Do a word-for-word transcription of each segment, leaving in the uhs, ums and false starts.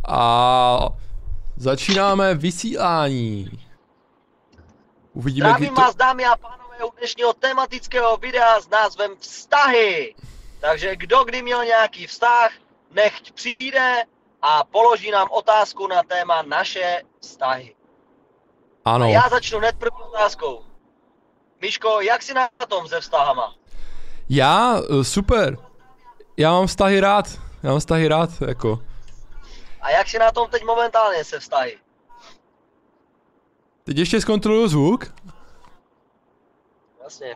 A začínáme vysílání. Uvidíme, Zdravím to... vás, dámy a pánové, u dnešního tematického videa s názvem Vztahy. Takže kdo kdy měl nějaký vztah, nechť přijde a položí nám otázku na téma naše vztahy. Ano. A já začnu hned první otázkou. Miško, jak jsi na tom se vztahama? Já? Super. Já mám vztahy rád. Já mám vztahy rád, jako. A jak jsi na tom teď momentálně se vztahy? Teď ještě zkontroluju zvuk. Jasně.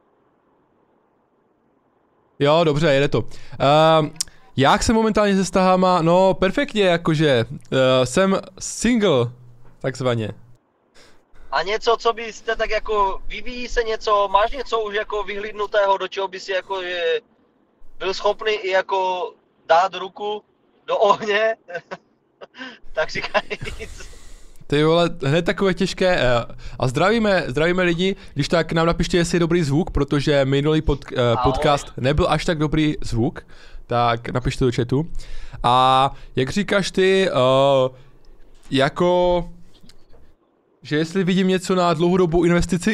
Jo, dobře, jede to. Uh, jak jsem momentálně se vztahama? No, perfektně, jakože. Uh, jsem single, takzvaně. A něco, co byste tak jako, vyvíjí se něco, máš něco už jako vyhlídnutého, do čeho by si jako, že byl schopný i jako dát ruku do ohně? Tak říkaj nic. Ty vole, hned takové těžké. Uh, a zdravíme, zdravíme lidi, když tak nám napište, jestli je dobrý zvuk, protože minulý pod, uh, podcast nebyl až tak dobrý zvuk, tak napište do chatu. A jak říkáš ty, uh, jako, že jestli vidím něco na dlouhodobou investici?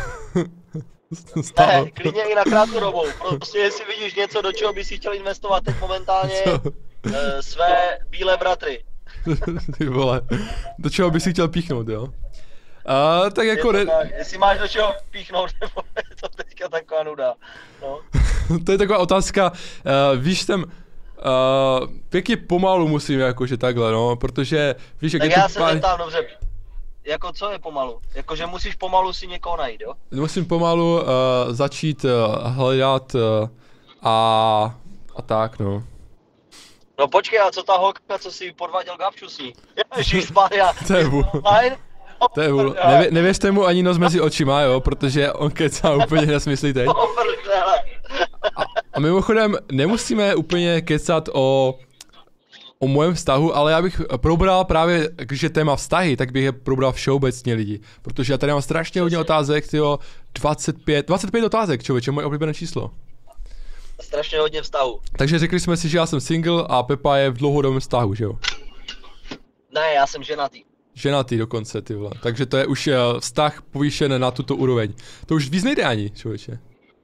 Ne, klidně i na krátkodobou, prostě jestli vidíš něco, do čeho bys si chtěl investovat teď momentálně, uh, své bílé bratry. Ty vole, do čeho bys si chtěl píchnout, jo? A, tak jako ne... ne... tak, jestli máš do čeho píchnout, nebo je to teďka taková nuda, no. To je taková otázka, uh, víš, jsem uh, pěkně pomalu musím, jakože takhle, no, protože víš, jak tak je já to se pár... zeptám, dobře, jako co je pomalu? Jakože musíš pomalu si někoho najít, jo? Musím pomalu uh, začít uh, hledat uh, a, a tak, no. No počkej, a co ta holka, co si podváděl Gabču s ní? Ježišmarja, To je vůl. To je vůl. Nevě, nevěřte mu ani nos mezi očima, jo, protože on kecá úplně nesmyslí teď. A, a mimochodem, nemusíme úplně kecat o, o mém vztahu, ale já bych probral právě, když je téma vztahy, tak bych je probral všeobecně lidi. Protože já tady mám strašně hodně otázek, tyjo, dvacet pět, dvacet pět otázek, člověče, moje oblíbené číslo. Strašně hodně vztahu. Takže řekli jsme si, že já jsem single a Pepa je v dlouhodobém vztahu, že jo? Ne, já jsem ženatý. Ženatý dokonce, ty vole. Takže to je už vztah povýšen na tuto úroveň. To už víc nejde ani, člověče.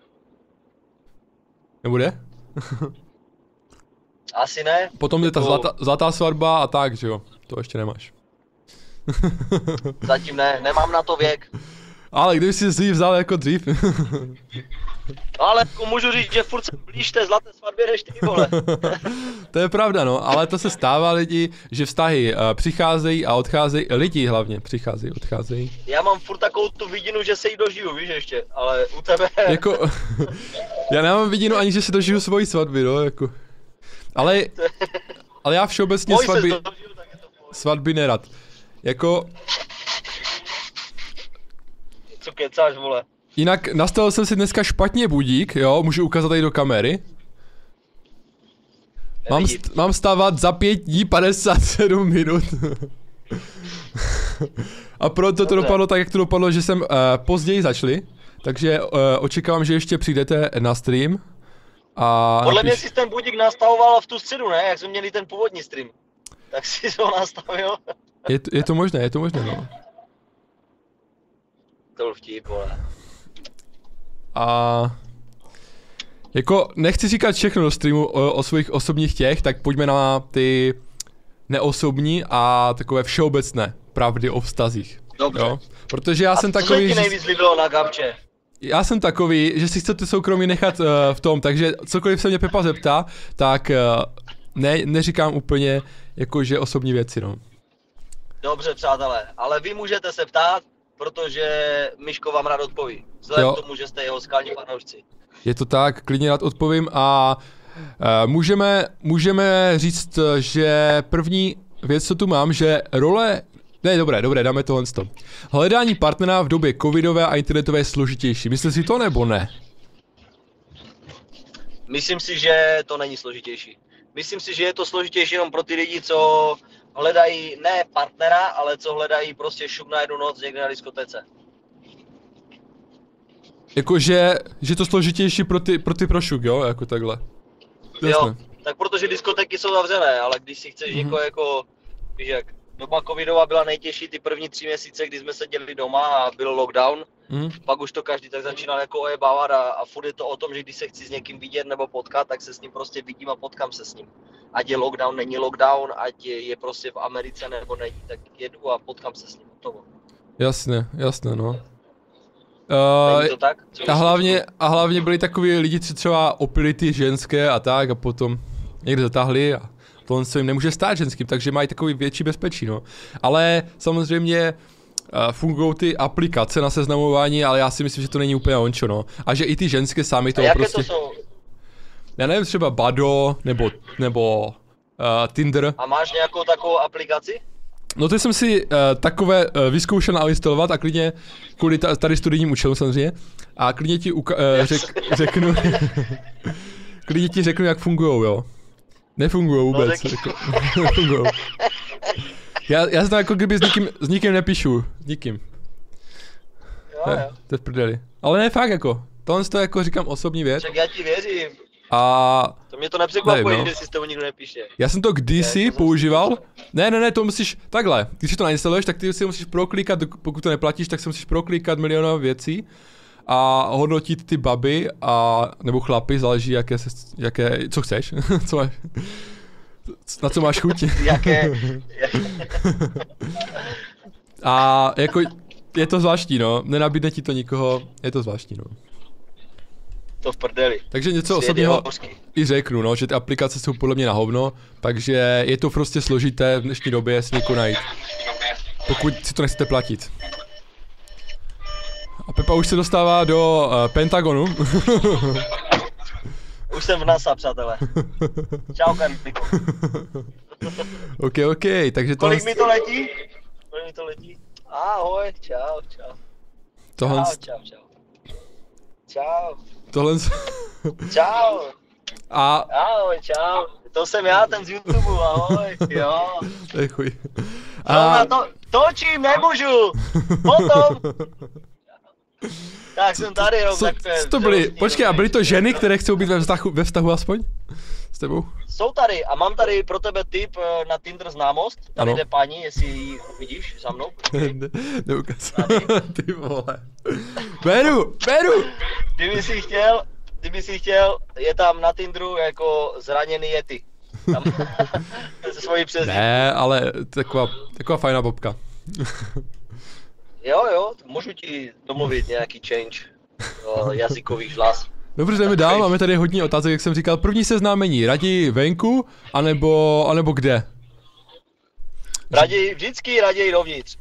Nebude? Asi ne. Potom je ta zlatá, zlatá svatba a tak, že jo? To ještě nemáš. Zatím ne, nemám na to věk. Ale kdyby si dřív vzal jako dřív. Ale jako můžu říct, že furt se blíž té zlaté svatbě než ty, vole. To je pravda, no, ale to se stává lidi, že vztahy uh, přicházejí a odcházejí, lidi hlavně přicházejí, odcházejí. Já mám furt takovou tu vidinu, že se jí dožiju, víš ještě, ale u tebe... Jako, já nemám vidinu ani, že si dožiju svojí svatby, no, jako. Ale, ale já všeobecně svatby, dožiju, svatby nerad. Jako... Co kecáš, vole? Jinak nastavil jsem si dneska špatně budík, jo, můžu ukázat tady do kamery. Mám, st mám stávat za pět dní padesát sedm minut. A proto to dopadlo tak, jak to dopadlo, že jsem uh, později začali. Takže uh, očekávám, že ještě přijdete na stream. A podle napíš... mě si ten budík nastavoval v tu středu, ne? Jak jsme měli ten původní stream. Tak si ho nastavil. je, to, je to možné, je to možné, no. To byl vtip, vole. A jako nechci říkat všechno do streamu o, o svých osobních těch, tak pojďme na ty neosobní a takové všeobecné pravdy o vztazích. Dobře. Jo? Protože já a jsem co takový, se ti nejvíc líbilo na Gabče? Já jsem takový, že si chcete soukromí nechat uh, v tom, takže cokoliv se mě Pepa zeptá, tak uh, ne, neříkám úplně jakože osobní věci, no. Dobře, přátelé, ale vy můžete se ptát, protože Miško vám rád odpoví. Vzhledem k tomu, že jste jeho skalní fanoušci. Je to tak, klidně rád odpovím a uh, můžeme, můžeme říct, že první věc, co tu mám, že role... Ne, dobré, dobré, dáme tohle stop. Hledání partnera v době covidové a internetové je složitější. Myslíš si to nebo ne? Myslím si, že to není složitější. Myslím si, že je to složitější jenom pro ty lidi, co hledají ne partnera, ale co hledají prostě šup na jednu noc někde na diskotéce. Jakože, že to složitější pro ty, pro ty prošuk, jo, jako takhle. Jasné. Jo, tak protože diskotéky jsou zavřené, ale když si chceš mm-hmm. někoho jako víš jak, doba covidová byla nejtěžší ty první tři měsíce, kdy jsme seděli doma a byl lockdown. Mm. Pak už to každý tak začínal jako ojebávat a, a furt je to o tom, že když se chci s někým vidět nebo potkat, tak se s ním prostě vidím a potkám se s ním. Ať je lockdown, není lockdown, ať je, je prostě v Americe nebo není, tak jedu a potkám se s ním. Hotovo. Jasně, jasně no. Uh, to tak? A hlavně, a hlavně byli takový lidi, co třeba opili ty ženské a tak a potom někde zatáhli a tohle se jim nemůže stát ženským, takže mají takový větší bezpečí, no. Ale samozřejmě uh, fungují ty aplikace na seznamování, ale já si myslím, že to není úplně ončo, no. A že i ty ženské sami to prostě... to jsou? Já nevím, třeba Bado, nebo, nebo uh, Tinder. A máš nějakou takovou aplikaci? No to jsem si uh, takové uh, vyzkoušel nainstalovat a klidně, kvůli tady studijním účelům samozřejmě, a klidně ti uka- uh, řek, řeknu, klidně ti řeknu, jak fungujou, jo. Nefungujou vůbec, no, jako, nefungujou. Já, já jsem jako kdyby s nikým, s nikým nepíšu, s nikým. Jo, jo. To je v prdeli. Ale ne fakt jako, tohle to jako říkám osobní věc. Však já ti věřím. A... To mě to nepřekvapuje, no. Že si s tebou nikdo nepíše. Já jsem to kdysi to používal. Ne, ne, ne, to musíš, takhle, když si to nainstaluješ, tak ty si musíš proklikat, pokud to neplatíš, tak si musíš proklikat milionové věcí a hodnotit ty baby a, nebo chlapy, záleží jaké, se, jaké, co chceš, co máš, na co máš chuť. Jaké, A jako, je to zvláštní, no, nenabídne ti to nikoho, je to zvláštní, no. To v prdeli. Takže něco osobního i řeknu, no, že ty aplikace jsou podle mě na hovno, takže je to prostě složité v dnešní době si někoho najít. Pokud si to nechcete platit. A Pepa už se dostává do uh, Pentagonu. Už jsem v NASA, přátelé. Čau, Karlíku. Ok, ok, takže to... Kolik mi to letí? Kolik mi to letí? Ahoj, čau, čau. Tohle... Čau, čau, čau. Čau. Tohle... Čau. A... Ahoj, čau. To jsem já, ten z YouTube, ahoj, jo. To je chuj. A... Na to, točím, nemůžu. Potom. Tak jsem tady, rok, tak to je... Co to byly? Počkej, a byly to ženy, které chcou být ve vztahu, ve vztahu aspoň? S tebou? Jsou tady a mám tady pro tebe tip na Tinder známost. Tady ano. jde paní, jestli ji vidíš za mnou. Ne, neukaz. Ty vole. Beru, beru! Kdyby si chtěl, kdyby si chtěl, je tam na Tinderu jako zraněný Yeti. Tam se svojí přezdívkou. Ne, ale taková, taková fajná bobka. Jo, jo, můžu ti domluvit nějaký change o, jazykových žlas. Dobře, jdeme dál, máme tady hodně otázek, jak jsem říkal. První seznámení, raději venku, anebo, anebo kde? Raději, vždycky raději dovnitř.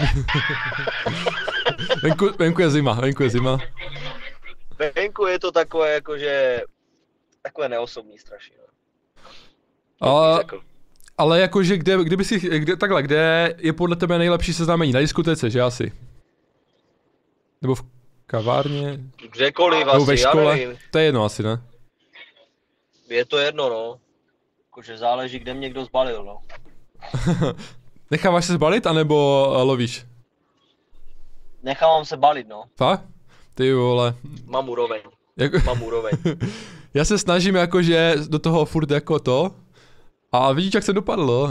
venku, venku je zima, venku je zima. Venku je to takové jakože, takové neosobní strašně. Ale, ale jakože kde, kdyby si, kde, takhle, kde je podle tebe nejlepší seznámení? Na diskotece, že asi? Nebo v kavárně? Kdekoliv asi, ve škole? Já nevím. To je jedno asi, ne? Je to jedno, no. Jakože záleží, kde mě kdo zbalil, no. Necháváš se zbalit, anebo lovíš? Nechávám se balit, no. Fakt? Ty vole. Mám úroveň. Jako... Mám úroveň. Já se snažím jakože do toho furt jako to. A vidíš, jak se dopadlo.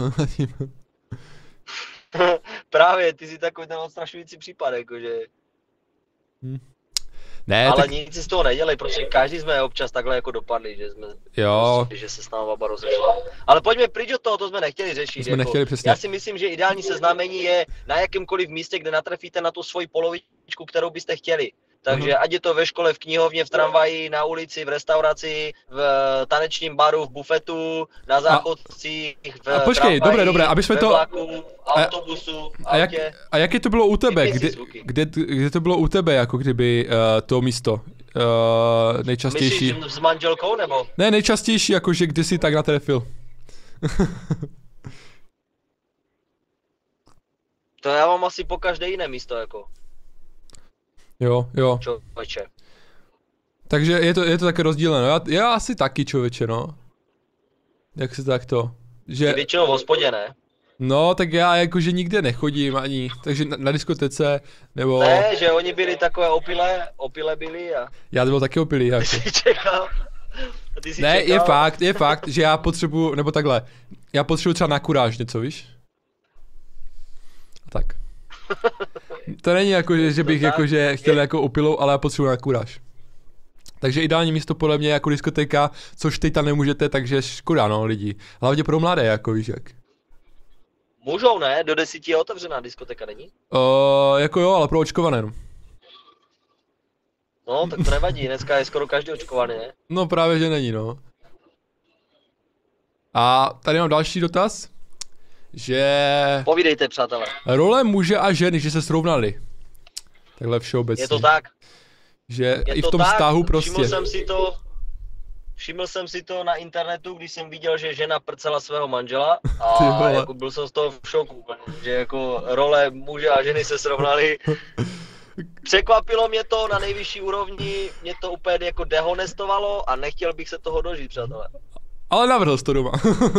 Právě, ty jsi takový ten odstrašující případ, jakože. Hm. Ne, ale tak... nic si z toho nedělej, protože každý jsme občas takhle jako dopadli, že jsme, jo. Prostě, že se s náma baba rozešla. Ale pojďme pryč od toho, to jsme nechtěli řešit. Jsme jako, nechtěli, přesně. Já si myslím, že ideální seznámení je na jakémkoliv místě, kde natrefíte na tu svoji polovičku, kterou byste chtěli. Takže uh-huh. ať je to ve škole, v knihovně, v tramvaji, na ulici, v restauraci, v tanečním baru, v bufetu, na záchodcích, v a počkej, tramvaji, dobré, dobré, aby jsme ve to... vlaku, autobusu, a, jak, a jaké to bylo u tebe? Kde, kde, kde to bylo u tebe, jako kdyby uh, to místo? Uh, nejčastější... Myslíš s manželkou, nebo? Ne, nejčastější, jakože kdy jsi tak natrefil. To já mám asi po každé jiné místo, jako. Jo, jo. Člověče. Takže je to, je to také rozdílné, no. Já, já asi taky, člověče, no. Jak se tak to, že... Ty většinou v hospodě, ne? No, tak já jakože nikde nechodím ani, takže na, na diskotece, nebo... Ne, že oni byli takové opilé, opilé byli a... Já byl taky opilý, jako. Ty jsi čekal. Ty jsi ne, čekal. je fakt, je fakt, že já potřebuju, nebo takhle, já potřebuju třeba na kuráž něco, víš? Tak. To není jako, že, že bych jako, že chtěl jako opilou, ale já potřebuji na kuráž. Takže ideální místo podle mě jako diskotéka, což teď tam nemůžete, takže škoda, no, lidi. Hlavně pro mladé, jako víš jak. Můžou, ne? Do desíti je otevřená diskoteka, není? Uh, jako jo, ale pro očkované, no. No, tak to nevadí, dneska je skoro každý očkovaný, ne? No právě, že není, no. A tady mám další dotaz, že... Povídejte, přátelé. Role muže a ženy, že se srovnali. Takhle všeobecně. Je to tak. Že je i v to tom tak. vztahu prostě. Všiml jsem si to, všiml jsem si to na internetu, když jsem viděl, že žena prcela svého manžela a jako byl jsem z toho v šoku, že jako role muže a ženy se srovnaly. Překvapilo mě to na nejvyšší úrovni, mě to úplně jako dehonestovalo a nechtěl bych se toho dožít, přátelé. Ale navrhl jsi to doma.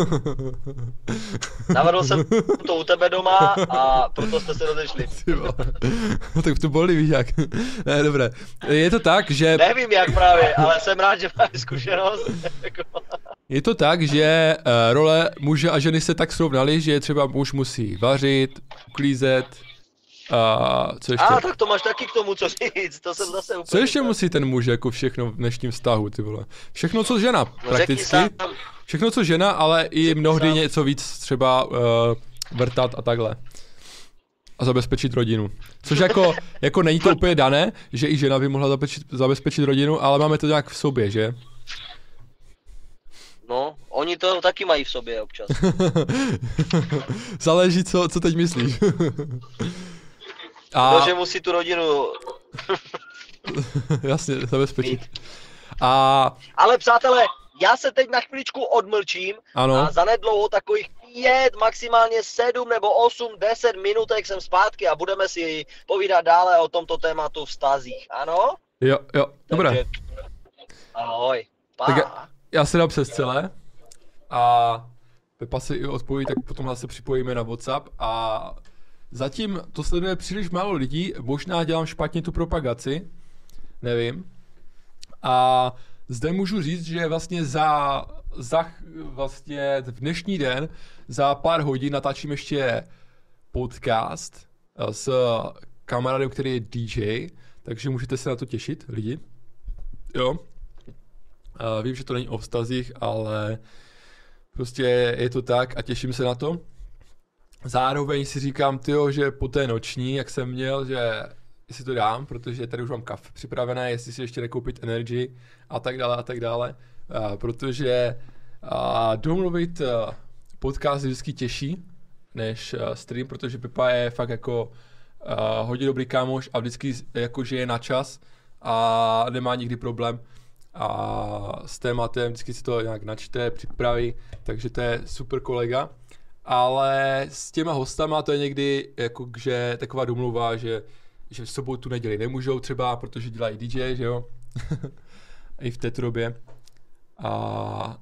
Navrhl jsem to u tebe doma a proto jste se rozešli. Tak to bolí, víš jak. Ne, dobré. Je to tak, že... Nevím jak právě, ale jsem rád, že máš zkušenost. Je to tak, že uh, role muže a ženy se tak srovnaly, že třeba muž musí vařit, uklízet, a co ještě? A tak to máš taky k tomu co říct, to jsem zase úplně... Co ještě musí ten muž jako všechno v dnešním vztahu, ty vole? Všechno co žena, no, prakticky. Všechno co žena, ale i mnohdy sám. Něco víc třeba uh, vrtat a takhle. A zabezpečit rodinu. Což jako, jako není to úplně dané, že i žena by mohla zabezpečit, zabezpečit rodinu, ale máme to nějak v sobě, že? No, oni to taky mají v sobě občas. Záleží, co, co teď myslíš. A... To, že musí tu rodinu... Jasně, zabezpečit. A... Ale přátelé, já se teď na chviličku odmlčím ano. A zanedlouho takových pět, maximálně sedm nebo osm, deset minutek jsem zpátky a budeme si povídat dále o tomto tématu vztazích, ano? Jo, jo, dobré. Takže... Ahoj, pa. Tak já, já se dám přes celé a Pepa se i odpoví, tak potom se připojíme na WhatsApp a zatím to sleduje příliš málo lidí, možná dělám špatně tu propagaci, nevím. A zde můžu říct, že vlastně za, za vlastně v dnešní den za pár hodin natáčím ještě podcast s kamarádem, který je D J, takže můžete se na to těšit, lidi. Jo. A vím, že to není o vztazích, ale prostě je to tak a těším se na to. Zároveň si říkám, tyjo, že po té noční, jak jsem měl, že si to dám, protože tady už mám kafe připravené, jestli si ještě nekoupit Energy a tak dále a tak dále. A protože a domluvit a, podcast je vždycky těžší než a, stream, protože Pepa je fakt jako a, hodně dobrý kámoš a vždycky jakože je na čas a nemá nikdy problém a s tématem vždycky si to nějak načte, připraví, takže to je super kolega. Ale s těma hostama to je někdy jako, že taková domluva, že že v sobotu, neděli nemůžou třeba, protože dělají D J, že jo, i v této době. A,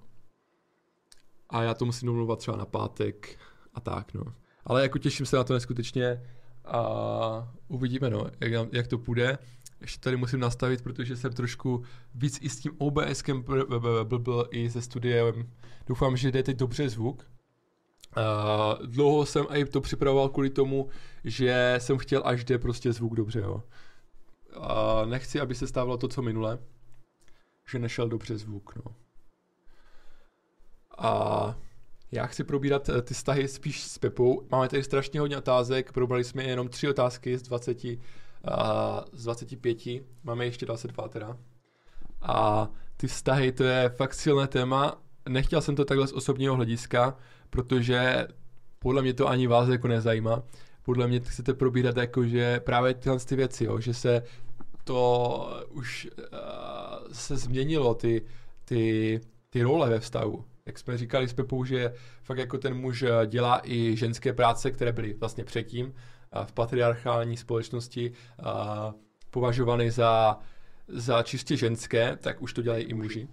a já to musím domluvat třeba na pátek a tak, no. Ale jako těším se na to neskutečně a uvidíme, no, jak, jak to půjde. Ještě tady musím nastavit, protože jsem trošku víc i s tím OBSkem blbl i se studiem. Doufám, že jde teď dobře zvuk. Uh, dlouho jsem i to připravoval kvůli tomu, že jsem chtěl, až jde prostě zvuk dobře, jo. Uh, nechci, aby se stávalo to, co minule, že nešel dobře zvuk, no. A já chci probírat ty vztahy spíš s Pepou. Máme tady strašně hodně otázek, probrali jsme jenom tři otázky z dvaceti, uh, z dvaceti pěti, máme ještě dvacet dva teda. A ty vztahy, to je fakt silné téma. Nechtěl jsem to takhle z osobního hlediska, protože podle mě to ani vás jako nezajímá. Podle mě chcete probírat jakože právě tyhle ty věci, jo, že se to už uh, se změnilo, ty, ty, ty role ve vztahu. Jak jsme říkali s Pepou, že fakt jako ten muž dělá i ženské práce, které byly vlastně předtím uh, v patriarchální společnosti uh, považovány za, za čistě ženské, tak už to dělají i muži.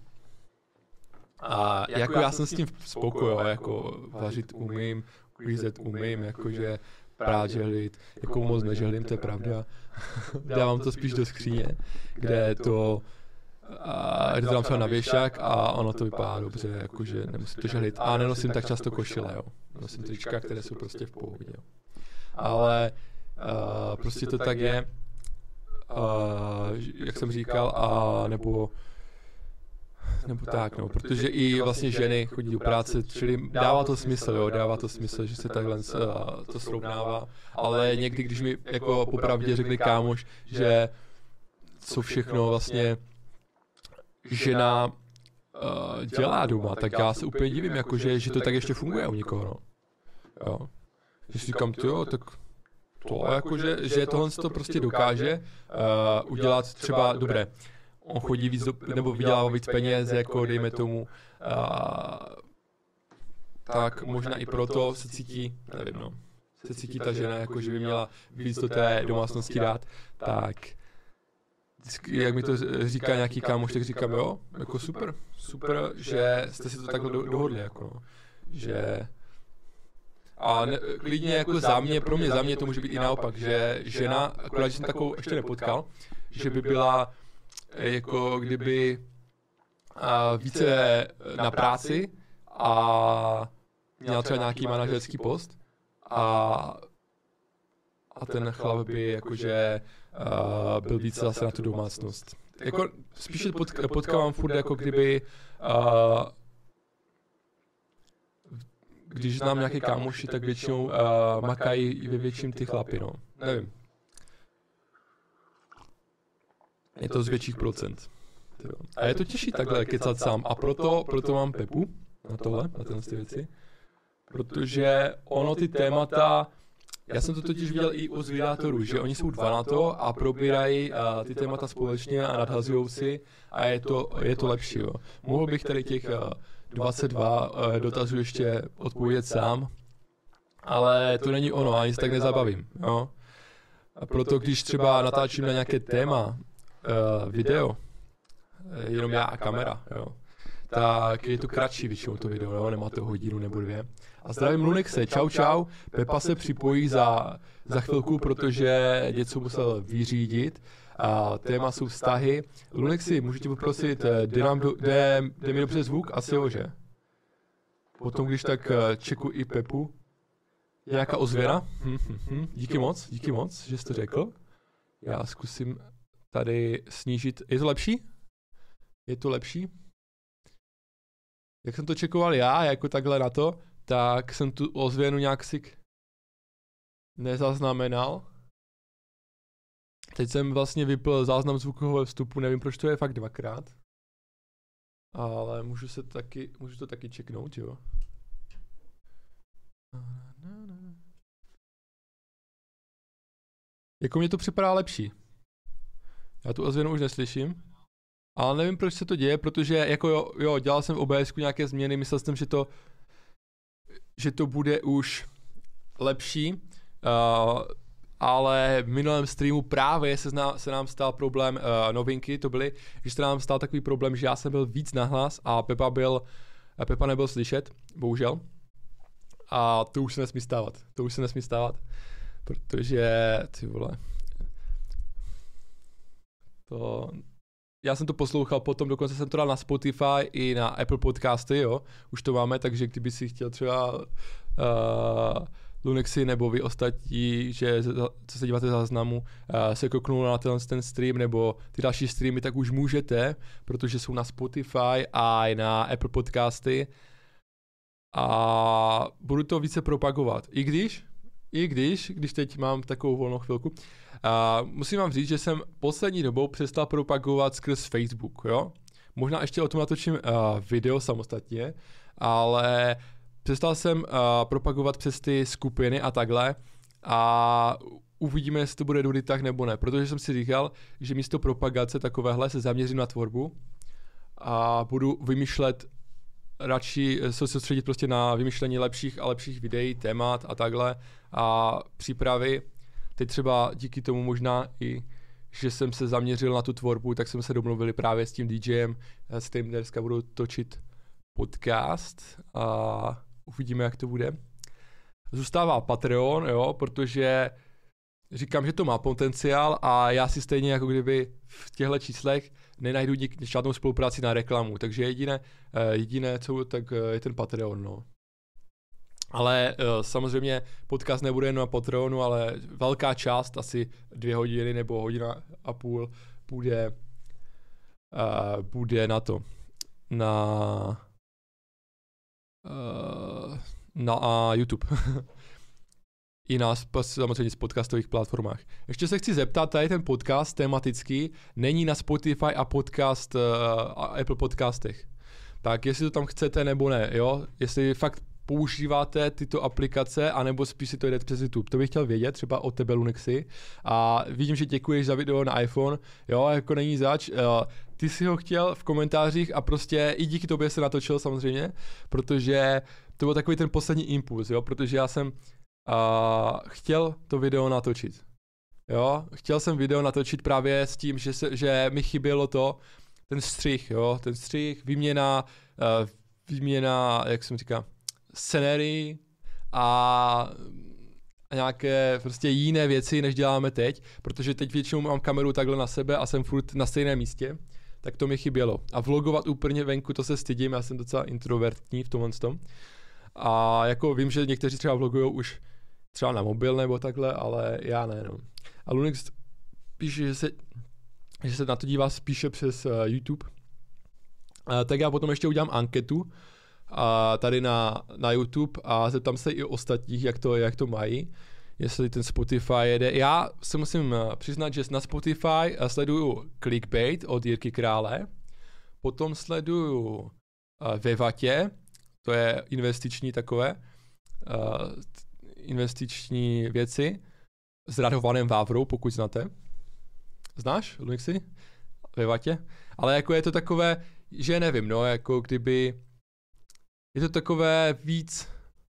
A jako, jako já, já jsem s tím spokoju, jako vařit umím, uklízet umím, jakože prát žehlit, jako moc nežehlím, to je pravda. Dávám to spíš do skříně, kde to, a, kde to dám třeba na věšák a ono to vypadá dobře, jakože nemusím to žehlit. A nenosím tak často košile, jo. Nosím trička, které jsou prostě v pohodě, jo. ale uh, prostě to tak je, uh, jak jsem říkal, a nebo nebo tak, no, protože i vlastně ženy chodí do práce, čili dává to smysl, jo, dává to smysl, že se takhle uh, to srovnává, ale někdy, když mi jako popravdě řekli kámoš, že co všechno vlastně žena uh, dělá doma, tak já se úplně divím, jako, že, že to tak ještě funguje u někoho, no. Jo. Že si říkám, jo, tak to jako, že, že tohle to prostě dokáže uh, udělat třeba, dobré, on chodí víc, do, nebo vydělává víc peněz, jako dejme tomu, uh, tak možná i proto se cítí, nevím, no, se cítí ta žena, jako, že by měla víc do té domácnosti dát, tak jak mi to říká nějaký kámoš, tak říkám, jo, jako super, super, že jste si to takhle do, dohodli, jako no, že a ne, klidně jako za mě, pro mě, za mě to může být i naopak, že žena, akorát, že jsem takovou ještě nepotkal, že by byla jako kdyby a, více na práci a měla třeba nějaký manažerský post a a ten chlap by jakože uh, byl více zase na tu domácnost. Jako spíše pot, potkávám furt jako kdyby uh, když znám nějaké kámoši, tak většinou uh, makají ve větším ty chlapy, no. Nevím. Je to z větších procent. A je to těžší takhle kecat sám. A proto, proto mám Pepu na tohle, na tyhle ty věci. Protože ono ty témata, já jsem to totiž viděl i u zvědátorů, že oni jsou dva na to a probírají uh, ty témata společně a nadhazují si a je to, je to lepší. Jo. Mohl bych tady těch uh, dvacet dva uh, dotazů ještě odpovědět sám, ale to není ono, ani se tak nezabavím. Jo. A proto když třeba natáčím na nějaké téma, uh, video, jenom já a kamera, jo, tak je to kratší většinou to video, jo, nemá to hodinu nebo dvě. A zdravím Lunexe, čau čau, Pepa se připojí za, za chvilku, protože něco musel vyřídit. A téma jsou vztahy. Lunexi, můžu tě poprosit, jde, nám do, jde, jde mi dobře zvuk? Asi jo, že? Potom když tak čeku i Pepu. Je nějaká ozvěna? Hm, hm, hm. Díky moc, díky moc, že jsi to řekl. Já zkusím tady snížit. Je to lepší? Je to lepší? Jak jsem to čekoval já, jako takhle na to, tak jsem tu ozvěnu nějak si nezaznamenal. Teď jsem vlastně vypl záznam zvukového vstupu, nevím, proč to je fakt dvakrát. Ale můžu se taky, můžu to taky čeknout, jo. Jako mě to připadá lepší. Já tu ozvěnu už neslyším. Ale nevím, proč se to děje, protože jako jo, jo dělal jsem v O B S ku nějaké změny, myslel jsem, že to, že to bude už lepší, uh, ale v minulém streamu právě se, zna, se nám stal problém, uh, novinky to byly, že se nám stal takový problém, že já jsem byl víc nahlas a Pepa byl, a Pepa nebyl slyšet, bohužel. A to už se nesmí stávat, to už se nesmí stávat, protože, ty vole, to... Já jsem to poslouchal potom, dokonce jsem to dal na Spotify i na Apple Podcasty, jo, už to máme, takže kdyby si chtěl třeba uh, Lunexi nebo vy ostatní, že co se díváte za záznamu, uh, se kouknou na ten, ten stream nebo ty další streamy, tak už můžete, protože jsou na Spotify a i na Apple Podcasty a budu to více propagovat, i když, i když, když teď mám takovou volnou chvilku, Uh, musím vám říct, že jsem poslední dobou přestal propagovat skrz Facebook, jo? Možná ještě o tom natočím uh, video samostatně, ale přestal jsem uh, propagovat přes ty skupiny a takhle a uvidíme, jestli to bude dobrý tak nebo ne, protože jsem si říkal, že místo propagace takovéhle se zaměřím na tvorbu a budu vymýšlet radši se soustředit prostě na vymýšlení lepších a lepších videí, témat a takhle a přípravy. Teď třeba díky tomu možná i, že jsem se zaměřil na tu tvorbu, tak jsme se domluvili právě s tím DJem, s kterým dneska budu točit podcast a uvidíme, jak to bude. Zůstává Patreon, jo, protože říkám, že to má potenciál a já si stejně jako kdyby v těchto číslech nenajdu nik- žádnou spolupráci na reklamu, takže jediné, jediné co tak je ten Patreon, no. Ale uh, samozřejmě podcast nebude jen na Patreonu, ale velká část, asi dvě hodiny nebo hodina a půl, bude, uh, bude na to, na, uh, na YouTube. I na samozřejmě z podcastových platformách. Ještě se chci zeptat, tady ten podcast tematický není na Spotify a podcast uh, a Apple podcastech. Tak jestli to tam chcete nebo ne, jo? Jestli fakt používáte tyto aplikace, anebo spíš si to jdete přes YouTube. To bych chtěl vědět, třeba o tebe, Lunexi. A vidím, že děkuješ za video na iPhone, jo, jako není zač. Uh, ty si ho chtěl v komentářích a prostě i díky tobě se natočil samozřejmě, protože to byl takový ten poslední impuls, jo, protože já jsem uh, chtěl to video natočit. Jo, chtěl jsem video natočit právě s tím, že, se, že mi chybělo to, ten střih, jo, ten střih, výměna, uh, výměna, jak jsem říkal, scenérii a nějaké prostě jiné věci, než děláme teď, protože teď většinou mám kameru takhle na sebe a jsem furt na stejném místě, tak to mi chybělo. A vlogovat úplně venku, to se stydím, já jsem docela introvertní v tomhle tom. A jako vím, že někteří třeba vlogujou už třeba na mobil nebo takhle, ale já ne, no. A Lunex píše, že se, že se na to dívá spíše přes uh, YouTube. Uh, tak já potom ještě udělám anketu, a tady na, na YouTube a zeptám se i ostatních, jak to, jak to mají, jestli ten Spotify jede. Já se musím přiznat, že na Spotify sleduju Clickbait od Jirky Krále, potom sleduju Ve vatě, to je investiční takové, uh, investiční věci s Radovanem Vávrou, pokud znáte. Znáš, Lunexi? Ve vatě? Ale jako je to takové, že nevím, no, jako kdyby je to takové víc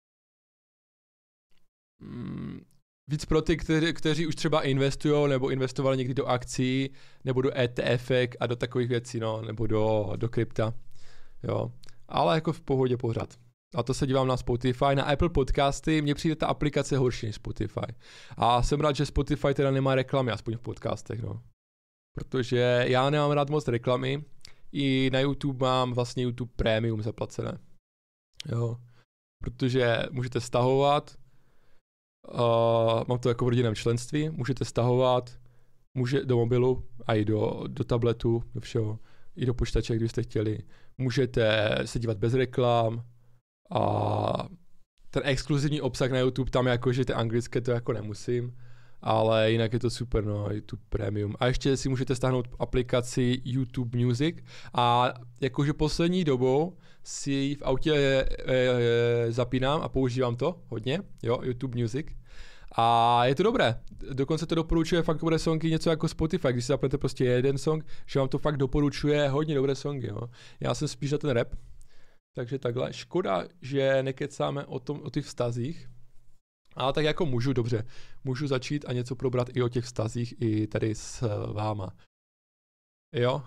mm, víc pro ty, kteři, kteří už třeba investují nebo investovali někdy do akcí nebo do E T F ek a do takových věcí, no, nebo do, do krypta. Jo. Ale jako v pohodě pořád. A to se dívám na Spotify, na Apple podcasty, mně přijde ta aplikace horší než Spotify. A jsem rád, že Spotify teda nemá reklamy, aspoň v podcastech, no. Protože já nemám rád moc reklamy, i na YouTube mám vlastně YouTube Premium zaplacené. Jo, protože můžete stahovat, uh, mám to jako v rodinném členství, můžete stahovat může, do mobilu a i do, do tabletu, do všeho, i do počítače, kdybyste chtěli. Můžete se dívat bez reklam a ten exkluzivní obsah na YouTube tam jako, že ty anglické to jako nemusím, ale jinak je to super, no, YouTube Premium. A ještě si můžete stáhnout aplikaci YouTube Music a jakože poslední dobou si v autě e, e, zapínám a používám to hodně, jo, YouTube Music. A je to dobré, dokonce to doporučuje fakt dobré songy, něco jako Spotify, když si zapnete prostě jeden song, že vám to fakt doporučuje hodně dobré songy, jo. Já jsem spíš na ten rap, takže takhle. Škoda, že nekecáme o tom, o těch vztazích, ale tak jako můžu, dobře, můžu začít a něco probrat i o těch vztazích i tady s váma. Jo?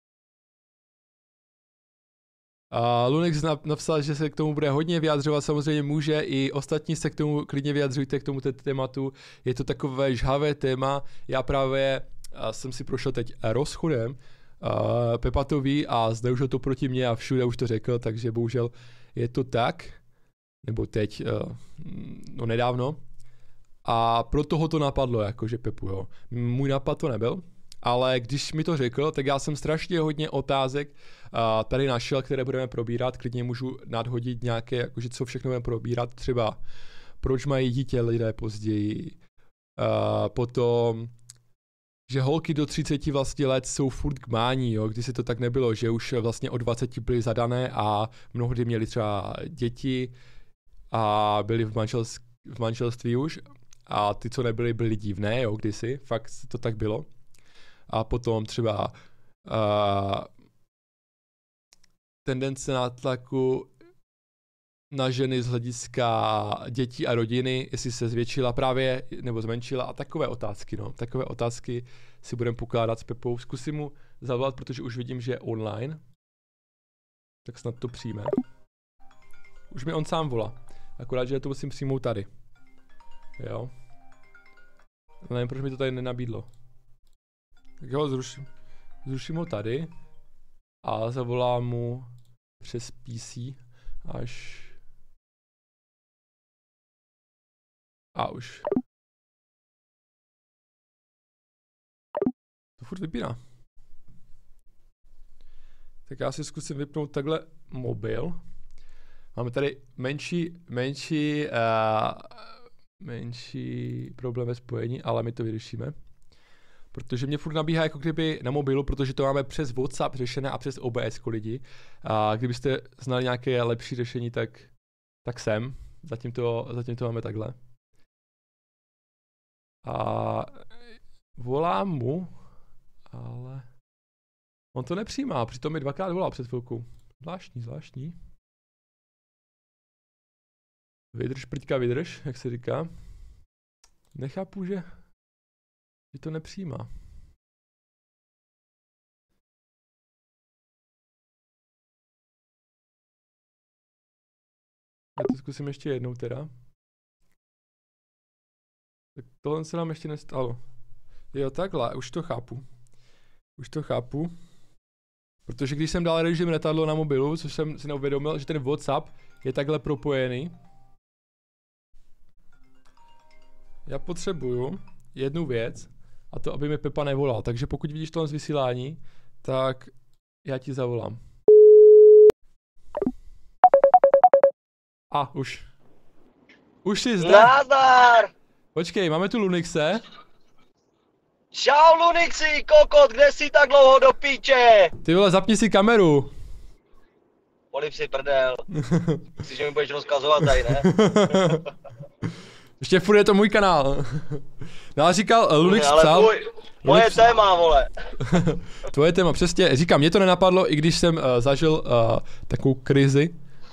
A Lunex napsal, že se k tomu bude hodně vyjadřovat, samozřejmě může, i ostatní se k tomu klidně vyjadřujte, k tomu tématu. Je to takové žhavé téma, já právě jsem si prošel teď rozchodem uh, Pepatový a zneužil to proti mně a všude už to řekl, takže bohužel je to tak. Nebo teď, no nedávno. A proto ho to napadlo, jakože Pepu, jo. Můj nápad to nebyl, ale když mi to řekl, tak já jsem strašně hodně otázek uh, tady našel, které budeme probírat. Klidně můžu nadhodit nějaké, jakože co všechno budeme probírat. Třeba proč mají dítě lidé později. Uh, potom, že holky do třiceti vlastně let jsou furt k mání, jo, když se to tak nebylo, že už vlastně od dvaceti byly zadané a mnohdy měli třeba děti a byli v, manželství, v manželství už a ty, co nebyli, byli divné, jo, kdysi, fakt to tak bylo. A potom třeba uh, tendence nátlaku na ženy z hlediska dětí a rodiny, jestli se zvětšila právě, nebo zmenšila a takové otázky, no, takové otázky si budeme pokládat s Pepou. Zkusím mu zavolat, protože už vidím, že je online, tak snad to přijme. Už mi on sám volá. Akorát, že to musím přijmout tady. Jo. Ale nevím, proč mi to tady nenabídlo. Tak jo, zruším. Zruším ho tady. A zavolám mu přes P C. Až A už. To furt vypíná. Tak já si zkusím vypnout takhle mobil. Máme tady menší, menší, uh, menší problém ve spojení, ale my to vyřešíme. Protože mě furt nabíhá jako kdyby na mobilu, protože to máme přes WhatsApp řešené a přes O B S lidi. A kdybyste znali nějaké lepší řešení, tak, tak sem. Zatím to, zatím to máme takhle. A volám mu, ale on to nepřijímá, přitom mi dvakrát volal před chvilkou. Zvláštní, zvláštní. Vydrž, prďka, vydrž, jak se říká. Nechápu, že, že to nepřijímá. Já to zkusím ještě jednou teda. Tak tohle se nám ještě nestalo. Jo, takhle, už to chápu. Už to chápu. Protože když jsem dal režim letadlo na mobilu, což jsem si neuvědomil, že ten WhatsApp je takhle propojený. Já potřebuju jednu věc, a to, aby mi Pepa nevolal. Takže pokud vidíš tohle z vysílání, tak já ti zavolám. A, už. Už jsi zde. Nazdar! Počkej, máme tu Lunixe. Čau Lunixi, kokot, kde jsi tak dlouho do píče? Ty vole, zapni si kameru. Polip si prdel. Myslíš, že mi budeš rozkazovat tady, ne? Ještě furt je to můj kanál. No a říkal, Lunix ale psal. Můj, moje Lunix... téma, vole. Tvoje téma, přesně. Říkám, mě to nenapadlo, i když jsem uh, zažil uh, takovou krizi.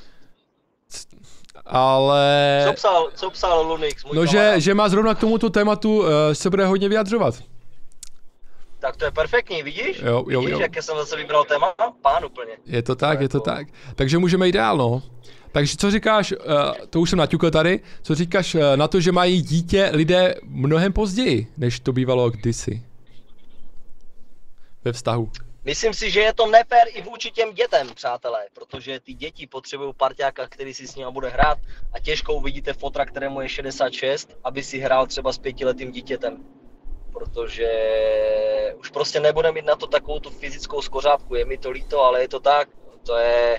Ale... Co psal, co psal Lunix, můj No, že, že má zrovna k tomuto tématu uh, se bude hodně vyjadřovat. Tak to je perfektní, vidíš? Jo, jo, vidíš, jo. jaké jsem zase vybral téma? Pán úplně. Je to tak, je to tak. Takže můžeme jít dál, no. Takže co říkáš, uh, to už jsem naťukl tady, co říkáš uh, na to, že mají dítě lidé mnohem později, než to bývalo kdysi? Ve vztahu. Myslím si, že je to nefér i vůči těm dětem, přátelé, protože ty děti potřebují parťáka, který si s ním bude hrát a těžko uvidíte fotra, kterému je šedesát šest, aby si hrál třeba s pětiletým dítětem. Protože už prostě nebude mít na to takovou tu fyzickou skořápku, je mi to líto, ale je to tak, to je...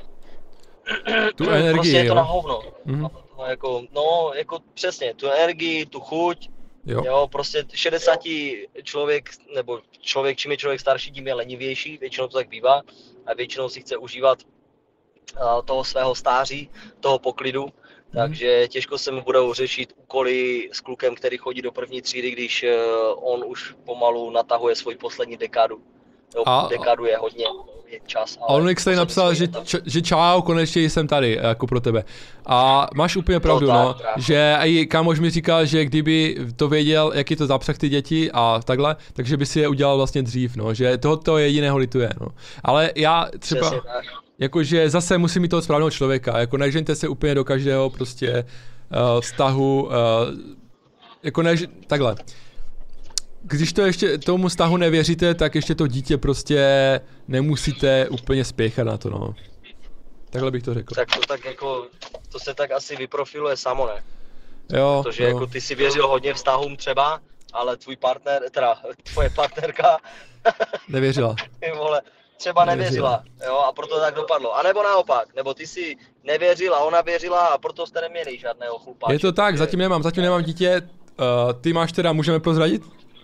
Tu energii, prostě je to jo. na hovno. Mm-hmm. No, jako, no, jako přesně, tu energii, tu chuť, jo. jo, prostě šedesátý člověk, nebo člověk, čím je člověk starší, tím je lenivější, většinou to tak bývá a většinou si chce užívat uh, toho svého stáří, toho poklidu, mm. takže těžko se mu budou řešit úkoly s klukem, který chodí do první třídy, když uh, on už pomalu natahuje svoji poslední dekádu. Jo, a, dekádu je hodně, je čas. A on tady napsal, že, č, že čau, konečně jsem tady, jako pro tebe. A máš úplně pravdu, no, no že i kámoš mi říkal, že kdyby to věděl, jaký to zapřah ty děti a takhle, takže by si je udělal vlastně dřív, no, že tohoto jediného lituje, no. Ale já třeba, jakože zase musím mít toho správného člověka, jako nežeňte se úplně do každého prostě uh, vztahu, uh, jako než, takhle. Když to ještě tomu vztahu nevěříte, tak ještě to dítě prostě nemusíte úplně spěchat na to, no. Takhle bych to řekl. Tak to tak jako, to se tak asi vyprofiluje samo, ne? Jo, Protože jo. jako ty si věřil hodně vztahům třeba, ale tvůj partner, teda tvoje partnerka nevěřila. Ty vole, třeba nevěřila, nevěřila, jo, a proto tak dopadlo. A nebo naopak, nebo ty si nevěřil a ona věřila a proto jste neměli žádného chlupáče. Je to tak, zatím nemám, zatím nemám dítě, uh, ty máš teda, můžeme prozradit?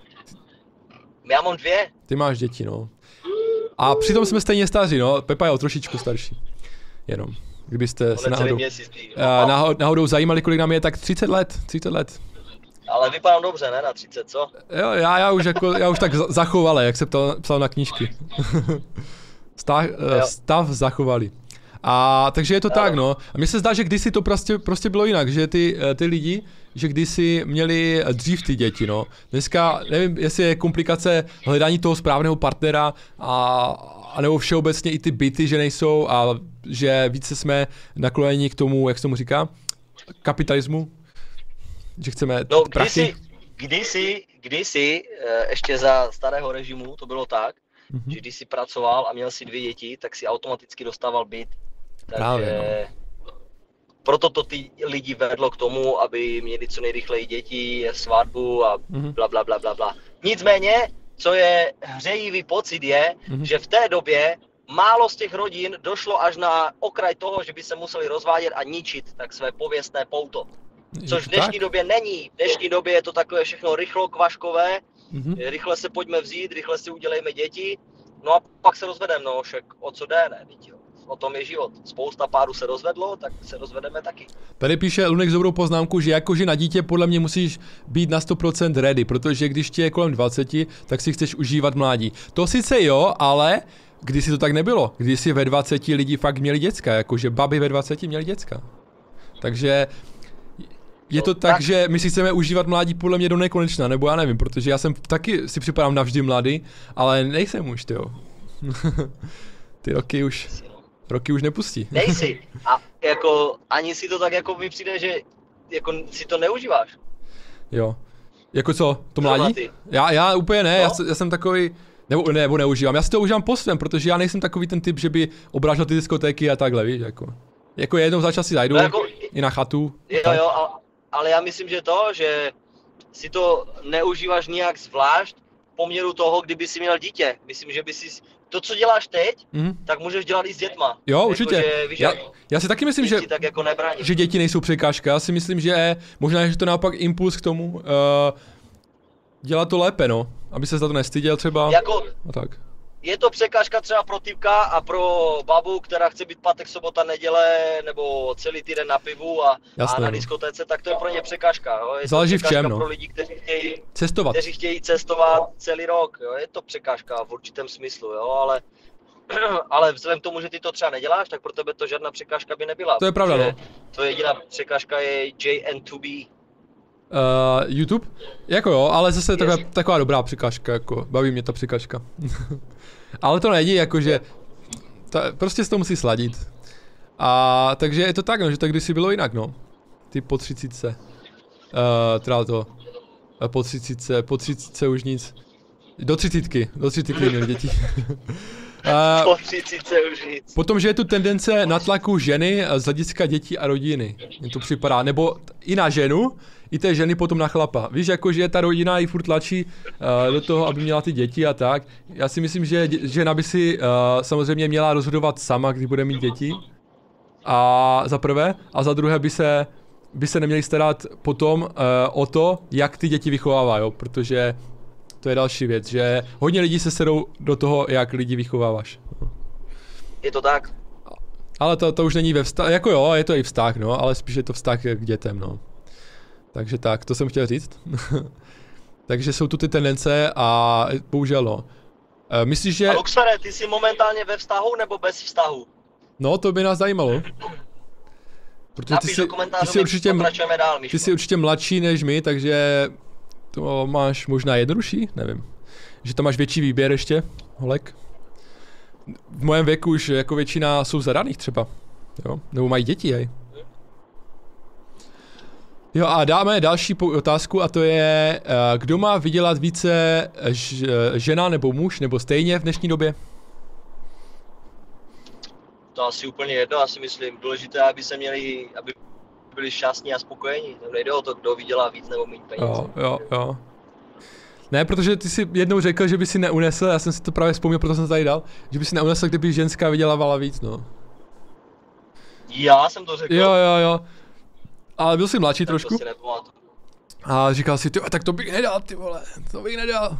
Já mám dvě. Ty máš děti, no. A přitom jsme stejně staří, no. Pepa je o trošičku starší. Jenom. Kdybyste se náhodou, uh, náhodou zajímali, kolik nám je, tak třicet let. třicet let. Ale vypadám dobře, ne? Na třicet, co? Jo, já, já už jako, já už tak zachovale, jak se ptal, psal na knížky. Stav, uh, stav zachovali. A takže je to no. tak, no. A mně se zdá, že kdysi to prostě, prostě bylo jinak, že ty, ty lidi, že kdysi měli dřív ty děti, no. Dneska, nevím, jestli je komplikace hledání toho správného partnera a, a nebo všeobecně i ty byty, že nejsou a že více jsme nakloneni k tomu, jak se tomu říká, kapitalismu, že chceme no, prachy. Kdysi, kdysi, kdysi, ještě za starého režimu to bylo tak, mm-hmm. že když jsi pracoval a měl si dvě děti, tak si automaticky dostával byt. Takže Právě, no. proto to ty lidi vedlo k tomu, aby měli co nejrychleji děti, svatbu a bla bla bla bla bla. Nicméně, co je hřejivý pocit je, mm-hmm. že v té době málo z těch rodin došlo až na okraj toho, že by se museli rozvádět a ničit tak své pověstné pouto. Což v dnešní tak? době není. V dnešní době je to takové všechno rychlo kvaškové, mm-hmm. rychle se pojďme vzít, rychle si udělejme děti, no a pak se rozvedeme, no však o co jde, ne, víte, o tom je život. Spousta párů se rozvedlo, tak se rozvedeme taky. Tady píše Lunek dobrou poznámku, že jakože na dítě podle mě musíš být na sto procent ready, protože když ti je kolem dvaceti, tak si chceš užívat mládí. To sice jo, ale když si to tak nebylo. Když si ve dvaceti lidi fakt měli děcka, jakože baby ve dvaceti měli děcka. Takže je to tak, tak, že my si chceme užívat mládí podle mě do nekonečna, nebo já nevím, protože já jsem taky si připadám navždy mladý, ale nejsem už, tyjo. Ty roky už, roky už nepustí. Nejsi. A jako ani si to tak jako mi přijde, že jako si to neužíváš. Jo. Jako co, to mládí? Já, já úplně ne, no. já, já jsem takový, nebo, nebo neužívám, já si to užívám po svém, protože já nejsem takový ten typ, že by obrážel ty diskotéky a takhle, víš, jako. Jako jednou za čas si zajdu, no jako, i na chatu. Jo, tak. jo, a, ale já myslím, že to, že si to neužíváš nijak zvlášť v poměru toho, kdyby si měl dítě. Myslím, že by si, to, co děláš teď, mm-hmm. tak můžeš dělat i s dětma. Jo, jako, určitě. Že, víš, já, já si taky myslím, že, tak jako že děti nejsou překážka. Já si myslím, že možná je to naopak impuls k tomu uh, dělat to lépe, no. Aby se za to nestyděl třeba. Jako, a tak. Je to překážka třeba pro typka a pro babu, která chce být pátek, sobota, neděle nebo celý týden na pivu a, a na diskotéce, tak to je pro ně překážka. Jo? Je Záleží to v čem, no. pro lidi, kteří chtějí cestovat. Kteří chtějí cestovat celý rok. Jo? Je to překážka v určitém smyslu, jo? Ale, ale vzhledem k tomu, že ty to třeba neděláš, tak pro tebe to žádná překážka by nebyla. To je pravda, no. To jediná překážka je J N two B. Uh, YouTube? Jako jo, ale zase yes. taková, taková dobrá překážka, jako baví mě ta překážka. Ale to nejde, jakože ta, prostě se to musí sladit. A takže je to tak, no, že tak kdysi bylo jinak, no. Ty po třicítce. Uh, teda to, po třicítce, po třicítce už nic. Do třicítky, do třicítky měli děti. Uh, po třicítce už nic. Potom, že je tu tendence na tlaku ženy z hlediska dětí a rodiny. Mně to připadá, nebo i na ženu, i té ženy potom na chlapa. Víš, jako že ta rodina ji furt tlačí uh, do toho, aby měla ty děti a tak. Já si myslím, že žena by si uh, samozřejmě měla rozhodovat sama, kdy bude mít děti. A za prvé, a za druhé by se, by se neměli starat potom uh, o to, jak ty děti vychovává, jo, protože to je další věc, že hodně lidí se sedou do toho, jak lidi vychováváš. Je to tak. Ale to, to už není ve vztahu, jako jo, je to i vztah, no, ale spíš je to vztah k dětem, no. Takže tak, to jsem chtěl říct. Takže jsou tu ty tendence a bohužel no. E, myslíš, že... A Luxfere, ty jsi momentálně ve vztahu nebo bez vztahu? No, to by nás zajímalo. Protože ty jsi, ty, jsi určitě, dál, ty jsi určitě mladší než my, takže to máš možná jednodušší, nevím. Že tam máš větší výběr ještě, holek. V mém věku už jako většina jsou zadaných třeba, jo, nebo mají děti, hej. Jo a dáme další otázku a to je, kdo má vydělat více, žena nebo muž, nebo stejně v dnešní době? To asi úplně jedno, já si myslím. Důležité, aby se měli, aby byli šťastní a spokojení. Nejde o to, kdo vydělá víc nebo méně peněz. Jo, jo, jo. Ne, protože ty jsi jednou řekl, že by si neunesl, já jsem si to právě vzpomněl, proto jsem to tady dal, že by si neunesl, kdyby ženská vydělávala víc, no. Já jsem to řekl. Jo, jo, jo. Ale byl jsi mladší tak trošku. A říkal si, ty, tak to bych nedal, ty vole, to bych nedal.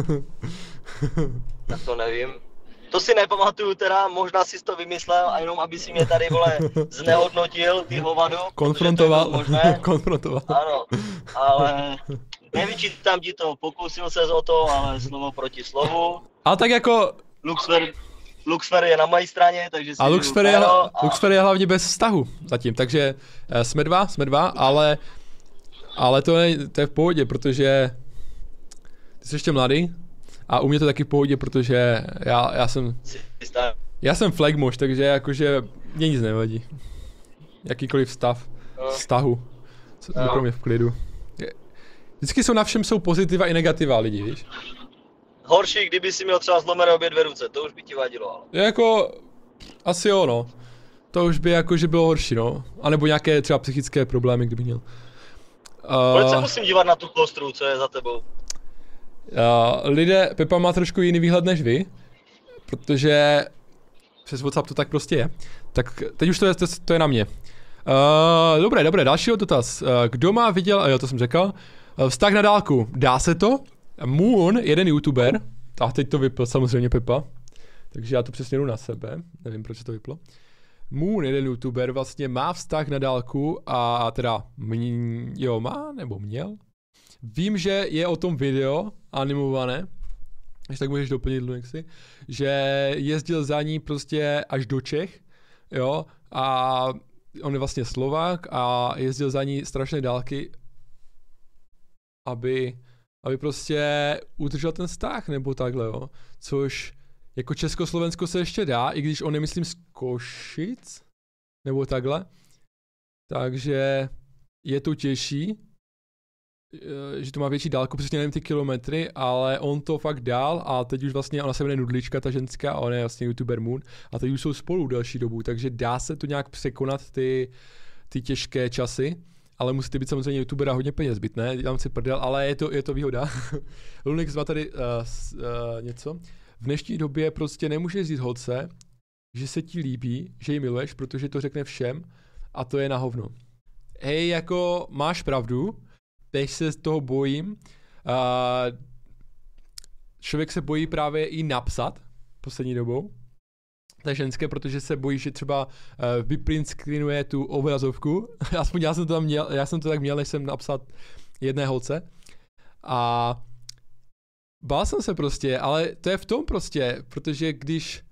Tak to nevím. To si nepamatuju teda, možná jsi to vymyslel a jenom aby si mě tady, vole, znehodnotil, ty hovado. Konfrontoval, konfrontoval. Ano, ale nevyčítám ti to, pokusil ses o to, ale slovo proti slovu. Ale tak jako... Luxfer, Luxfer je na mojí straně, takže si... A Luxfer je, a... Luxfer je hlavně bez vztahu zatím, takže jsme dva, jsme dva, ale... Ale to je, to je v pohodě, protože... Ty jsi ještě mladý. A u mě to taky v pohodě, protože já, já jsem... Já jsem flagmoš, takže jakože mě nic nevadí. Jakýkoliv stav, no. Vztahu. No. Pro mě v klidu. Vždycky jsou na všem jsou pozitiva i negativa lidi, víš? Horší, kdyby si měl třeba zlomené obě dvě ruce, to už by ti vadilo, ale... Jako... Asi jo, no. to už by jakože bylo horší, no. A nebo nějaké třeba psychické problémy, kdyby měl. Uh, Proč se musím dívat na tu kostru, co je za tebou? Uh, lidé, Pepa má trošku jiný výhled než vy, protože přes WhatsApp to tak prostě je. Tak teď už to je, to, to je na mě. Uh, dobré, dobré, další dotaz. Uh, kdo má viděl, jo, to jsem řekl, uh, vztah na dálku, dá se to? Moon, jeden youtuber, a teď to vypl samozřejmě Pepa, takže já to přesně jdu na sebe, nevím proč to vyplo. Moon, jeden youtuber, vlastně má vztah na dálku a teda, mě, jo, má nebo měl? Vím, že je o tom video animované, až tak můžeš doplnit, Lunexy, že jezdil za ní prostě až do Čech, jo, a on je vlastně Slovák a jezdil za ní strašné dálky, aby, aby prostě udržel ten vztah, nebo takhle, jo, což jako Československo se ještě dá, i když on je, myslím, z Košic, nebo takhle, takže je to těžší, že to má větší dálku, přesně nevím ty kilometry, ale on to fakt dál a teď už vlastně, ona se jmenuje Nudlička, ta ženská, a on je vlastně youtuber Moon a teď už jsou spolu delší dobu, takže dá se to nějak překonat ty, ty těžké časy, ale musíte být samozřejmě youtuber a hodně peněz být, ne? Dám si prdel, ale je to, je to výhoda. Lunix má tady uh, uh, něco. V dnešní době prostě nemůžeš říct holce, že se ti líbí, že ji miluješ, protože to řekne všem a to je na hovno. Hej, jako máš pravdu, teď se z toho bojím. Uh, člověk se bojí právě i napsat poslední dobou. To je ženské, protože se bojí, že třeba uh, vyprint screenuje tu obrazovku. Aspoň já jsem to tam měl, já jsem to tak měl, než jsem napsat jedné holce. A bál jsem se prostě, ale to je v tom prostě, protože když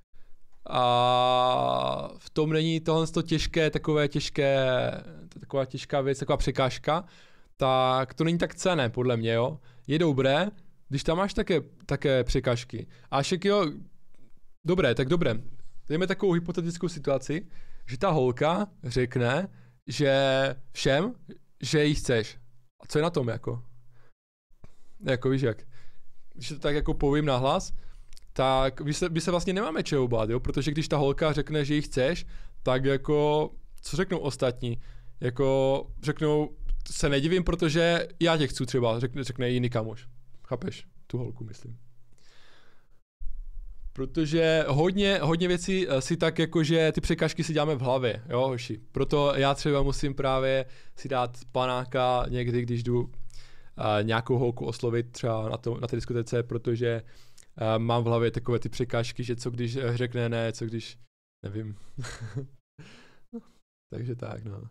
a v tom není tohle to těžké, takové těžké, taková těžká věc, taková překážka, tak to není tak cenné, podle mě, jo. Je dobré, když tam máš také, také překážky. A však jo, dobré, tak dobré. Dejme takovou hypotetickou situaci, že ta holka řekne, že všem, že jí chceš. A co je na tom, jako? Jako víš jak? Když to tak jako povím nahlas, tak my se, my se vlastně nemáme čeho bát, jo? Protože když ta holka řekne, že jí chceš, tak jako, co řeknou ostatní? Jako, řeknou, se nedivím, protože já tě chci třeba, řekne, řekne jiný kamoš. Chápeš? Tu holku, myslím. Protože hodně, hodně věcí si tak jako, že ty překážky si děláme v hlavě, jo, hoši. Proto já třeba musím právě si dát panáka někdy, když jdu uh, nějakou holku oslovit třeba na, to, na té diskotece, protože uh, mám v hlavě takové ty překážky, že co když řekne ne, co když, nevím. Takže tak, no.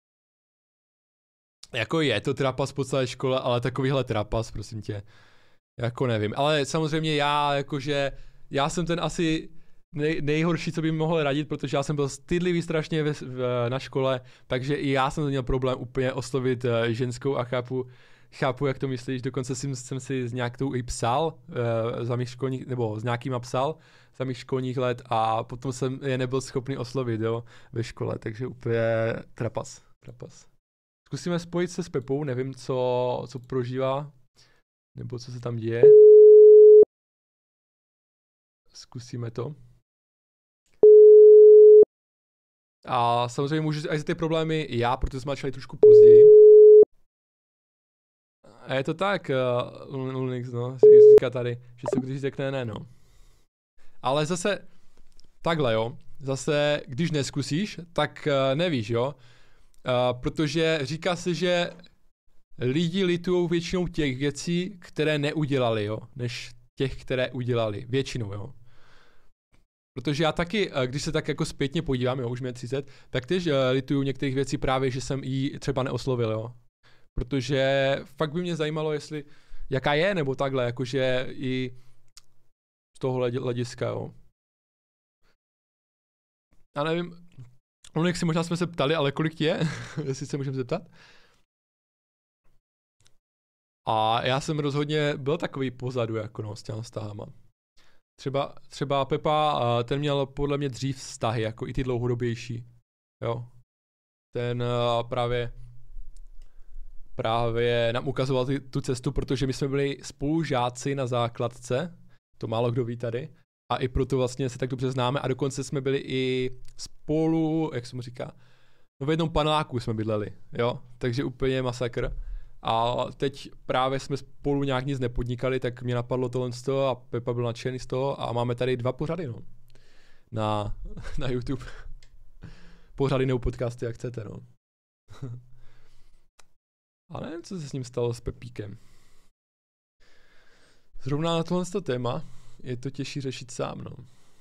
Jako je to trapas po celé škole, ale takovýhle trapas, prosím tě, jako nevím. Ale samozřejmě já, jakože, já jsem ten asi nej, nejhorší, co by mi mohl radit, protože já jsem byl stydlivý strašně v, v, na škole, takže i já jsem měl problém úplně oslovit uh, ženskou a chápu, chápu, jak to myslíš, dokonce jsem, jsem si s nějakou i psal, uh, za mých školních, nebo s nějakýma psal za mých školních let a potom jsem je nebyl schopný oslovit, jo, ve škole, takže úplně trapas, trapas. Zkusíme spojit se s Pepou, nevím, co, co prožívá, nebo co se tam děje. Zkusíme to. A samozřejmě můžu aj za ty problémy já, protože jsme začali trošku později. A je to tak, uh, Unix, no, říká tady, že se když řekne ne, no. Ale zase, takhle jo, zase, když neskusíš, tak uh, nevíš, jo. Uh, protože říká se, že lidi litujou většinou těch věcí, které neudělali, jo, než těch, které udělali, většinou, jo. Protože já taky, když se tak jako zpětně podívám, jo, už mě třicet, tak tež uh, lituju některých věcí právě, že jsem jí třeba neoslovil, jo. Protože fakt by mě zajímalo, jestli, jaká je, nebo takhle, jakože i z tohohle hlediska, jo. Já nevím, Onek si možná jsme se ptali, ale kolik ti je, jestli se můžeme zeptat. A já jsem rozhodně byl takový pozadu, jako no, s těma vztahama. Třeba, třeba Pepa, ten měl podle mě dřív vztahy, jako i ty dlouhodobější, jo. Ten uh, právě, právě nám ukazoval ty, tu cestu, protože my jsme byli spolužáci na základce, to málo kdo ví tady, a i proto vlastně se tak dobře známe a dokonce jsme byli i spolu, jak se mu říká, no v jednom paneláku jsme bydleli, jo, takže úplně masakr. A teď právě jsme spolu nějak nic nepodnikali, tak mě napadlo tohle z toho a Pepa byl nadšený z toho a máme tady dva pořady, no, na, na YouTube. Pořady nebo podcasty, jak chcete, no. Ale nevím, co se s ním stalo s Pepíkem. Zrovna na tohle téma je to těžší řešit sám, no.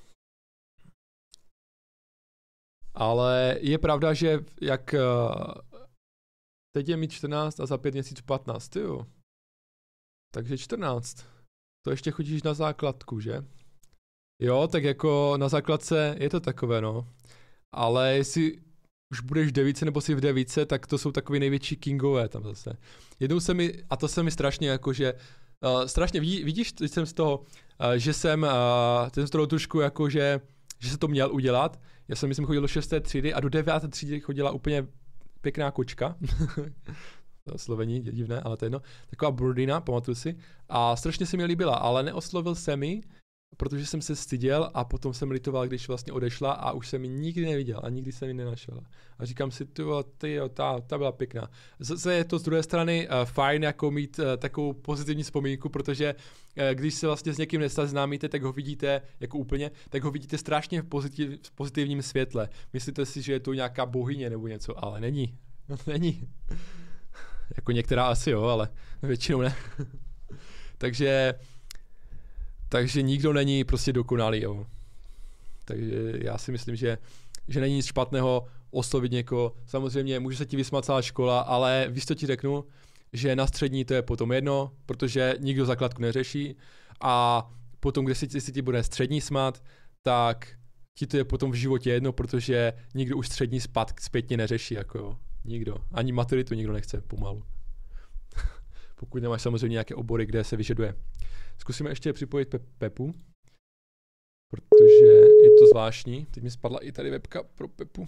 Ale je pravda, že jak teď je mi čtrnáct a za pět měsíců patnáct, jo. Takže čtrnáct. To ještě chodíš na základku, že? Jo, tak jako na základce je to takové, no. Ale jestli už budeš v devíce nebo si v devíce, tak to jsou takový největší kingové tam zase. Jednou se mi, a to se mi strašně jakože, uh, strašně, vidí, vidíš, teď jsem z toho, uh, že jsem, uh, ten z toho trošku jakože, že se to měl udělat. Já jsem, myslím, chodil do šesté třídy a do deváté třídy chodila úplně pěkná kočka. To slovení je divné, ale to je jedno. Taková blondýna, pamatuju si. A strašně se mi líbila, ale neoslovil jsem ji, protože jsem se styděl a potom jsem litoval, když vlastně odešla a už jsem ji nikdy neviděl a nikdy jsem ji nenašel. A říkám si, tyjo, tyjo, ta, ta byla pěkná. Zase je to z druhé strany uh, fajn jako mít uh, takovou pozitivní vzpomínku, protože uh, když se vlastně s někým neseznámíte, tak ho vidíte jako úplně, tak ho vidíte strašně v, pozitiv, v pozitivním světle. Myslíte si, že je to nějaká bohyně nebo něco, ale není. Není. Jako některá asi jo, ale většinou ne. Takže Takže nikdo není prostě dokonalý, jo. Takže já si myslím, že, že není nic špatného oslovit někoho. Samozřejmě může se ti vysmát celá škola, ale víš, co ti řeknu, že na střední to je potom jedno, protože nikdo základku neřeší a potom, když si, si ti bude střední smát, tak ti to je potom v životě jedno, protože nikdo už střední spad zpětně neřeší, jako jo. Nikdo. Ani maturitu nikdo nechce pomalu. Pokud nemáš samozřejmě nějaké obory, kde se vyžaduje. Zkusíme ještě připojit Pe- Pepu, protože je to zvláštní. Teď mi spadla i tady webka pro Pepu.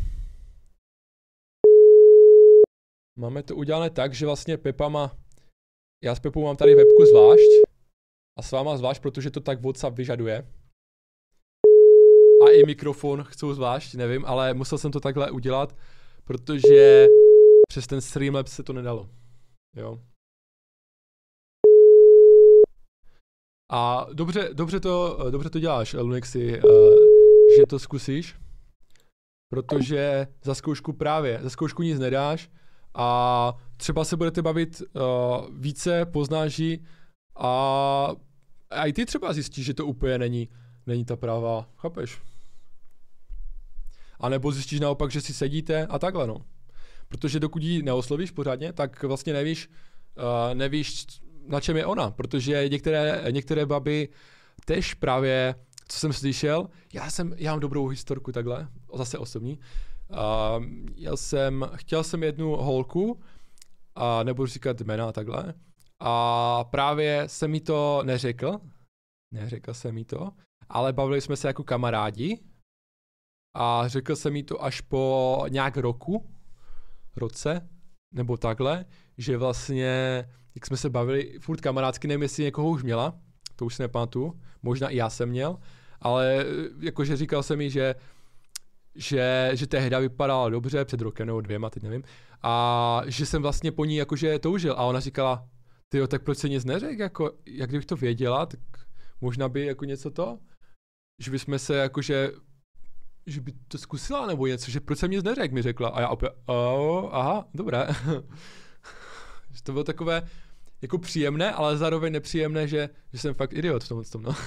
Máme to udělané tak, že vlastně Pepa má, já s Pepou mám tady webku zvlášť a s váma zvlášť, protože to tak WhatsApp vyžaduje. A i mikrofon chcou zvlášť, nevím, ale musel jsem to takhle udělat, protože přes ten Streamlabs se to nedalo. Jo. A dobře, dobře, to, dobře to děláš, Lunexi, uh, že to zkusíš, protože za zkoušku právě, za zkoušku nic nedáš a třeba se budete bavit uh, více, poznáš ji a, a i ty třeba zjistíš, že to úplně není, není ta pravá, chápeš? A nebo zjistíš naopak, že si sedíte a takhle, no. Protože dokud ji neoslovíš pořádně, tak vlastně nevíš, uh, nevíš, na čem je ona, protože některé, některé baby tež právě, co jsem slyšel, já jsem, já mám dobrou historku takhle, zase osobní, uh, já jsem, chtěl jsem jednu holku, a nebudu říkat jména a takhle, a právě jsem mi to neřekl, neřekl jsem mi to, ale bavili jsme se jako kamarádi a řekl jsem mi to až po nějak roku, roce, nebo takhle, že vlastně jak jsme se bavili, furt kamarádsky, nevím, jestli někoho už měla, to už si nepamatuju, možná i já jsem měl, ale jakože říkal jsem mi, že, že, že tehda vypadala dobře, před rokem nebo dvěma, teď nevím, a že jsem vlastně po ní jakože toužil a ona říkala, tyjo, tak proč se nic neřekl, jako, jak kdybych to věděla, tak možná by jako něco to, že bychom se jakože, že by to zkusila nebo něco, že proč jsem nic neřekl, mi řekla a já opět, oh, aha, dobré. Že to bylo takové jako příjemné, ale zároveň nepříjemné, že, že jsem fakt idiot v tomhle tom, no.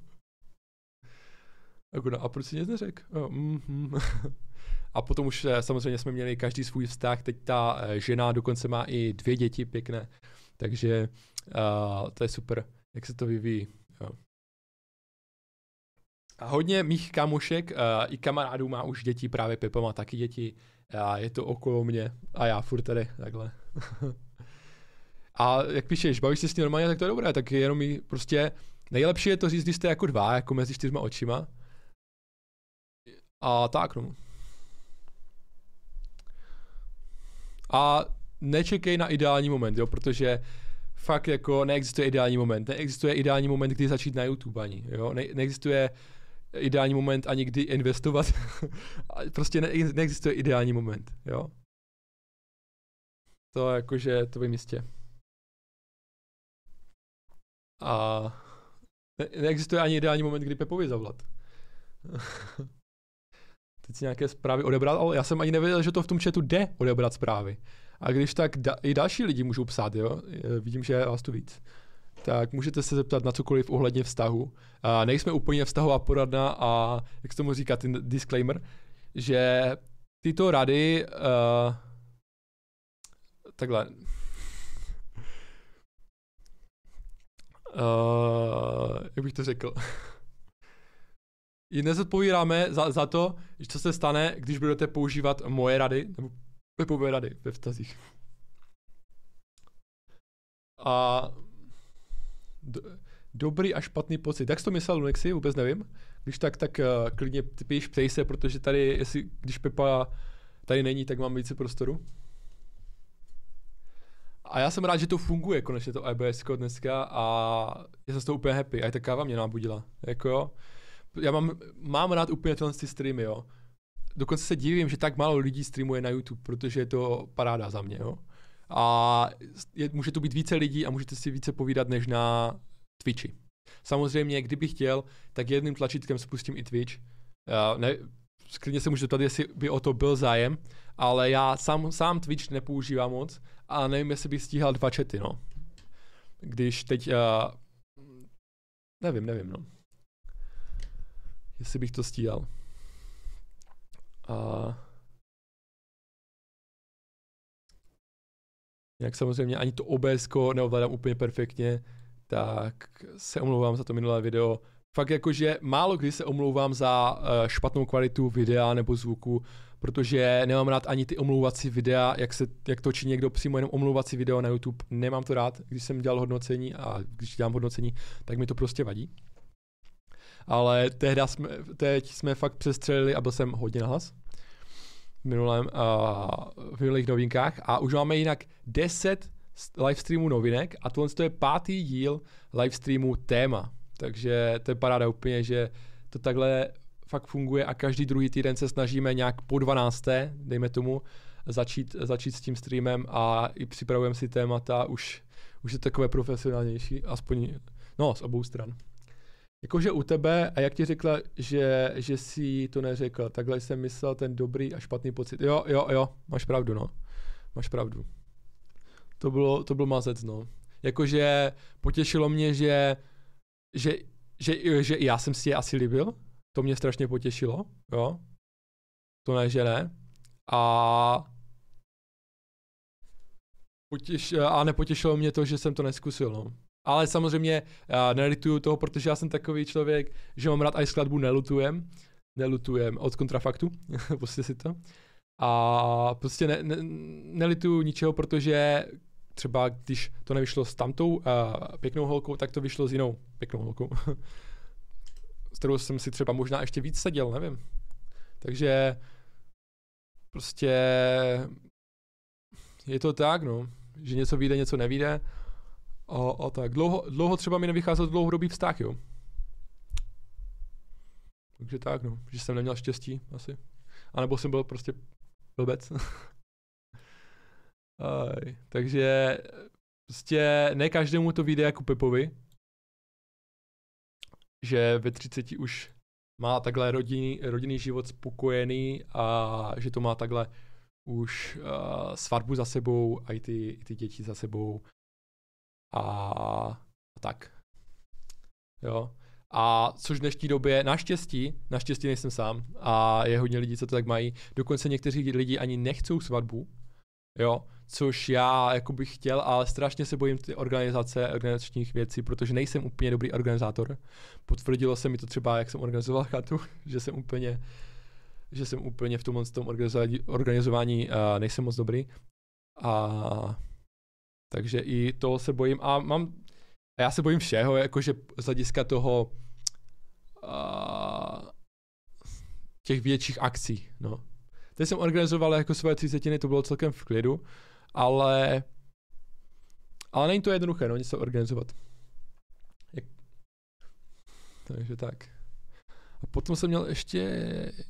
Jako no, a proč si nic neřekl? Oh, mm-hmm. A potom už samozřejmě jsme měli každý svůj vztah, teď ta žena dokonce má i dvě děti pěkné, takže uh, to je super, jak se to vyvíjí. Jo. A hodně mých kámošek uh, i kamarádů má už děti, právě Pepa má taky děti, a je to okolo mě a já furt tady takhle. A jak píšeš, bavíš se s ní normálně, tak to je dobré, tak jenom jí prostě, nejlepší je to říct, když jste jako dva, jako mezi čtyřma očima. A tak, no. A nečekej na ideální moment, jo, protože fakt jako neexistuje ideální moment, neexistuje ideální moment, kdy začít na YouTube ani, jo, ne- neexistuje ideální moment ani kdy investovat. Prostě ne, neexistuje ideální moment, jo. To jakože, to vím jistě. A ne, neexistuje ani ideální moment, kdy Pepovi zavolat. Teď si nějaké zprávy odebrat, ale já jsem ani nevěděl, že to v tom chatu jde odebrat zprávy. A když tak da, i další lidi můžou psát, jo, vidím, že je vás tu víc. Tak můžete se zeptat na cokoliv ohledně vztahu. A nejsme úplně vztahová poradna a jak se tomu říká ten disclaimer, že tyto rady uh, takhle uh, jak bych to řekl nezodpovídáme za, za to, co se stane, když budete používat moje rady nebo Pepové rady ve vztazích. A do, dobrý a špatný pocit. Jak jsi to myslel, Lunexi? Vůbec nevím. Když tak, tak uh, klidně píš, ptej se, protože tady, jestli, když Pepa tady není, tak mám více prostoru. A já jsem rád, že to funguje konečně to I B S dneska a já jsem z toho úplně happy. A i ta káva mě nabudila. Jako jo. Já mám, mám rád úplně tyhle ty streamy, jo. Dokonce se divím, že tak málo lidí streamuje na YouTube, protože je to paráda za mě, jo. A je, může to být více lidí a můžete si více povídat než na Twitchi. Samozřejmě, kdybych chtěl, tak jedným tlačítkem spustím i Twitch. Uh, ne, klidně se můžu ptát, jestli by o to byl zájem, ale já sám, sám Twitch nepoužívám moc a nevím, jestli bych stíhal dva chaty, no. Když teď, uh, nevím, nevím, no. Jestli bych to stíhal. A jinak samozřejmě ani to O B S ko neovládám úplně perfektně, tak se omlouvám za to minulé video. Fakt jakože málo kdy se omlouvám za uh, špatnou kvalitu videa nebo zvuku, protože nemám rád ani ty omlouvací videa, jak, se, jak točí někdo přímo jenom omlouvací video na YouTube. Nemám to rád, když jsem dělal hodnocení a když dělám hodnocení, tak mi to prostě vadí. Ale tehda jsme, teď jsme fakt přestřelili a byl jsem hodně nahlas v minulém, uh, v minulých novinkách a už máme jinak deset livestreamů novinek a tohle je pátý díl livestreamu téma. Takže to je paráda úplně, že to takhle fakt funguje a každý druhý týden se snažíme nějak po dvanácté, dejme tomu, začít, začít s tím streamem a i připravujeme si témata, už, už je takové profesionálnější, aspoň no, z obou stran. Jakože u tebe, a jak ti řekla, že, že jsi to neřekl, takhle jsem myslel ten dobrý a špatný pocit. Jo, jo, jo, máš pravdu, no. Máš pravdu. To bylo, to byl mazec, no. Jakože potěšilo mě, že, že, že, že já jsem si je asi líbil. To mě strašně potěšilo, jo. To ne, že ne. A potěš, a nepotěšilo mě to, že jsem to neskusil, no. Ale samozřejmě já nelituju toho, protože já jsem takový člověk, že mám rád i skladbu Nelutujem. Nelutujem od Kontrafaktu, prostě si to. A prostě ne, ne, nelituju ničeho, protože třeba když to nevyšlo s tamtou uh, pěknou holkou, tak to vyšlo s jinou pěknou holkou. S kterou jsem si třeba možná ještě víc seděl, nevím. Takže prostě je to tak, no, že něco vyjde, něco nevyjde. A, a tak. Dlouho, dlouho třeba mi nevycházel dlouhodobý vztah, jo. Takže tak, no. Že jsem neměl štěstí, asi. A nebo jsem byl prostě blbec. Aj, takže prostě ne každému to vyjde jako Pepovi. Že ve třiceti už má takhle rodinný, rodinný život spokojený a že to má takhle už uh, svatbu za sebou a i ty, i ty děti za sebou. A, a tak. Jo. A což v dnešní době, naštěstí, naštěstí nejsem sám a je hodně lidí, co to tak mají. Dokonce někteří lidi ani nechcou svatbu, jo, což já jako bych chtěl, ale strašně se bojím ty organizace, organizačních věcí, protože nejsem úplně dobrý organizátor. Potvrdilo se mi to třeba, jak jsem organizoval chatu, že jsem úplně, že jsem úplně v tomhle tom organizování, organizování uh, nejsem moc dobrý. A takže i toho se bojím a mám, a já se bojím všeho, jakože z hlediska toho uh, těch větších akcí, no. Teď jsem organizoval jako svoje třicetiny, to bylo celkem v klidu, ale ale není to jednoduché, no, něco organizovat. Jak, takže tak. A potom jsem měl ještě...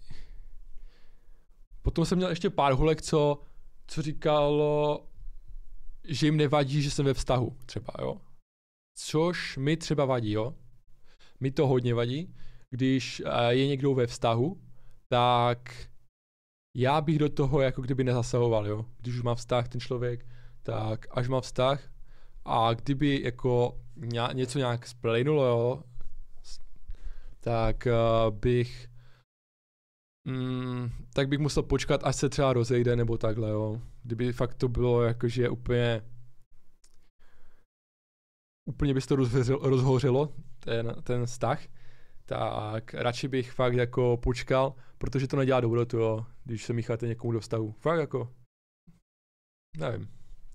Potom jsem měl ještě pár holek, co, co říkalo, že jim nevadí, že jsem ve vztahu třeba, jo. Což mi třeba vadí, jo. Mi to hodně vadí, když je někdo ve vztahu, tak já bych do toho jako kdyby nezasahoval, jo. Když už má vztah ten člověk, tak až má vztah a kdyby jako něco nějak splynulo, jo, tak uh, bych mm, tak bych musel počkat, až se třeba rozejde nebo takhle, jo. Kdyby fakt to bylo jakože úplně úplně by se to rozhořelo, rozhořelo ten, ten vztah, tak radši bych fakt jako počkal, protože to nedělá dobrotu, jo, když se mícháte někomu do vztahu. Fakt jako, nevím.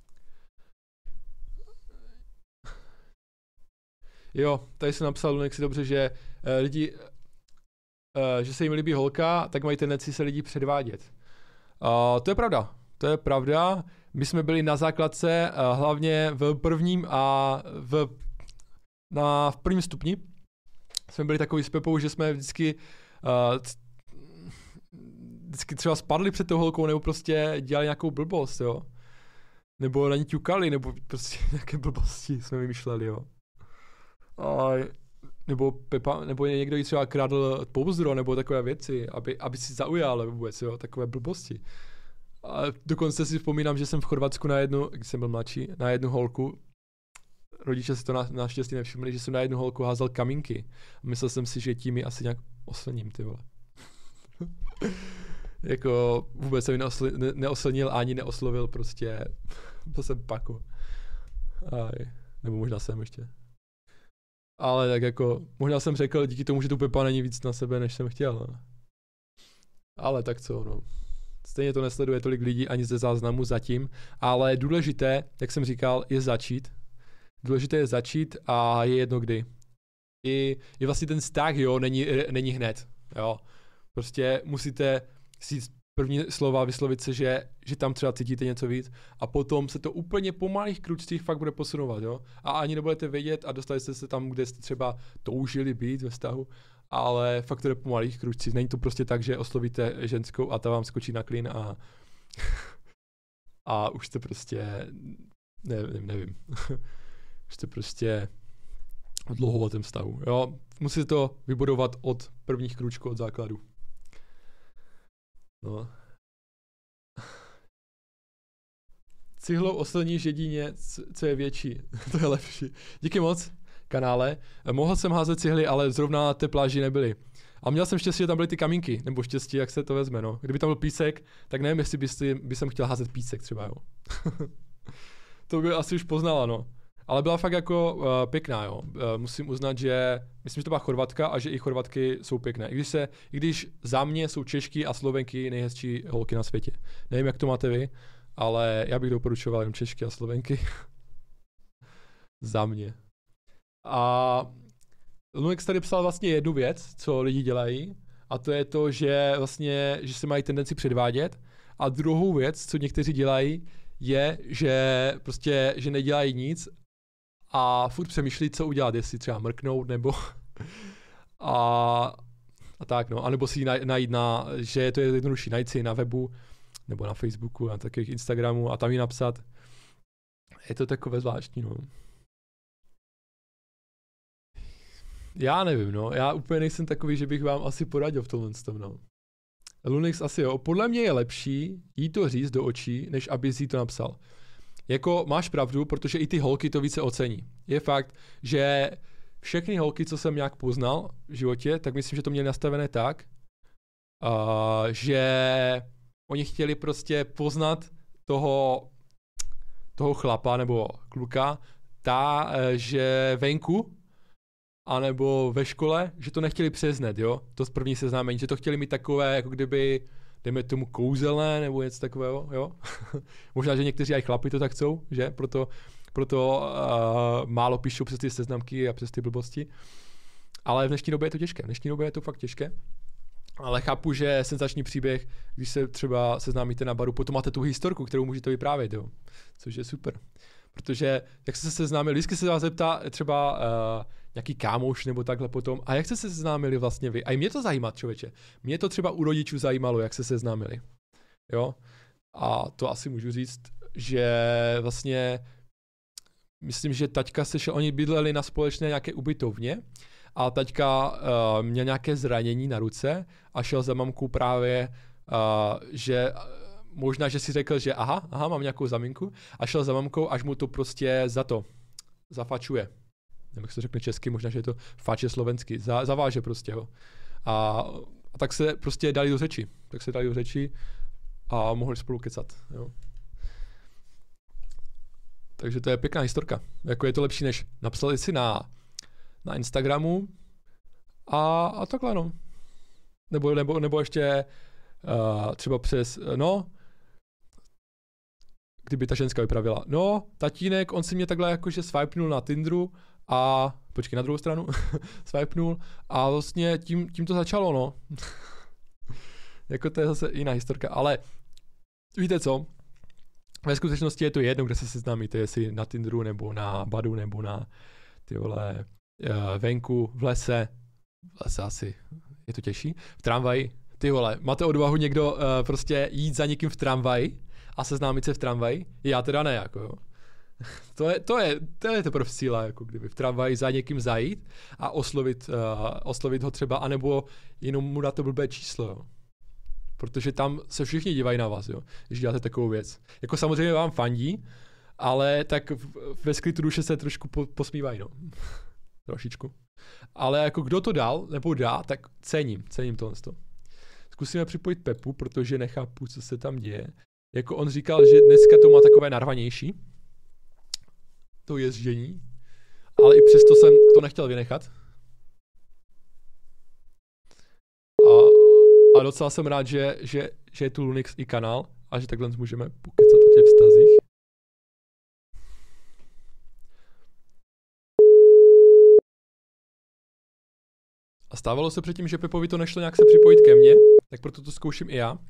Jo, tady jsem napsal Lunex si dobře, že uh, lidi, uh, že se jim líbí holka, tak mají tendenci se lidi předvádět. Uh, to je pravda, to je pravda. My jsme byli na základce, uh, hlavně v prvním a v, na, v prvním stupni. Jsme byli takový s Pepou, že jsme vždycky, uh, vždycky třeba spadli před tou holkou, nebo prostě dělali nějakou blbost, jo. Nebo na ní ťukali, nebo prostě nějaké blbosti jsme vymýšleli, jo. A nebo Pepa, nebo někdo jí třeba krádl pouzdro, nebo takové věci, aby, aby si zaujal vůbec, jo, takové blbosti. A dokonce si vzpomínám, že jsem v Chorvatsku na jednu, když jsem byl mladší, na jednu holku, rodiče si to na, naštěstí nevšimli, že jsem na jednu holku házel kamínky. A myslel jsem si, že tím ji asi nějak oslním, ty vole. Jako vůbec jsem ji neosl, ne, neoslnil ani neoslovil, prostě to jsem paku. Aj, nebo možná jsem ještě. Ale tak jako, možná jsem řekl díky tomu, že tu Pepa není víc na sebe, než jsem chtěl. No. Ale tak co, no. Stejně to nesleduje tolik lidí ani ze záznamu zatím, ale důležité, jak jsem říkal, je začít. Důležité je začít a je jedno kdy. I, i vlastně ten vztah, jo, není, není hned, jo. Prostě musíte si první slova vyslovit se, že, že tam třeba cítíte něco víc a potom se to úplně po malých kručcích fakt bude posunovat, jo. A ani nebudete vědět a dostali jste se tam, kde jste třeba toužili být ve vztahu, ale fakt to jde po malých kručcích. Není to prostě tak, že oslovíte ženskou a ta vám skočí na klín a a už jste prostě, nevím, nevím. Už jste prostě dlouho o tom vztahu, jo. Musíte to vybudovat od prvních kručků, od základu. No. Cihlou oslníš jedině, co je větší. To je lepší. Díky moc, kanále. Mohl jsem házet cihly, ale zrovna na té pláži nebyly. A měl jsem štěstí, že tam byly ty kamínky, nebo štěstí, jak se to vezme, no. Kdyby tam byl písek, tak nevím, jestli by, by jsem chtěl házet písek třeba, jo. To by asi už poznala, no. Ale byla fakt jako uh, pěkná, jo. Uh, musím uznat, že myslím, že to byla Chorvatka a že i Chorvatky jsou pěkné. I když, se, i když za mě jsou Češky a Slovenky nejhezčí holky na světě. Nevím, jak to máte vy, ale já bych doporučoval jen Češky a Slovenky. Za mě. A Lunex tady psal vlastně jednu věc, co lidi dělají, a to je to, že vlastně, že se mají tendenci předvádět. A druhou věc, co někteří dělají, je, že prostě, že nedělají nic a furt přemýšlí, co udělat, jestli třeba mrknout, nebo a, a tak, no, anebo si ji najít na, že je to jednodušší, najít si na webu, nebo na Facebooku, na takových Instagramu a tam ji napsat. Je to takové zvláštní, no. Já nevím, no, já úplně nejsem takový, že bych vám asi poradil v tomhle tom, no. Lunex asi jo, podle mě je lepší jí to říct do očí, než aby si to napsal. Jako máš pravdu, protože i ty holky to více ocení. Je fakt, že všechny holky, co jsem nějak poznal v životě, tak myslím, že to měli nastavené tak, uh, že oni chtěli prostě poznat toho, toho chlapa nebo kluka, ta, že venku, anebo ve škole, že to nechtěli přeznat, jo, to z první seznámení, že to chtěli mít takové, jako kdyby, dejme tomu kouzelné, nebo něco takového, jo. Možná, že někteří i chlapi to tak chcou, že, proto, proto uh, málo píšou přes ty seznamky a přes ty blbosti, ale v dnešní době je to těžké, v dnešní době je to fakt těžké, ale chápu, že senzační příběh, když se třeba seznámíte na baru, potom máte tu historku, kterou můžete vyprávět, jo, což je super. Protože jak jste se seznámili, vždycky se vás zeptá třeba uh, nějaký kámoš nebo takhle potom. A jak jste se seznámili vlastně vy? A i mě to zajímá, člověče. Mě to třeba u rodičů zajímalo, jak se seznámili. Jo? A to asi můžu říct, že vlastně myslím, že taťka se šel, oni bydleli na společné nějaké ubytovně a taťka uh, měl nějaké zranění na ruce a šel za mamkou právě, uh, že možná, že si řekl, že aha, aha, mám nějakou zaminku a šel za mamkou, až mu to prostě za to zafačuje. Nevím, jak se řekne česky, možná, že je to fače slovensky, za, zaváže prostě ho. A, a tak se prostě dali do řeči, tak se dali do řeči a mohli spolu kecat, jo. Takže to je pěkná historka. Jako je to lepší, než napsali si na, na Instagramu a, a takhle, no. Nebo, nebo, nebo ještě uh, třeba přes, no, kdyby ta ženská vypravila, no, tatínek, on si mě takhle jakože swipenul na Tinderu a, počkej, na druhou stranu, swipenul a vlastně tím, tím to začalo, no. Jako to je zase jiná historka, ale víte co? Ve skutečnosti je to jedno, kde se seznámíte, jestli na Tinderu, nebo na Badu, nebo na ty vole, venku, v lese, v lese asi, je to těžší, v tramvaji, ty vole, máte odvahu někdo uh, prostě jít za někým v tramvaji a seznámit se v tramvaji? Já teda ne, jako jo. To je, to je, to je teprve síla, jako kdyby v tramvaji za někým zajít a oslovit, uh, oslovit ho třeba, anebo jenom mu dát to blbé číslo, jo. Protože tam se všichni dívají na vás, jo, když děláte takovou věc. Jako samozřejmě vám fandí, ale tak ve skrytu duše se trošku po, posmívají, no. Trošičku. Ale jako kdo to dal, nebo dá, tak cením, cením tohle. Zkusíme připojit Pepu, protože nechápu, co se tam děje. Jako on říkal, že dneska to má takové narvanější, to jezdění, ale i přesto jsem to nechtěl vynechat. A A docela jsem rád, že, že, že je tu Lunix i kanál a že takhle můžeme pokecat o těch vztazích. A stávalo se předtím, že Pepovi to nešlo nějak se připojit ke mně, tak proto to zkouším i já.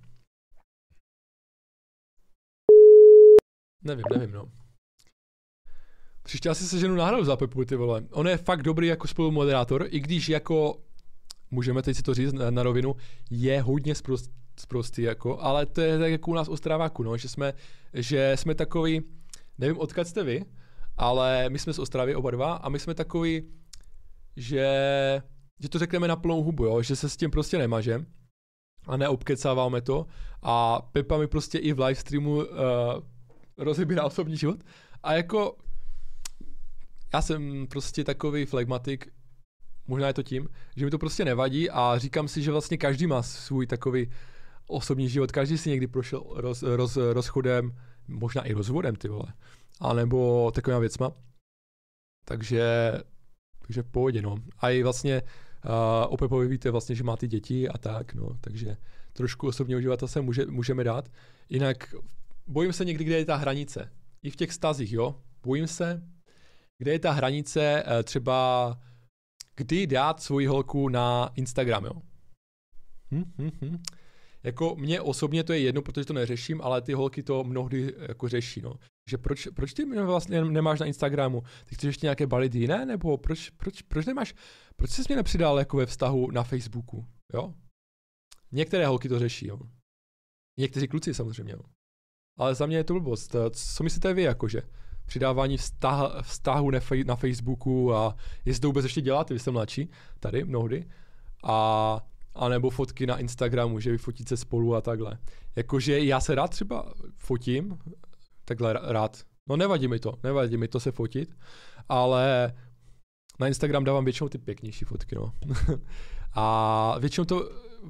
Nevím, nevím, no. Příště asi se ženu nahraju za Pepu, ty vole. On je fakt dobrý jako spolumoderátor, i když jako můžeme teď si to říct na, na rovinu, je hodně zprost, zprostý, jako, ale to je tak jako u nás u Ostraváku, no, že jsme, že jsme takový, nevím odkud jste vy, ale my jsme z Ostravy oba dva a my jsme takový, že, že to řekneme na plnou hubu, jo, že se s tím prostě nemažem a neobkecáváme to a Pepa mi prostě i v livestreamu uh, rozebírá osobní život a jako já jsem prostě takový flegmatik. Možná je to tím, že mi to prostě nevadí a říkám si, že vlastně každý má svůj takový osobní život, každý si někdy prošel roz, roz, rozchodem, možná i rozvodem, ty vole, a nebo takovýma věcma. Takže, takže v pohodě, no. A i vlastně uh, o Pepovi víte vlastně, že má ty děti a tak, no, takže trošku osobního života se může, můžeme dát. Jinak bojím se někdy, kde je ta hranice. I v těch vztazích, jo, bojím se, kde je ta hranice uh, třeba kdy dát svoji holku na Instagram, jo. Hm, hm, hm. Jako mně osobně to je jedno, protože to neřeším, ale ty holky to mnohdy jako řeší, no. Že proč, proč ty mě vlastně nemáš na Instagramu? Ty chceš ještě nějaké balit jiné? Nebo proč, proč, proč nemáš, proč jsi mě nepřidal jako ve vztahu na Facebooku, jo? Některé holky to řeší, jo. Někteří kluci samozřejmě, jo. Ale za mě je to blbost. Co myslíte vy, jakože? Přidávání vztah, vztahu na Facebooku a jestli to vůbec ještě děláte, vy jste mladší, tady mnohdy, a, a nebo fotky na Instagramu, že vy fotíte spolu a takhle. Jakože já se rád třeba fotím, takhle rád, no nevadí mi to, nevadí mi to se fotit, ale na Instagram dávám většinou ty pěknější fotky, no. A většinou to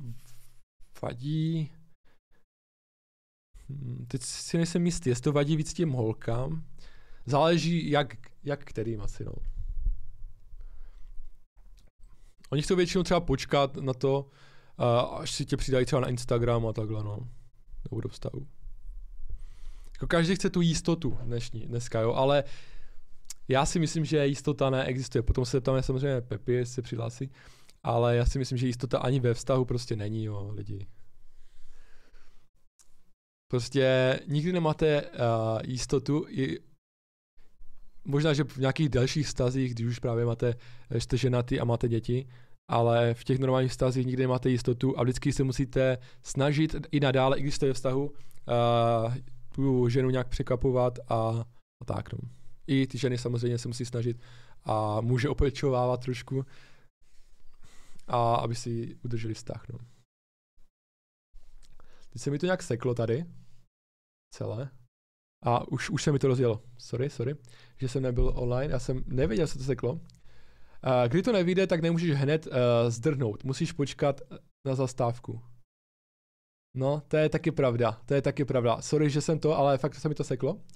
vadí, teď si nejsem jistý, jestli to vadí víc těm holkám. Záleží, jak, jak kterým asi, no. Oni chcou většinou třeba počkat na to, uh, až si tě přidají třeba na Instagram a takhle, no. Nebo do vztahu. Jako každý chce tu jistotu dnešní, dneska, jo, ale já si myslím, že jistota neexistuje. Potom se tam samozřejmě Pepi, jestli se přihlásí, ale já si myslím, že jistota ani ve vztahu prostě není, jo, lidi. Prostě nikdy nemáte uh, jistotu, i možná, že v nějakých dalších vztazích, když už právě máte, jste ženatý a máte děti, ale v těch normálních vztazích nikdy nemáte jistotu a vždycky se musíte snažit i nadále, i když jste ve vztahu, uh, tu ženu nějak překvapovat a, a tak. No. I ty ženy samozřejmě se musí snažit a může opečovávat trošku, a aby si udrželi vztah. No. Teď se mi to nějak seklo tady, celé, a už, už se mi to rozjelo. Sorry, sorry, že jsem nebyl online, já jsem nevěděl, co to seklo. Uh, když to nevyjde, tak nemůžeš hned uh, zdrhnout, musíš počkat na zastávku. No, to je taky pravda, to je taky pravda. Sorry, že jsem to, ale fakt se mi to seklo. Uh,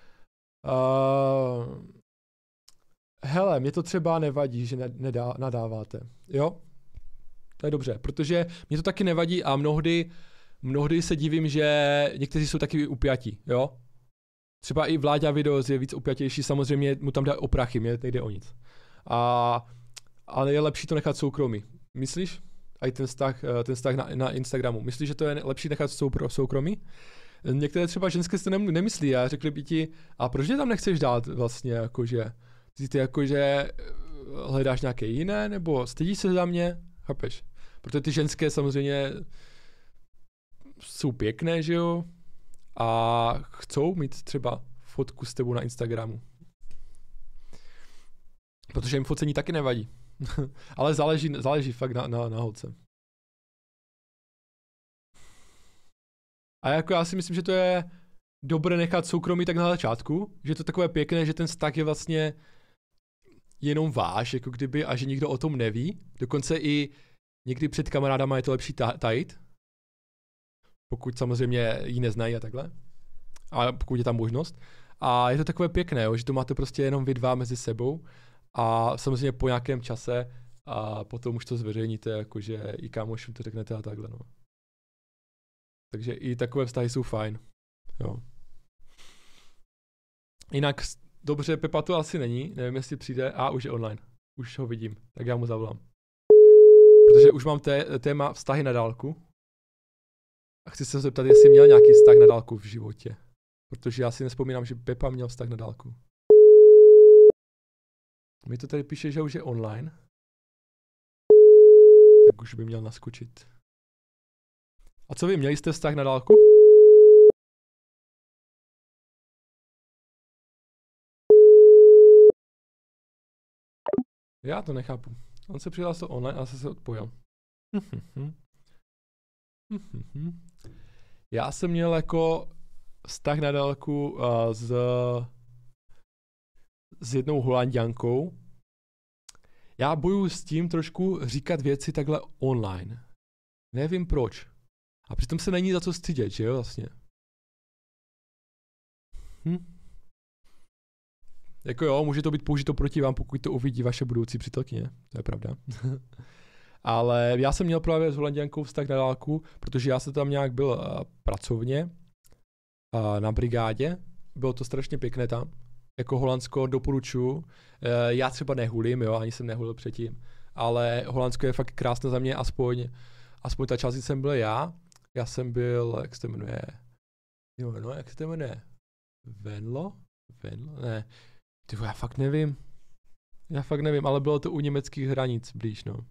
hele, mě to třeba nevadí, že nedá, nadáváte, jo? To je dobře, protože mě to taky nevadí a mnohdy, mnohdy se divím, že někteří jsou taky upjatí, jo? Třeba i Vláďa Videos je víc upjatější, samozřejmě mu tam dá o prachy, mě nejde o nic. A, ale je lepší to nechat soukromí. Myslíš? A i ten vztah, ten vztah na, na Instagramu. Myslíš, že to je lepší nechat soupro, soukromí? Některé třeba ženské si to nemyslí a řekli by ti, a proč je tam nechceš dát vlastně, jakože, ty, ty jakože hledáš nějaké jiné, nebo stydíš se za mě? Chápeš? Protože ty ženské samozřejmě jsou pěkné, že jo? A chcou mít třeba fotku s tebou na Instagramu. Protože jim focení taky nevadí. Ale záleží, záleží fakt na, na, na holce. A jako já si myslím, že to je dobré nechat soukromí tak na začátku, že to je takové pěkné, že ten vztah je vlastně jenom váš, jako kdyby, a že nikdo o tom neví. Dokonce i někdy před kamarádama je to lepší tajit. Pokud samozřejmě ji neznají a takhle. A pokud je tam možnost. A je to takové pěkné, jo, že to máte prostě jenom vy dva mezi sebou. A samozřejmě po nějakém čase a potom už to zveřejníte, jakože i kámošům to řeknete a takhle, no. Takže i takové vztahy jsou fajn, jo. Jinak dobře, Pepa to asi není, nevím, jestli přijde, a už je online, už ho vidím, tak já mu zavolám. Protože už mám té, téma vztahy na dálku a chci se zeptat, jestli měl nějaký vztah na dálku v životě, protože já si nespomínám, že Pepa měl vztah na dálku. Mi to tady píše, že už je online. Tak už by měl naskočit. A co vy, měli jste vztah na dálku? Já to nechápu. On se přihlásil online a se odpojil. Já jsem měl jako vztah na dálku uh, s, s jednou Holanďankou. Já bojuju s tím trošku říkat věci takhle online. Nevím proč. A přitom se není za co stydět, že jo, vlastně. Hm. Jako jo, může to být použito proti vám, pokud to uvidí vaše budoucí přítelkyně. To je pravda. Ale já jsem měl právě s Holanďankou vztah na dálku, protože já jsem tam nějak byl uh, pracovně uh, na brigádě. Bylo to strašně pěkné tam. Jako Holandsko doporučuji. Uh, já třeba nehulím, jo, ani jsem nehulil předtím. Ale Holandsko je fakt krásné za mě, aspoň, aspoň ta část, kdy jsem byl já. Já jsem byl, jak se to jmenuje? Jo, no, jak se to jmenuje? Venlo? Venlo? Ne. Tyvo, já fakt nevím. Já fakt nevím, ale bylo to u německých hranic blíž, no.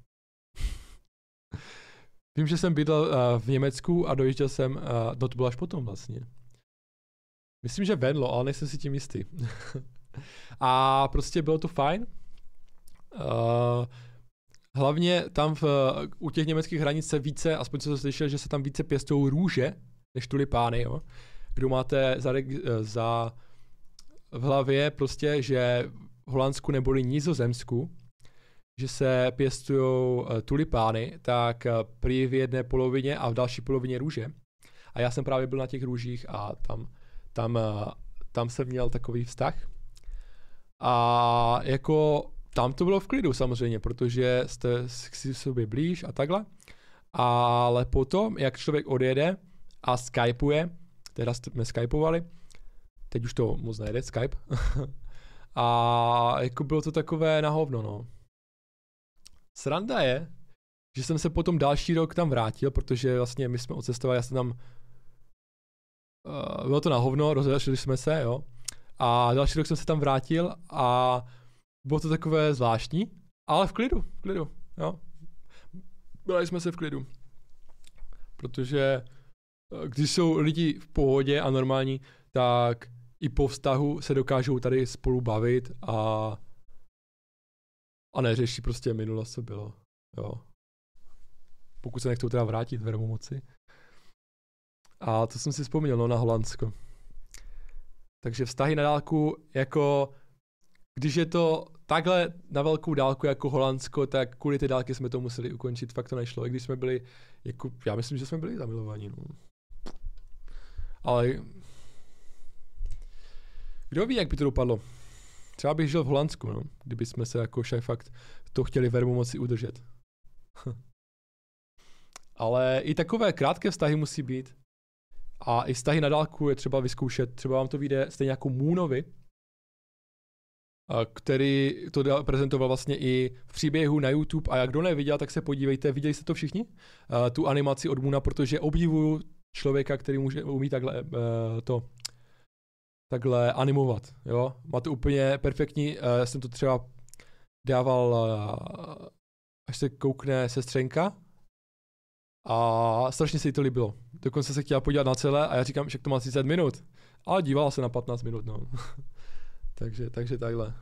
Vím, že jsem bydlel uh, v Německu a dojížděl jsem, uh, no to bylo až potom vlastně. Myslím, že Venlo, ale nejsem si tím jistý. A prostě bylo to fajn. Uh, hlavně tam v, u těch německých hranic se více, aspoň co jsem slyšel, že se tam více pěstují růže, než tulipány, jo. Kdo máte za, za v hlavě prostě, že v Holandsku nebo Nizozemsku, že se pěstují tulipány, tak prý v jedné polovině a v další polovině růže. A já jsem právě byl na těch růžích a tam, tam, tam jsem měl takový vztah. A jako tam to bylo v klidu samozřejmě, protože jste si sobě blíž a takhle. Ale potom, jak člověk odjede a skypuje, teda jsme skypovali, teď už to moc nejde, Skype. A jako bylo to takové na hovno, no. Sranda je, že jsem se potom další rok tam vrátil, protože vlastně my jsme odcestovali, já jsem tam, uh, bylo to na hovno, rozešli jsme se, jo. A další rok jsem se tam vrátil a bylo to takové zvláštní, ale v klidu, v klidu, jo. Byli jsme se v klidu. Protože když jsou lidi v pohodě a normální, tak i po vztahu se dokážou tady spolu bavit a, a neřeší prostě minulost, co bylo, jo. Pokud se nechtou teda vrátit, vermu moci. A to jsem si vzpomněl, no, na Holandsko. Takže vztahy na dálku, jako, když je to takhle na velkou dálku jako Holandsko, tak kvůli té dálky jsme to museli ukončit, fakt to nešlo. I když jsme byli, jako, já myslím, že jsme byli zamilovaní, no. Ale kdo ví, jak by to dopadlo? Třeba bych žil v Holandsku, no, kdyby jsme se jako šaj fakt to chtěli vermu moci udržet. Ale i takové krátké vztahy musí být. A i vztahy na dálku je třeba vyzkoušet. Třeba vám to vyjde stejně jako Moonovi, který to prezentoval vlastně i v příběhu na YouTube. A jak kdo neviděl, tak se podívejte. Viděli jste to všichni? Tu animaci od Moona, protože obdivuju člověka, který může, umí takhle to takhle animovat. Jo? Má to úplně perfektní. Já jsem to třeba dával, až se koukne sestřenka. A strašně se jí to líbilo. Dokonce se chtěla podívat na celé a já říkám, že to má třicet minut. Ale dívala se na patnáct minut, no. takže, takže takhle.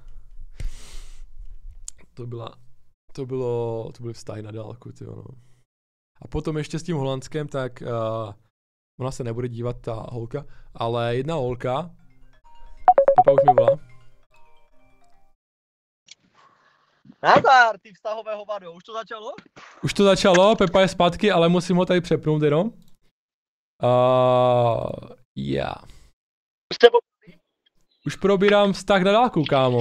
To byla, to bylo, to byly vztahy na dálku, tyjo, no. A potom ještě s tím Holandskem, tak uh, ona se nebude dívat, ta holka, ale jedna holka, Pepa už mi volá. Nazdar, ty vztahové hovado, už to začalo? Už to začalo, Pepa je zpátky, ale musím ho tady přepnout jenom. Uh, yeah. Už probírám vztah na dálku, kámo.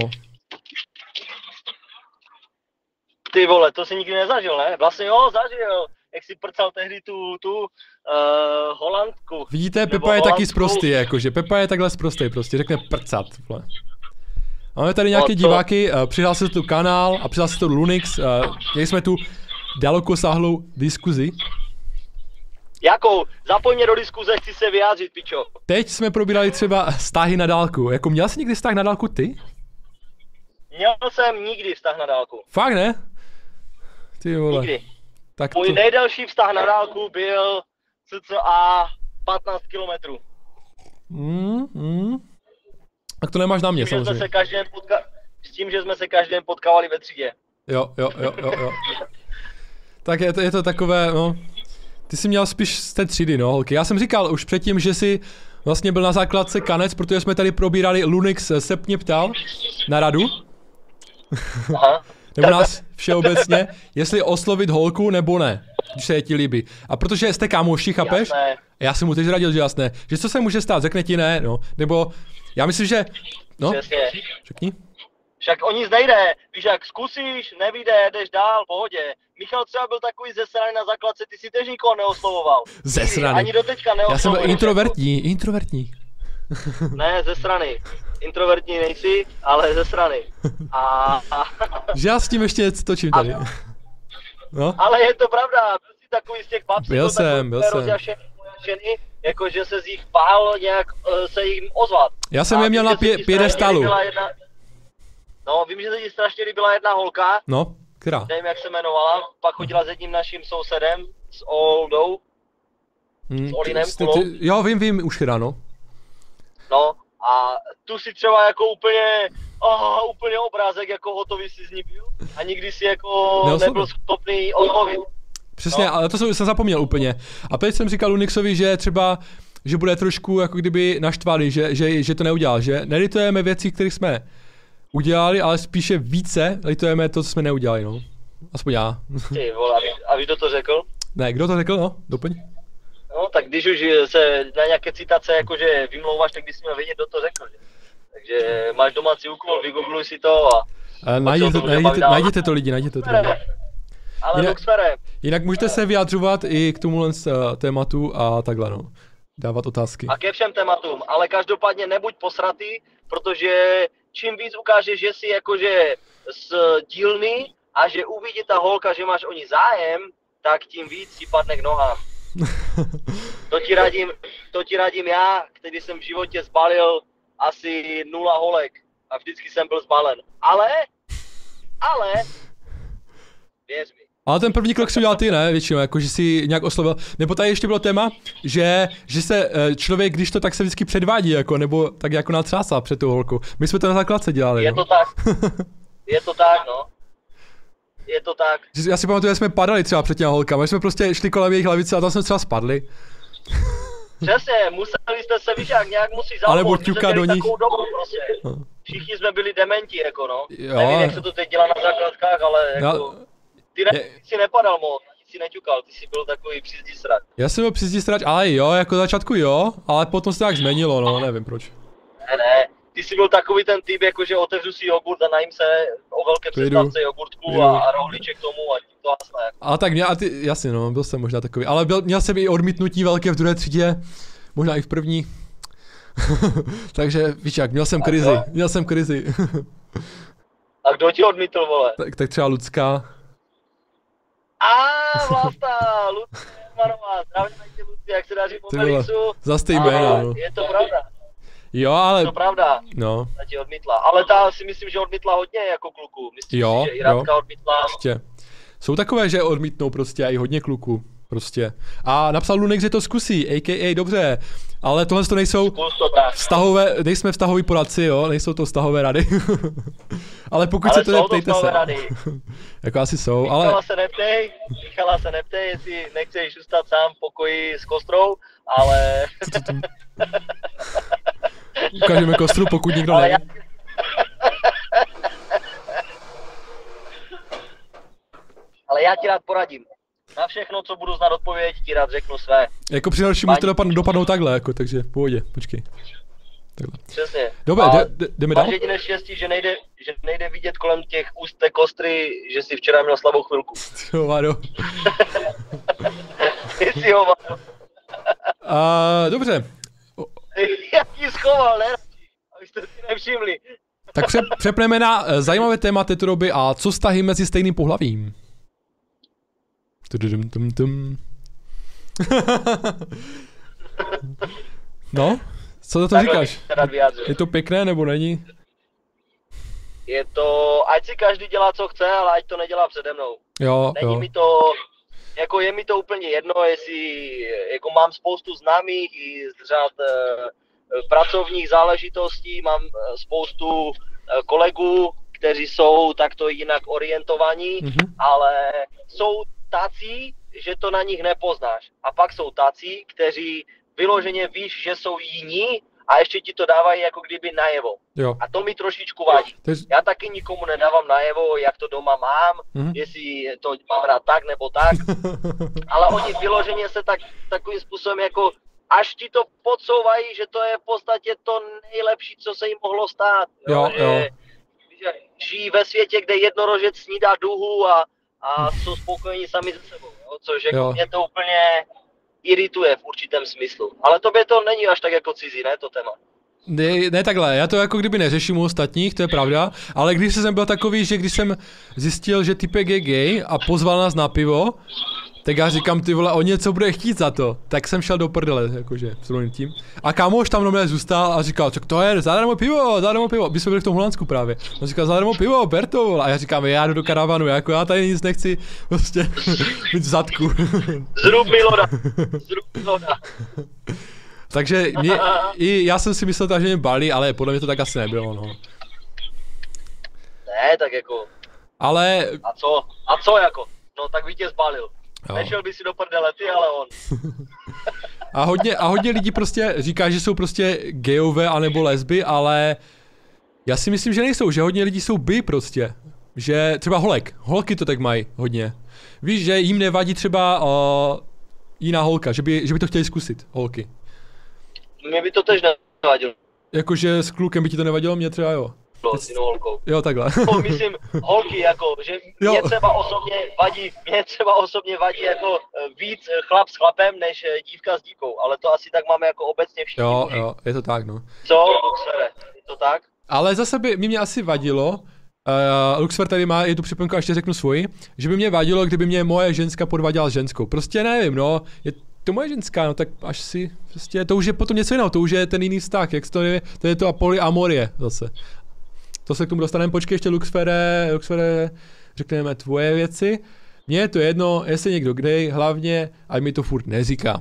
Ty vole, to si nikdy nezažil, ne? Vlastně jo, zažil. Jak si prcal tehdy tu, tu uh, Holandku. Vidíte, Pepa je taky sprostý, jakože. Pepa je takhle sprostý, prostě řekne prcat. Vole. Máme tady nějaké diváky, uh, přihlásil se tu kanál a přihlásil se tu Lunix. Uh, měli jsme tu dalekosáhlou diskuzi. Jakou? Zapoj mě do diskuze, chci se vyjádřit, pičo. Teď jsme probírali třeba vztahy na dálku. Jako měl jsi někdy vztah na dálku ty? Měl jsem nikdy vztah na dálku. Fakt ne? Ty vole. Nikdy. Tak Můj to... nejdelší vztah na dálku byl cca patnáct kilometrů. Mm, mm. Tak to nemáš na mě, s tím, samozřejmě. Jsme se každý den potka... S tím, že jsme se každý den potkávali ve třídě. Jo, jo, jo, jo, jo. Tak je to, je to takové, no... Ty jsi měl spíš z té třídy, no, holky. Já jsem říkal už předtím, že jsi vlastně byl na základce Kanec, protože jsme tady probírali Lunix, se mě ptal na radu. Aha. Nebo nás všeobecně, jestli oslovit holku nebo ne, když se je ti líbí. A protože jste kámoši, chápeš? Jasné. Já jsem mu teď radil, že jasné. Že co se může stát, řekne ti ne, no. Nebo já myslím, že... No, přesně. Řekni. Však o nic nejde, víš jak zkusíš, nevyjde, jdeš dál, v pohodě. Michal třeba byl takový zesraný na základce, ty si tež nikoho neoslovoval. Zesraný. Ani do teďka neoslovuješ. Já jsem byl introvertní, introvertní. Ne, ze strany. Introvertní nejsi, ale ze strany. A, a... Že já s tím ještě něco točím tady. No. Ale je to pravda, byl jsi takový z těch babsí, byl jsem, byl jsem. Ženy, jakože se z nich bál nějak uh, se jim ozvat. Já jsem je měl na pě piedestalu. Jedna... No, vím, že se ti strašně líbila jedna holka. No, která? Nevím, jak se jmenovala, pak chodila s jedním naším sousedem, s Oldou. Hmm, s Olinem ty, ty, ty, jo, vím, vím, už která, no. No, a tu si třeba jako úplně, oh, úplně obrázek, jako hotový si z ní byl. A nikdy si jako Neoslovil. Nebyl schopný oslovit. Přesně, no. Ale to jsem, jsem zapomněl úplně. A teď jsem říkal Lunixovi, že třeba, že bude trošku jako kdyby naštvaný, že, že, že to neudělal, že nelitujeme věci, které jsme udělali, ale spíše více litujeme to, co jsme neudělali, no. Aspoň já. Ty vole, a víš, kdo to řekl? Ne, kdo to řekl, no, doplň. No, tak když už se na nějaké citace jakože vymlouváš, tak bys měl vědět, kdo to řekl, že? Takže máš domácí úkol, vygoogluj si to a... a najděte, najděte, najděte to lidi, najděte to lidi. Ale jinak, jinak můžete se vyjadřovat i k tomuhle tématu a takhle, no. Dávat otázky. A ke všem tématům, ale každopádně nebuď posratý, protože čím víc ukážeš, že jsi jakože z dílny a že uvidí ta holka, že máš o ní zájem, tak tím víc si padne k nohám. To ti radím, to ti radím já, který jsem v životě zbalil asi nula holek a vždycky jsem byl zbalen. Ale, ale, věř mi. Ale ten první krok si udělal ty, ne, většinou, jako že si nějak oslovil. Nebo tady ještě bylo téma, že, že se člověk, když to tak se vždycky předvádí, jako, nebo tak jako natřásá před tou holkou. My jsme to na základce dělali. Je jo. to tak, je to tak, no. Je to tak. Já si pamatuju, že jsme padali třeba před těma holkama, že jsme prostě šli kolem jejich hlavice a tam jsme třeba spadli. Přesně, museli jste se, víš, jak nějak musí zaujmout. Alebo ťuka do nich. Dobu, prostě. No. Všichni jsme byli dementi, jako no. Jo. Nevím, jak se to teď dělá na základkách, ale jako... Já... Ty, ne, ty jsi nepadal moc, ty jsi neťukal, ty jsi byl takový přizdísrač. Já jsem byl přizdísrač, ale jo, jako začátku jo, ale potom se tak změnilo, no, nevím proč. Ne, ne, ty jsi byl takový ten typ, jakože otevřu si jogurt a najím se o velké přestávce jogurtku a, a rohlíček tomu a to jasné. Jako. A tak mě, a ty, jasně no, byl jsem možná takový, ale byl, měl jsem i odmítnutí velké v druhé třídě, možná i v první. Takže víš jak, měl jsem krizi, měl jsem krizi. A kdo ti odmítl, vole? Tak, tak třeba Lucka. A Vlasta, Lucie Marová, zdravím tě Lucie, jak se daří po Melixu. Zas ty jména, no. Je to pravda. Jo, ale... Je to pravda, no. Ta ti odmítla, ale ta si myslím, že odmítla hodně jako kluku. Myslím jo, si, že i Radka jo. odmítla. Prostě. Jsou takové, že odmítnou prostě a i hodně kluků. Prostě. A napsal Lunek, že to zkusí, a k a dobře, ale tohle to nejsou to vztahové, nejsme vztahoví poradci, jo, nejsou to vztahové rady. Ale pokud ale se to neptejte se. Rady. Jako asi jsou, ale... Michala se neptej, Michala se neptej, jestli nechceš zůstat sám v pokoji s kostrou, ale... Ukážeme kostru, pokud nikdo neví. Já... ale já ti rád poradím. Na všechno, co budu znát odpověď, ti rád řeknu své. Jako při dalším můžete dopadnout, dopadnout takhle, jako, takže v pohodě, počkej. Takhle. Přesně. Dobře, jde, jdeme dál? Máš jediné štěstí, že nejde, že nejde vidět kolem těch úst té kostry, že jsi včera měl slabou chvilku. Jo, Vádo. Ty jsi ho, Vádo. A, dobře. Jak jsi schoval, ne? Abyste si nevšimli. Tak pře přepneme na uh, zajímavé téma této doby a co vztahy mezi stejným pohlavím. No, co to, to říkáš? Je to pěkné nebo není? Je to, ať si každý dělá co chce, ale ať to nedělá přede mnou. Jo, není jo. mi to, jako je mi to úplně jedno, jestli, jako mám spoustu známých i z řad uh, pracovních záležitostí, mám uh, spoustu uh, kolegů, kteří jsou takto jinak orientovaní, mm-hmm. ale jsou tací, že to na nich nepoznáš. A pak jsou tací, kteří vyloženě víš, že jsou jiní a ještě ti to dávají jako kdyby najevo. Jo. A to mi trošičku vadí. Tež... Já taky nikomu nedávám najevo, jak to doma mám, mm-hmm. jestli to mám rád tak nebo tak. Ale oni vyloženě se tak, takovým způsobem jako až ti to podsouvají, že to je v podstatě to nejlepší, co se jim mohlo stát. Jo, že, jo. že žijí ve světě, kde jednorožec snídá duhu a a jsou spokojení sami ze sebou, jo? Což jako mě to úplně irituje v určitém smyslu. Ale tobě to není až tak jako cizí, ne, to téma. Ne, ne takhle, já to jako kdyby neřeším u ostatních, to je pravda, ale když jsem byl takový, že když jsem zjistil, že typek je gay a pozval nás na pivo, tak já říkám, ty vole, on něco bude chtít za to, tak jsem šel do prdele, jakože, s tím. A kámoš tam na mě zůstal a říkal, co to je, zadarmo pivo, zadarmo pivo, my jsme byli v tom Holandsku právě. On říkal, zadarmo pivo, ber to, vole. A já říkám, já jdu do karavanu, jako já tady nic nechci, prostě, být v zadku. Zrub Miloda, zrub Miloda. Takže mě, i já jsem si myslel, že mě balí, ale podle mě to tak asi nebylo, no. Ne, tak jako. Ale... A co, a co jako, no tak vítěz balil. Jo. Nešel by si do prdele ty, ale on. A hodně, a hodně lidí prostě říká, že jsou prostě gayové anebo lesby, ale já si myslím, že nejsou, že hodně lidí jsou bi prostě. Že třeba holek, holky to tak mají hodně. Víš, že jim nevadí třeba uh, jiná holka, že by, že by to chtěli zkusit, holky. Mně by to tež nevadilo. Jakože s klukem by ti to nevadilo, mě třeba jo. S jinou holkou. Jo, takhle. No, myslím, holky jako, že mě jo. třeba osobně vadí, mě třeba osobně vadí jako víc chlap s chlapem, než dívka s dívkou, ale to asi tak máme jako obecně všichni. Jo, muži. jo, je to tak, no. Co, Luxfere, je to tak? Ale zase by mě asi vadilo, uh, Luxfer tady má, je tu připomínka, ještě řeknu svoji, že by mě vadilo, kdyby mě moje ženská podváděla s ženskou. Prostě nevím, no, je, to moje ženská, no tak až si, prostě, to už je potom něco jiného, to už je ten jiný vztah, jak to je, to je to polyamorie zase. To se k tomu dostaneme, počkej ještě Luxfere, Luxfere, řekneme tvoje věci. Mně je to jedno, jestli někdo gay, hlavně, ať mi to furt neříká.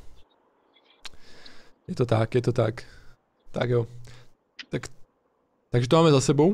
Je to tak, je to tak. Tak jo. Tak, takže to máme za sebou.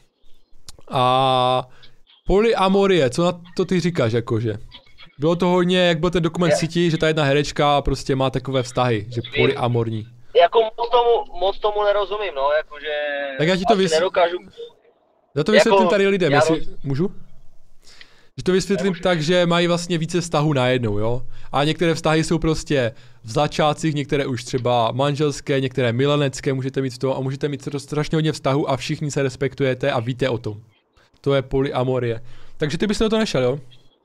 A polyamorie, co na to ty říkáš, jakože? Bylo to hodně, jak byl ten dokument v síti, že ta jedna herečka prostě má takové vztahy, že polyamorní. Jako moc tomu, moc tomu nerozumím, no, jakože tak já ti to vys... nedokážu... Já to vysvětlím jako, tady lidem, jestli... roz... Můžu? Že to vysvětlím Nemůžu. Tak, že mají vlastně více vztahů najednou, jo? A některé vztahy jsou prostě v začátcích, některé už třeba manželské, některé milenecké, můžete mít to a můžete mít to strašně hodně vztahů a všichni se respektujete a víte o tom. To je polyamorie. Takže ty bys na to nešel, jo?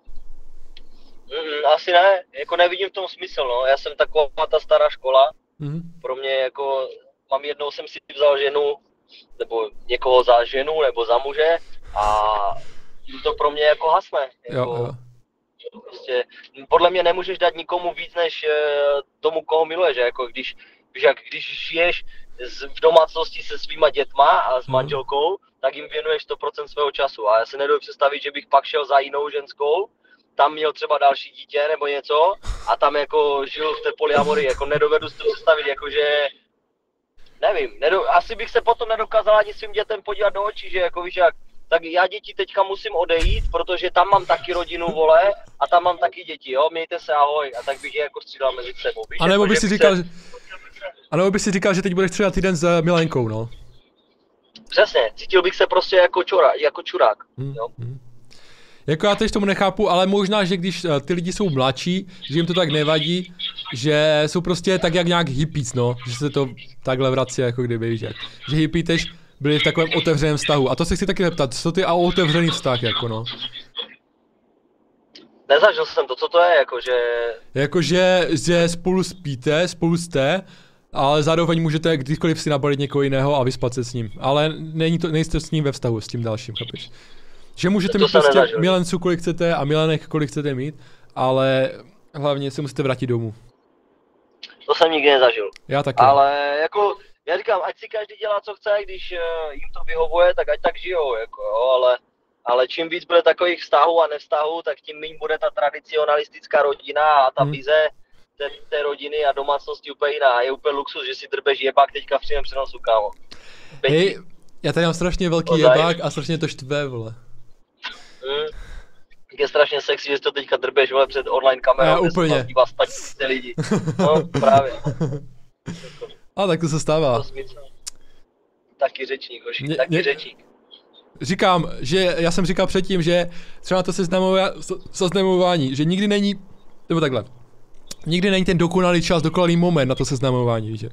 Mm, asi ne, jako nevidím v tom smysl, no. Já jsem taková ta stará škola. Mm-hmm. Pro mě jako, mám jednou jsem si vzal ženu, nebo někoho za ženu, nebo za muže a tím to pro mě jako hasne. Jako, jo, jo. Prostě, podle mě nemůžeš dát nikomu víc než tomu, koho miluješ, jako když, víš, jak, když žiješ v domácnosti se svýma dětma a s manželkou, tak jim věnuješ sto procent svého času a já se nedovedu představit, že bych pak šel za jinou ženskou, tam měl třeba další dítě nebo něco a tam jako žil v té polyamorii, jako nedovedu si to představit, jakože nevím, nedo, asi bych se potom nedokázal ani svým dětem podívat do očí, že jako víš jak, tak já děti teďka musím odejít, protože tam mám taky rodinu, vole, a tam mám taky děti, jo, mějte se, ahoj, a tak bych je jako střídal mezi sebou, víš, a nebo jako, by si říkal, se... a nebo by si říkal, že teď budeš třeba týden s Milenkou, no. Přesně, cítil bych se prostě jako čura, jako čurák, hmm, jo. Hmm. Jako já teď tomu nechápu, ale možná, že když ty lidi jsou mladší, že jim to tak nevadí, že jsou prostě tak jak nějak hippies, no, že se to takhle vrací, jako kdyby, víš jak. Že hippie tež byli v takovém otevřeném vztahu. A to se chci taky zeptat, co ty a otevřený vztah, jako no? Nezažil jsem to, co to je, jakože... Jakože, že spolu spíte, spolu jste, ale zároveň můžete kdykoliv si nabalit někoho jiného a vyspat se s ním. Ale není to, nejste s ním ve vztahu, s tím dalším, chápeš? Že můžete to mít prostě milenců, kolik chcete a milenek, kolik chcete mít, ale hlavně se musíte vrátit domů. To jsem nikdy nezažil. Já taky. Ale jako, já říkám, ať si každý dělá, co chce, když uh, jim to vyhovuje, tak ať tak žijou, jako jo, ale, ale čím víc bude takových vztahů a nevztahů, tak tím méně bude ta tradicionalistická rodina a ta hmm. vize té, té rodiny a domácnosti úplně jiná. Je úplně luxus, že si drbeš jebák teďka v přímém přenosu, kámo. Hej, já tady mám strašně velký jebák a strašně to štve, vole. Hmm. Je strašně sexy, že to teďka drbeš, vole, před online kamerou, já, úplně. Se dívat sta lidi. No, právě. A tak to se stává. Taky řečník, hoši, mě, taky mě, řečník. Říkám, že já jsem říkal předtím, že třeba to seznamování, že nikdy není, nebo takhle, nikdy není ten dokonalý čas, dokonalý moment na to seznamování, víš jak.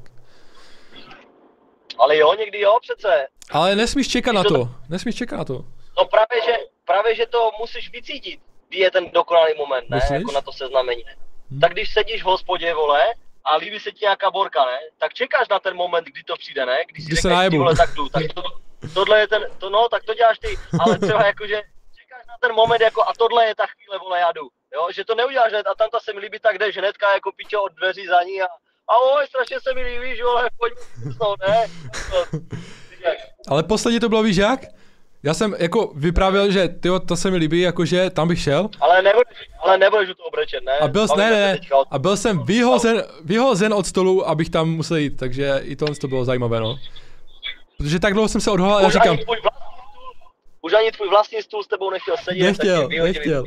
Ale jo, někdy jo, přece. Ale nesmíš čekat na to, to, nesmíš čekat na to. No právě, že, právě, že to musíš vycítit, kdy je ten dokonalý moment, ne, myslíš? Jako na to seznamení. Hmm. Tak když sedíš v hospodě, vole, a líbí se ti nějaká borka, ne, tak čekáš na ten moment, kdy to přijde, ne, když si kdy řekneš, ty vole, tak jdu, tak to, tohle je ten, to no, tak to děláš ty, ale třeba jakože čekáš na ten moment, jako a tohle je ta chvíle, vole, já jdu, jo, že to neuděláš hned a tam ta se mi líbí, tak jdeš hnedka jako pičo od dveří za ní a ahoj, strašně se mi líbí, vole, pojď mi ne, to, ale posledně to bylo, víš jak? Já jsem jako vyprávěl, že tyjo, to se mi líbí, jakože tam bych šel. Ale nebudeš, ale nebudeš u toho brečet, ne? A byl, ne, ne, a byl jsem vyhozen, vyhozen od stolu, abych tam musel jít, takže i tohle to bylo zajímavé, no. Protože tak dlouho jsem se odhodlal, já říkám... Tvůj už ani tvůj vlastní stůl s tebou nechtěl sedět, nechtěl, nechtěl.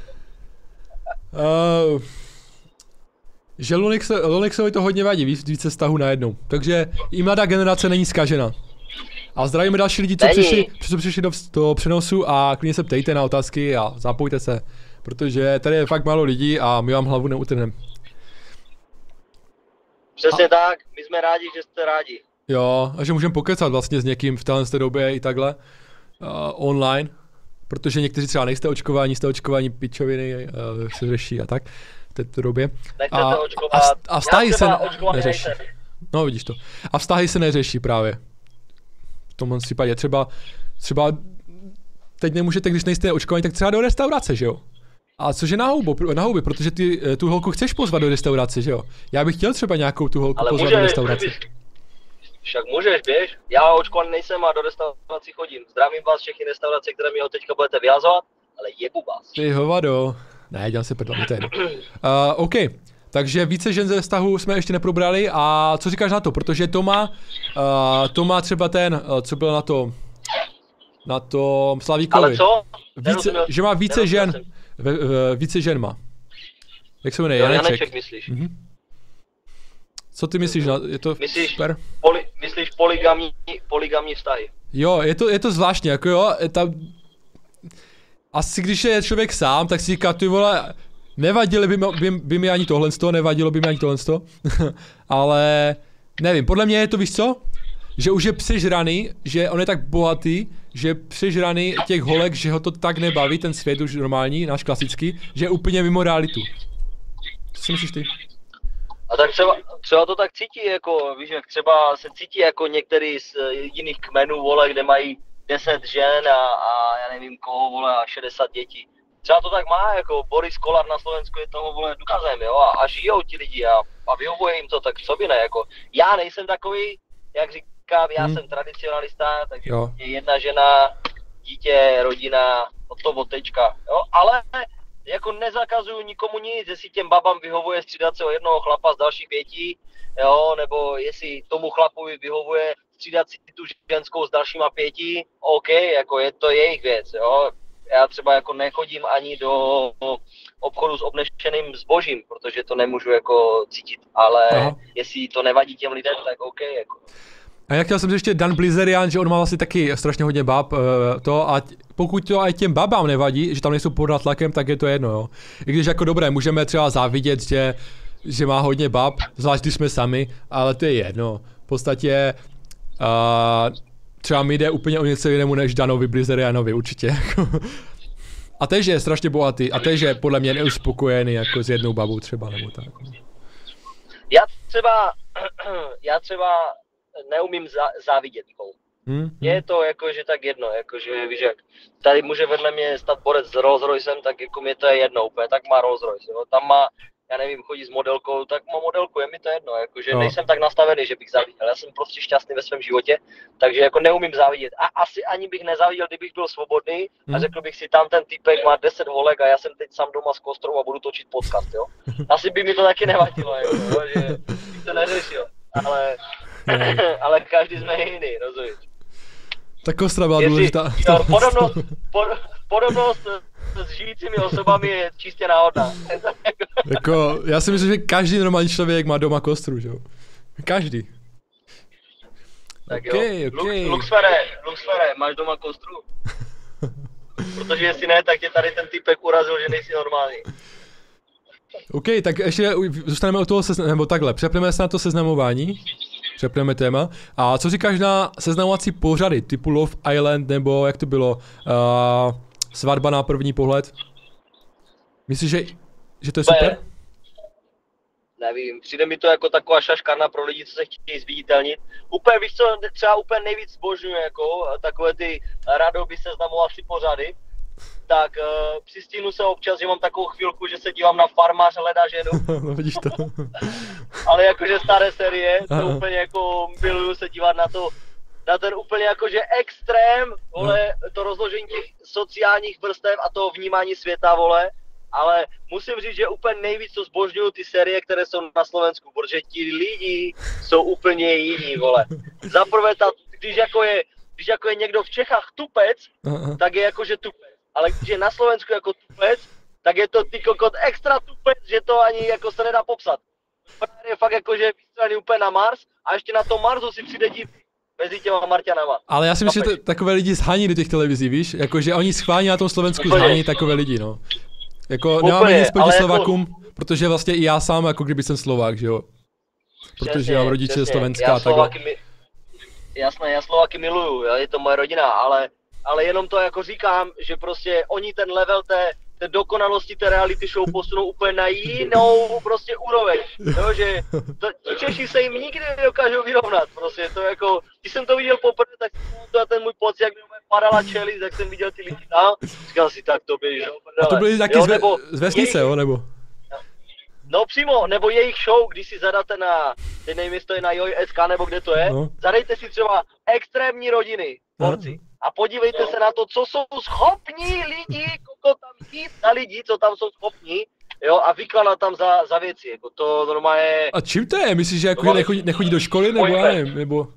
Uh, že Lunixovi to hodně vadí, víc, více vztahů najednou, takže i mladá generace není zkažena. A zdravíme další lidi, co přišli, co přišli do, do přenosu a klidně se ptejte na otázky a zapojte se, protože tady je fakt málo lidí a my vám hlavu neutrhneme. Přesně a... tak, my jsme rádi, že jste rádi. Jo, a že můžeme pokecat vlastně s někým v téhle době i takhle uh, online, protože někteří třeba nejste očkováni, jste očkováni pičoviny uh, se řeší a tak v této době. A, a, a vztahy se neřeší. No vidíš to. A vztahy se neřeší právě. V tomhle případě třeba, třeba teď nemůžete, když nejste očkovaní, tak třeba do restaurace, že jo? A cože na houbu, na houby, protože ty tu holku chceš pozvat do restaurace, že jo? Já bych chtěl třeba nějakou tu holku ale pozvat můžeš, do restaurace. Však můžeš, běž. Já očkovaný nejsem a do restaurací chodím. Zdravím vás všechny restaurace, které mi ho teďka budete vyhazovat, ale jebu vás. Ty hovado. Ne, dělám se prdla, to je jedno. Uh, OK, takže více žen ze vztahu jsme ještě neprobrali a co říkáš na to? Protože to má, uh, to má třeba ten, uh, co byl na to, na tom Slavíkovi. Ale co? Více, že má více žen, v, v, více žen má. Jak se jmenuje? Janeček. Janeček myslíš. Mhm. Co ty myslíš? Je to myslíš, super? Poli, myslíš poligamní, poligamní vztahy? Jo, je to, je to zvláštní, jako jo, ta... Asi když je člověk sám, tak si říká, ty vole, nevadilo by, by, by mi ani tohle, nevadilo by mi ani tohle, ale nevím, podle mě je to, víš co? Že už je přežraný, že on je tak bohatý, že přežraný těch holek, že ho to tak nebaví, ten svět už normální, náš klasický, že je úplně mimo realitu. Co si myslíš ty? A tak třeba, třeba to tak cítí, jako, víš, jak třeba se cítí jako některý z jiných kmenů, vole, kde mají deset žen a, a já nevím koho, vole, a šedesát dětí. Třeba to tak má, jako Boris Kollár na Slovensku je toho, vole, důkazem, jo, a, a žijou ti lidi a, a vyhovuje jim to, tak co by ne, jako. Já nejsem takový, jak říkám, já hmm. jsem tradicionalista, takže jo. Je jedna žena, dítě, rodina, od toho tečka, jo, ale jako nezakazuju nikomu nic, jestli těm babám vyhovuje střídat se o jednoho chlapa z dalších pěti, jo, nebo jestli tomu chlapovi vyhovuje střídat si tu ženskou s dalšíma pěti, OK, jako je to jejich věc, jo. Já třeba jako nechodím ani do obchodu s obnešeným zbožím, protože to nemůžu jako cítit, ale aha. Jestli to nevadí těm lidem, tak OK, jako. A jak chtěl jsem ještě Dan Blizerian, že on má vlastně taky strašně hodně bab, to a pokud to i těm babám nevadí, že tam nejsou pod tlakem, tak je to jedno, jo. I když jako dobré, můžeme třeba závidět, že, že má hodně bab, zvlášť když jsme sami, ale to je jedno. V podstatě uh, třeba mi jde úplně o něco jinému než Danovi Blizerianovi, určitě. A tež je strašně bohatý, a tež je podle mě neuspokojený jako s jednou babou třeba, nebo tak. Já třeba, já třeba neumím zá, závidět nikomu. Hmm, hmm. Je to jakože tak jedno, jakože víš jak, tady může vedle mě stát borec s Rolls Roycem, tak jako mě to je jedno úplně, tak má Rolls Royce, jo. Tam má, já nevím, chodí s modelkou, tak má modelku, je mi to jedno, jakože no. Nejsem tak nastavený, že bych záviděl, já jsem prostě šťastný ve svém životě, takže jako neumím závidět a asi ani bych nezáviděl, kdybych byl svobodný hmm. a řekl bych si, tam ten typek má deset holek a já jsem teď sám doma s kostrou a budu točit podcast, jo. Asi by mi to taky nevadilo, jako, jo, že bych to neřešil, ale... ale každý jsme jiný, rozumíš? Ta kostra byla důležitá. Podobnost, pod, podobnost s žijícími osobami je čistě náhodná. Jako, já si myslím, že každý normální člověk má doma kostru, že jo? Každý. Tak okay, jo, okay. Lux, Luxfere, Luxfere, máš doma kostru? Protože jestli ne, tak tě tady ten typek urazil, že nejsi normální. OK, tak ještě zůstaneme od toho seznam, nebo takhle, přepneme se na to seznamování. Přepneme téma. A co říkáš na seznamovací pořady, typu Love Island, nebo jak to bylo, uh, Svatba na první pohled? Myslíš, že, že to je super? Nevím, přijde mi to jako taková šaškárna pro lidi, co se chtějí zviditelnit. Úplně, víš co, třeba úplně nejvíc zbožňuje, jako takové ty radoby seznamovací pořady. Tak uh, přistihnu se občas, že mám takovou chvilku, že se dívám na Farmář hledá ženu. No vidíš to. Ale jakože staré série, to aha. Úplně jako miluju se dívat na to, na ten úplně jakože extrém, vole, to rozložení těch sociálních vrstev a toho vnímání světa, vole. Ale musím říct, že úplně nejvíc to zbožňuju ty série, které jsou na Slovensku, protože ti lidi jsou úplně jiní, vole. Zaprvé, ta, když, jako je, když jako je někdo v Čechách tupec, aha. Tak je jakože tupec. Ale když je na Slovensku jako tupec, tak je to ty kokot extra tupec, že to ani jako se nedá popsat. Je fakt jako, že vystraný úplně na Mars a ještě na tom Marsu si přijde dít mezi těma Marťanama. Ale já si myslím, že takové lidi zhání do těch televizí, víš? Jakože oni schválně na tom Slovensku zhání takové lidi, no. Jako nemáme nic proti Slovákům, jako... protože vlastně i já sám, jako kdyby jsem Slovák, že jo. Protože přesně, mám rodiče ze Slovenska a takhle. Mi... Jasné, já Slováky miluju, je to moje rodina, ale... Ale jenom to jako říkám, že prostě oni ten level té té dokonalosti té reality show posunou úplně na jinou prostě úroveň. Jo, že to, ti Češi se jim nikdy nedokážou vyrovnat. Prostě to jako, když jsem to viděl poprvé, tak to ten můj pocit, jak mi padala čelist, jak jsem viděl ty lidi tam. Říkal si, tak to běž, jo. A to byly taky jo, z, ve, z vesnice, jo, nebo? No přímo, nebo jejich show, když si zadáte na, teď nevím, jestli to je na Joj tečka es ká nebo kde to je, no. Zadejte si třeba extrémní rodiny, borci. A podívejte se na to, co jsou schopní lidi, koho tam jít na lidi, co tam jsou schopní, jo, a vykládat tam za, za věci, jako to normálně... A čím to je? Myslíš, že jako nechodí, nechodí do školy, nebo já nevím, nebo...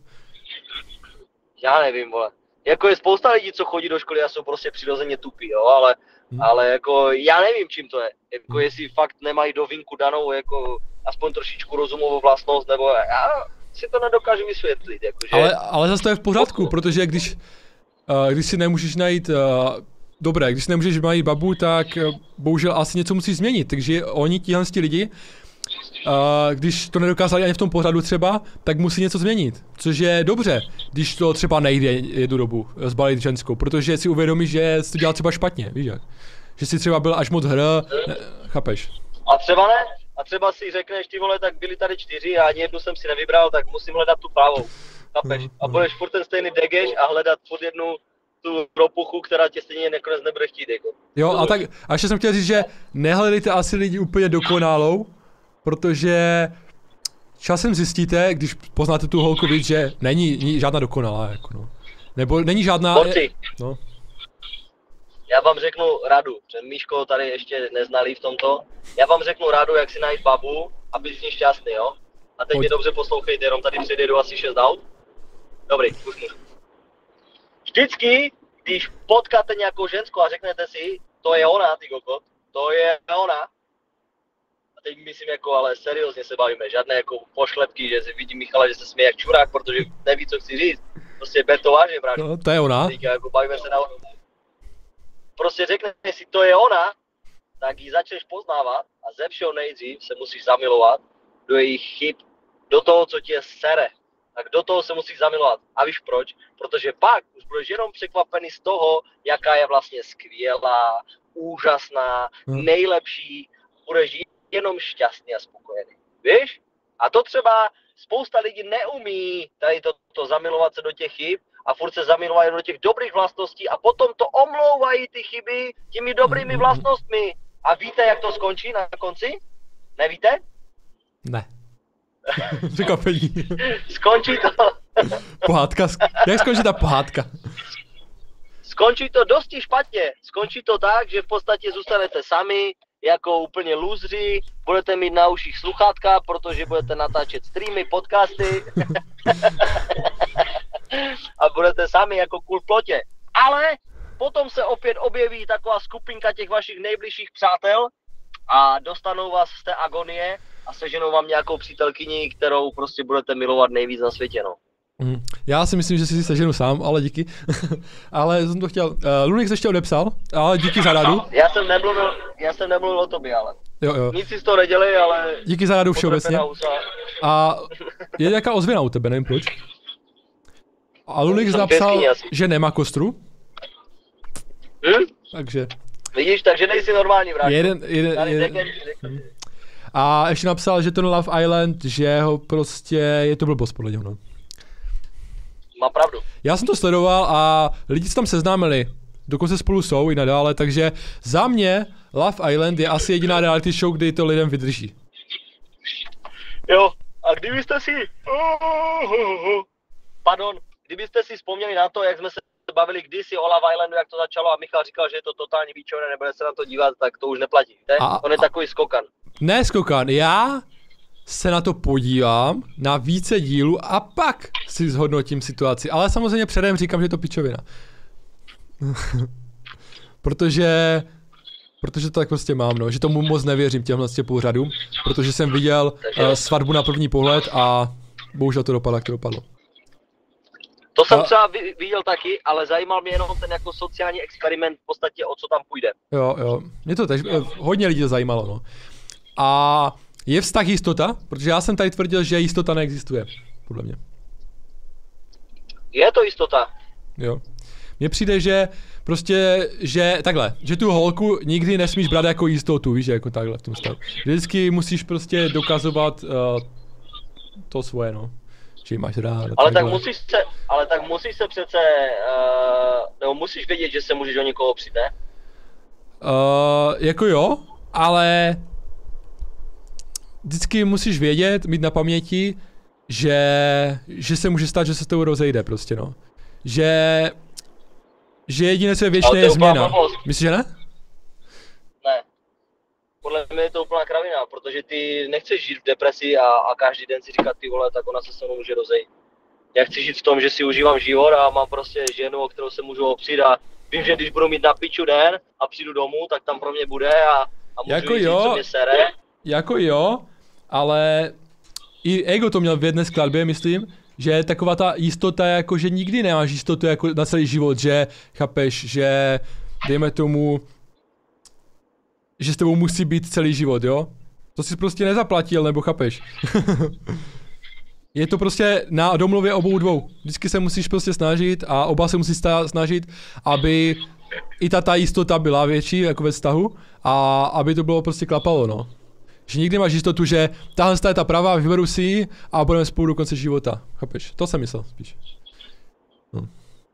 Já nevím, vole. Jako je spousta lidí, co chodí do školy a jsou prostě přirozeně tupí, jo, ale, hmm. ale jako já nevím, čím to je. Jako hmm. jestli fakt nemají do vinku danou, jako aspoň trošičku rozumovou vlastnost, nebo já si to nedokážu vysvětlit, jakože... Ale, ale zase to je v pořádku, protože když, uh, když si nemůžeš najít, uh, dobré, když si nemůžeš najít babu, tak uh, bohužel asi něco musíš změnit, takže oni, tihle lidi, Uh, když to nedokázali ani v tom pořadu třeba, tak musí něco změnit, což je dobře, když to třeba nejde jednu dobu zbalit ženskou, protože si uvědomíš, že jsi to dělal třeba špatně, víš jak? Že jsi třeba byl až moc hr, ne, chápeš? A třeba ne, a třeba si řekneš, ty vole, tak byli tady čtyři a ani jednu jsem si nevybral, tak musím hledat tu pravou, chápeš? A budeš furt ten stejný degeš a hledat furt jednu tu propuchu, která tě stejně nakonec nebude chtít, jako. Jo, a tak, a ještě jsem chtěl říct, že nehledejte asi lidi úplně dokonalou, protože časem zjistíte, když poznáte tu holku víc, že není, není žádná dokonalá, jako no. Nebo není žádná... Borci, no. Já vám řeknu radu, že Míško tady ještě neznalý v tomto. Já vám řeknu radu, jak si najít babu a být z ní šťastný, jo? A teď mě dobře poslouchejte, jenom tady předjedu asi šest aut. Dobrý, už můžu. Vždycky, když potkáte nějakou ženskou a řeknete si, to je ona, ty kokot, to je ona. A teď myslím jako, ale seriózně se bavíme, žádné jako pošlepky, že si vidím Michala, že se směje jak čurák, protože neví, co chci říct. Prostě ber to vážně, bráško. No, to je ona. Teďka, jako bavíme se na onu. Prostě řekne si, to je ona, tak ji začneš poznávat a ze všeho nejdřív se musíš zamilovat do jejich chyb, do toho, co tě sere. Tak do toho se musíš zamilovat. A víš proč? Protože pak už budeš jenom překvapený z toho, jaká je vlastně skvělá, úžasná, hmm. nejlepší, budeš jenom šťastný a spokojený. Víš? A to třeba spousta lidí neumí tady to, to zamilovat se do těch chyb a furt se zamilovají do těch dobrých vlastností a potom to omlouvají ty chyby těmi dobrými vlastnostmi. A víte, jak to skončí na konci? Nevíte? Ne. Překvapení. Skončí to... Pohádka. Jak skončí ta pohádka? Skončí to dosti špatně. Skončí to tak, že v podstatě zůstanete sami, jako úplně lůzři, budete mít na uších sluchátka, protože budete natáčet streamy, podcasty a budete sami jako kůl v plotě. Ale potom se opět objeví taková skupinka těch vašich nejbližších přátel a dostanou vás z té agonie a seženou vám nějakou přítelkyni, kterou prostě budete milovat nejvíc na světě, no. Mm. Já si myslím, že si si seženu sám, ale díky. Ale jsem to chtěl, uh, Lunik se ještě odepsal, ale díky za radu. Já jsem nemluvil, já jsem nemluvil o tobě, ale. Jo, jo. Nic si z toho nedělej, ale... Díky za radu všeobecně. A je nějaká ozvěna u tebe, nevím proč. A Lunik napsal, že nemá kostru. Hm? Takže... Vidíš, takže nejsi normální, bráško. Jeden, jeden, jeden. Hm. A ještě napsal, že ten Love Island, že ho prostě, je to blbost podle něho, no. Má pravdu. Já jsem to sledoval a lidi se tam seznámili, dokonce spolu jsou i nadále, takže za mě Love Island je asi jediná reality show, kdy to lidem vydrží. Jo, a kdybyste si... Pardon, kdybyste si vzpomněli na to, jak jsme se bavili kdysi o Love Islandu, jak to začalo a Michal říkal, že je to totální výčovné, nebude se na to dívat, tak to už neplatí, ne? A, On je a, takový skokan. Ne skokan, já se na to podívám na více dílů a pak si zhodnotím situaci, ale samozřejmě předem říkám, že je to pičovina. protože, protože to tak prostě mám, no, že tomu moc nevěřím těmhle pořadům, protože jsem viděl uh, Svatbu na první pohled a bohužel to dopadlo, jak to dopadlo. To jsem a... třeba viděl taky, ale zajímal mě jenom ten jako sociální experiment v podstatě, o co tam půjde. Jo, jo, mě to tež, hodně lidí to zajímalo, no. A je vztah jistota? Protože já jsem tady tvrdil, že jistota neexistuje, podle mě. Je to jistota. Jo. Mně přijde, že prostě, že takhle, že tu holku nikdy nesmíš brát jako jistotu, víš, jako takhle v tom stavu. Vždycky musíš prostě dokazovat uh, to svoje, no. Že ji máš rád. Ale tak musíš se, ale tak musíš se přece, uh, nebo musíš vědět, že se můžeš o někoho přijít, ne? Uh, jako jo, ale vždycky musíš vědět, mít na paměti, že, že se může stát, že se s tebou rozejde prostě, no. Že, že jediné, co je věčné, je změna. Myslíš, že ne? Ne. Podle mě je to úplná kravina, protože ty nechceš žít v depresi a, a každý den si říkat, ty vole, tak ona se se mnou může rozejít. Já chci žít v tom, že si užívám život a mám prostě ženu, o kterou se můžu opřít a vím, že když budu mít na piču den a přijdu domů, tak tam pro mě bude a, a můžu jako jít, jo, co mě sere. Jako jo, ale i Ego to měl v jedné skladbě, myslím, že taková ta jistota, jako že nikdy nemáš jistotu jako na celý život, že chápeš, že dejme tomu, že s tebou musí být celý život, jo? To jsi prostě nezaplatil, nebo chápeš? Je to prostě na domluvě obou dvou. Vždycky se musíš prostě snažit a oba se musí snažit, aby i ta, ta jistota byla větší, jako ve vztahu, a aby to bylo prostě klapalo, no. Že nikdy máš jistotu, že tahle je ta pravá, vyberu si ji a budeme spolu do konce života. Chápeš? To jsem myslel spíš. No.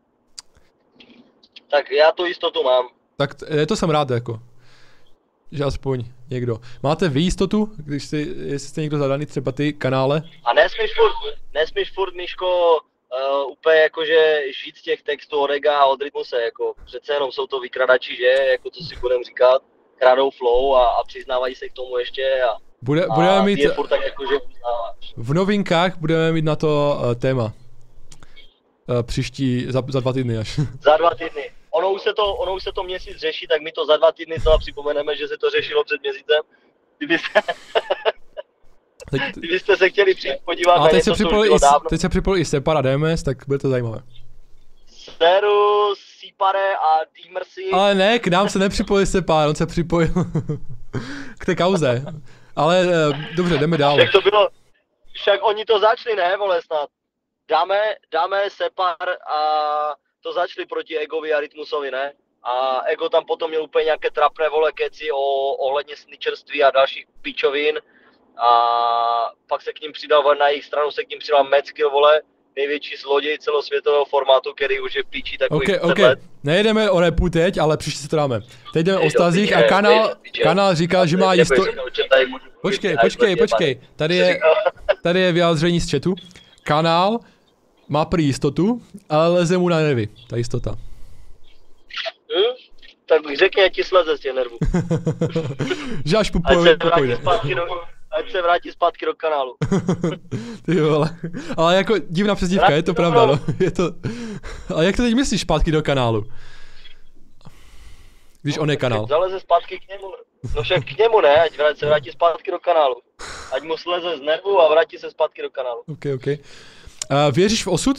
Tak já tu jistotu mám. Tak to jsem rád, jako. Že aspoň někdo. Máte vy jistotu, když jste, jestli jste někdo zadaný, třeba ty kanále? A nesmíš furt, nesmíš furt, Miško, uh, úplně jakože žít z těch textů od Ega a od Rytmuse, jako přece jenom jsou to vykradači, že, jako co si budem říkat, kradou flow a, a přiznávají se k tomu ještě a, Bude, budeme a mít, je furt tak jakože uznáváš. V novinkách budeme mít na to uh, téma. Uh, příští, za, za dva týdny až. Za dva týdny. Ono už, se to, ono už se to měsíc řeší, tak my to za dva týdny to připomeneme, že se to řešilo před měsícem. Kdybyste, teď, kdybyste se chtěli přijít podívat na něco, co už bylo i, dávno. Teď se připojil i Separa D M S, tak bude to zajímavé. Seru, Sipare a Demercy. Ale ne, k nám se nepřipojil Separ, on se připojil k té kauze. Ale dobře, jdeme dál. Však to bylo, však oni to začali, ne, vole, snad. Dáme, dáme Separ a to začali proti Egovi a Rytmusovi, ne? A Ego tam potom měl úplně nějaké trapné, vole, keci o, ohledně snitcherství a dalších pičovin. A pak se k ním přidal, na jejich stranu se k ním přidal Metzkill, vole, největší zloděj celosvětového formátu, který už je v píči takových okay, okay. let. Nejedeme o repu teď, ale příště se to dáme. Teď jdeme o stazích a kanál, kanál říká, že má jistotu. Počkej, počkej, počkej, tady je, tady je vyjádření z chatu. Kanál má prý jistotu, ale leze mu na nervy, ta jistota. Hmm? Tak bych řekni, ať ti sleze z těch nervů. Že až popojde. Ať se vrátí zpátky do kanálu. Ty vole. Ale jako divná přezdívka, je to pravda, no. Je to... Ale jak to teď myslíš zpátky do kanálu? Když no, on je kanál. Zaleze zpátky k němu. No však k němu ne, ať se vrátí zpátky do kanálu. Ať mu sleze z nervu a vrátí se zpátky do kanálu. Ok, ok. Uh, věříš v osud?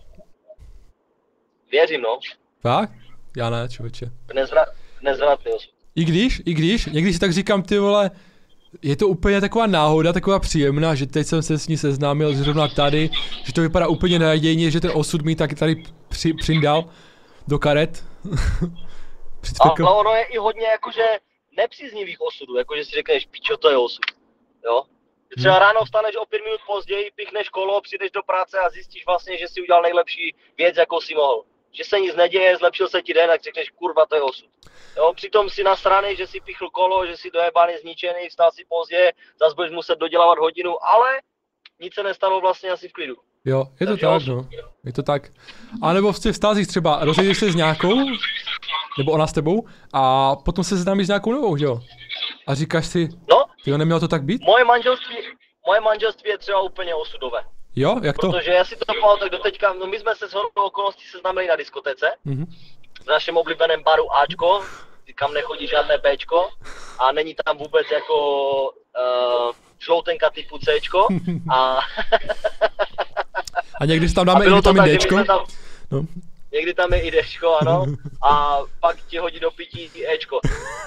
Věřím, no. Fakt? Já ne, člověče. Nezvra... Nezvratný osud. I když, i když, někdy si tak říkám, ty vole, je to úplně taková náhoda, taková příjemná, že teď jsem se s ní seznámil zrovna tady, že to vypadá úplně nadějně, že ten osud mi tak tady při, přindal do karet. Ale ono je i hodně jakože nepříznivých osudů, jakože si řekneš, pičo, to je osud, jo? Třeba hmm. ráno vstaneš o pět minut později, pichneš kolo, přijdeš do práce a zjistíš vlastně, že jsi udělal nejlepší věc, jakou si mohl. Že se nic neděje, zlepšil se ti den, tak řekneš, kurva, to je osud. Jo, přitom si nasranej, že si pichl kolo, že si dojebaný, zničený, vstal si pozdě, zase budeš muset dodělávat hodinu, ale nic se nestalo vlastně asi v klidu. Jo, je to Takže tak, osud. No. Je to tak. A nebo v těch vztazích třeba rozejdeš se s nějakou, nebo ona s tebou, a potom se seznámíš s nějakou novou, že jo? A říkáš si, no, tyjo, nemělo to tak být? Moje manželství, moje manželství je třeba úplně osudové. Jo, jak to? Protože já si to pamatuju do teďka, no my jsme se shodou okolností seznámili na diskotéce, mm-hmm. v našem oblíbeném baru Ačko, kam nechodí žádné Bčko a není tam vůbec jako uh, žloutenka typu Cčko a... a někdy tam dáme i tam i Dčko. Tam, no. Někdy tam je i Dčko, ano, a pak ti hodí do pití i Ečko.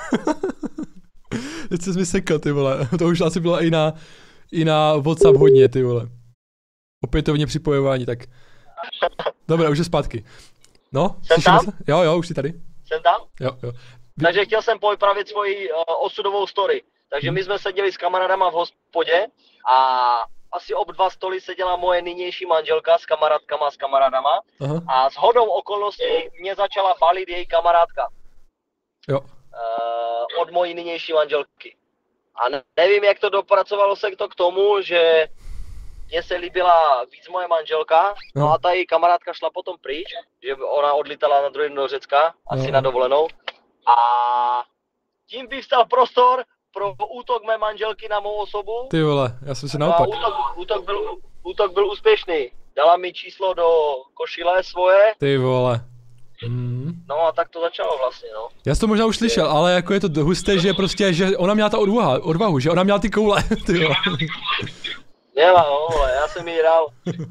Teď jsi mi sekl, ty vole, to už asi bylo i na, i na WhatsApp hodně, ty vole. Opětovně připojování, tak. Dobré, už je zpátky. No, jsem tam? Se? Jo, jo, už jsi tady. Jsem tam? Jo, jo. Takže chtěl jsem povypravit svoji uh, osudovou story. Takže my jsme seděli s kamarádama v hospodě a asi ob dva stoly seděla moje nynější manželka s kamarádkama, s kamarádama. Aha. A s hodou okolností mě začala balit její kamarádka. Jo. Uh, od mojí nynější manželky. A nevím, jak to dopracovalo se to k tomu, že mně se líbila víc moje manželka, no, no a ta její kamarádka šla potom pryč, že ona odlítala na druhý den do Řecka, asi no. na dovolenou. A tím vyvstal prostor pro útok mé manželky na mou osobu. Ty vole, já jsem si naopak. A útok, útok, byl, útok byl úspěšný. Dala mi číslo do košile svoje. Ty vole. Mm. No a tak to začalo vlastně, no. Já jsem to možná už slyšel, je. Ale jako je to husté, že prostě, že ona měla ta odvaha, odvahu, že ona měla ty koule, ty vole. Měla, no, vole, já jsem jí dal.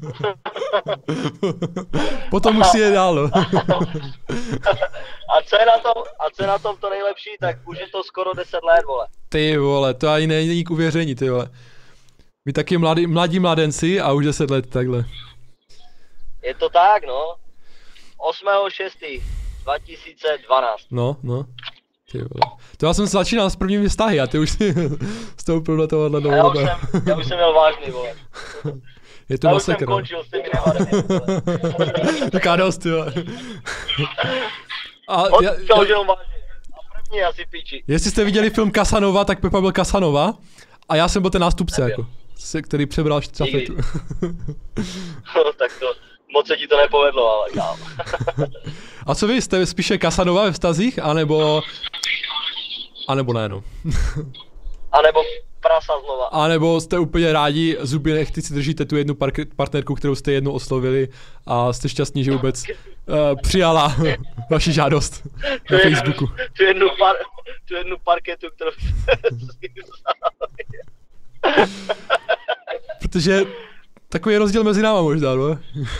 Potom už si je dál, no. A co je na tom, a co je na tom to nejlepší, tak už je to skoro deset let, vole. Ty vole, to ani není k uvěření, ty vole. My taky mladí, mladí mladenci a už deset let takhle. Je to tak, no. osmého šestého dva tisíce dvanáct. No, no. Ty vole. To já jsem začínal s prvními vztahy a ty už si vstoupil do tohohle do já, už jsem, já už jsem měl vážný, vole. Je to já masakr. Já už jsem končil s těmi nevadami, vole. Taká dost, jo. A On já, čau, že on vážný. A první asi píči. Jestli jste viděli film Casanova, tak Pepa byl Casanova a já jsem byl ten nástupce, Nebyl. jako. Který přebral štafetu. No, tak to, moc se ti to nepovedlo, ale kámo. A co vy, jste spíše Casanova ve vztazích, anebo... A nebo ne, no. A nebo prasa znova. A nebo jste úplně rádi, zuby nechty si držíte tu jednu partnerku, kterou jste jednou oslovili a jste šťastní, že vůbec uh, přijala vaši žádost na tu Facebooku. Jednu, tu, jednu par, tu jednu parketu, kterou si Protože takový je rozdíl mezi náma možná, no?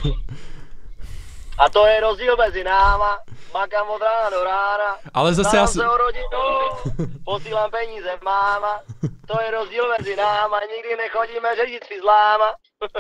A to je rozdíl mezi náma, makám od rána do rána, ale zase já se o rodinu, posílám peníze máma, to je rozdíl mezi náma, nikdy nechodíme řešit fizláma.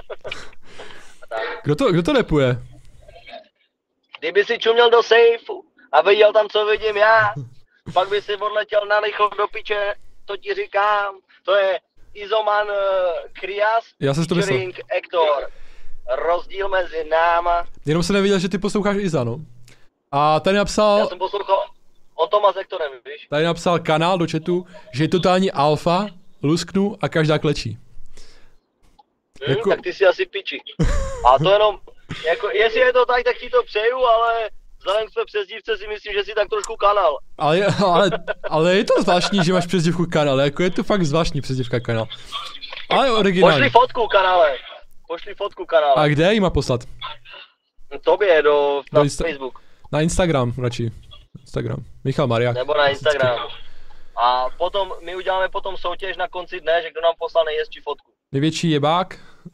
Kdo to, kdo to repuje? Kdyby si čuměl do sejfu a viděl tam, co vidím já, pak by si odletěl na licho do piče, to ti říkám, to je Izoman uh, Krias, featuring Hector. Rozdíl mezi náma. Jenom jsem nevěděl, že ty posloucháš Iza, no. A tady napsal... Já jsem poslouchal, on to má s Hectorem, víš? Tady napsal kanál do chatu, že je totální alfa, lusknu a každá klečí. Hmm, jako... Tak ty si asi piči. A to jenom, jako, jestli je to tak, tak ti to přeju, ale vzhledem k své přezdívce si myslím, že jsi tak trošku kanál. Ale, ale, ale je to zvláštní, že máš přezdívku kanál, jako je to fakt zvláštní přezdívka kanál. Ale originální. Pošli fotku kanále. Pošli fotku kanále. A kde jí má poslat? Tobě, do, na do Insta- Facebook. Na Instagram radši. Instagram. Michal Mariák. Nebo na Instagram. A potom, my uděláme potom soutěž na konci dne, že kdo nám poslal nejhezčí fotku. Největší jebák?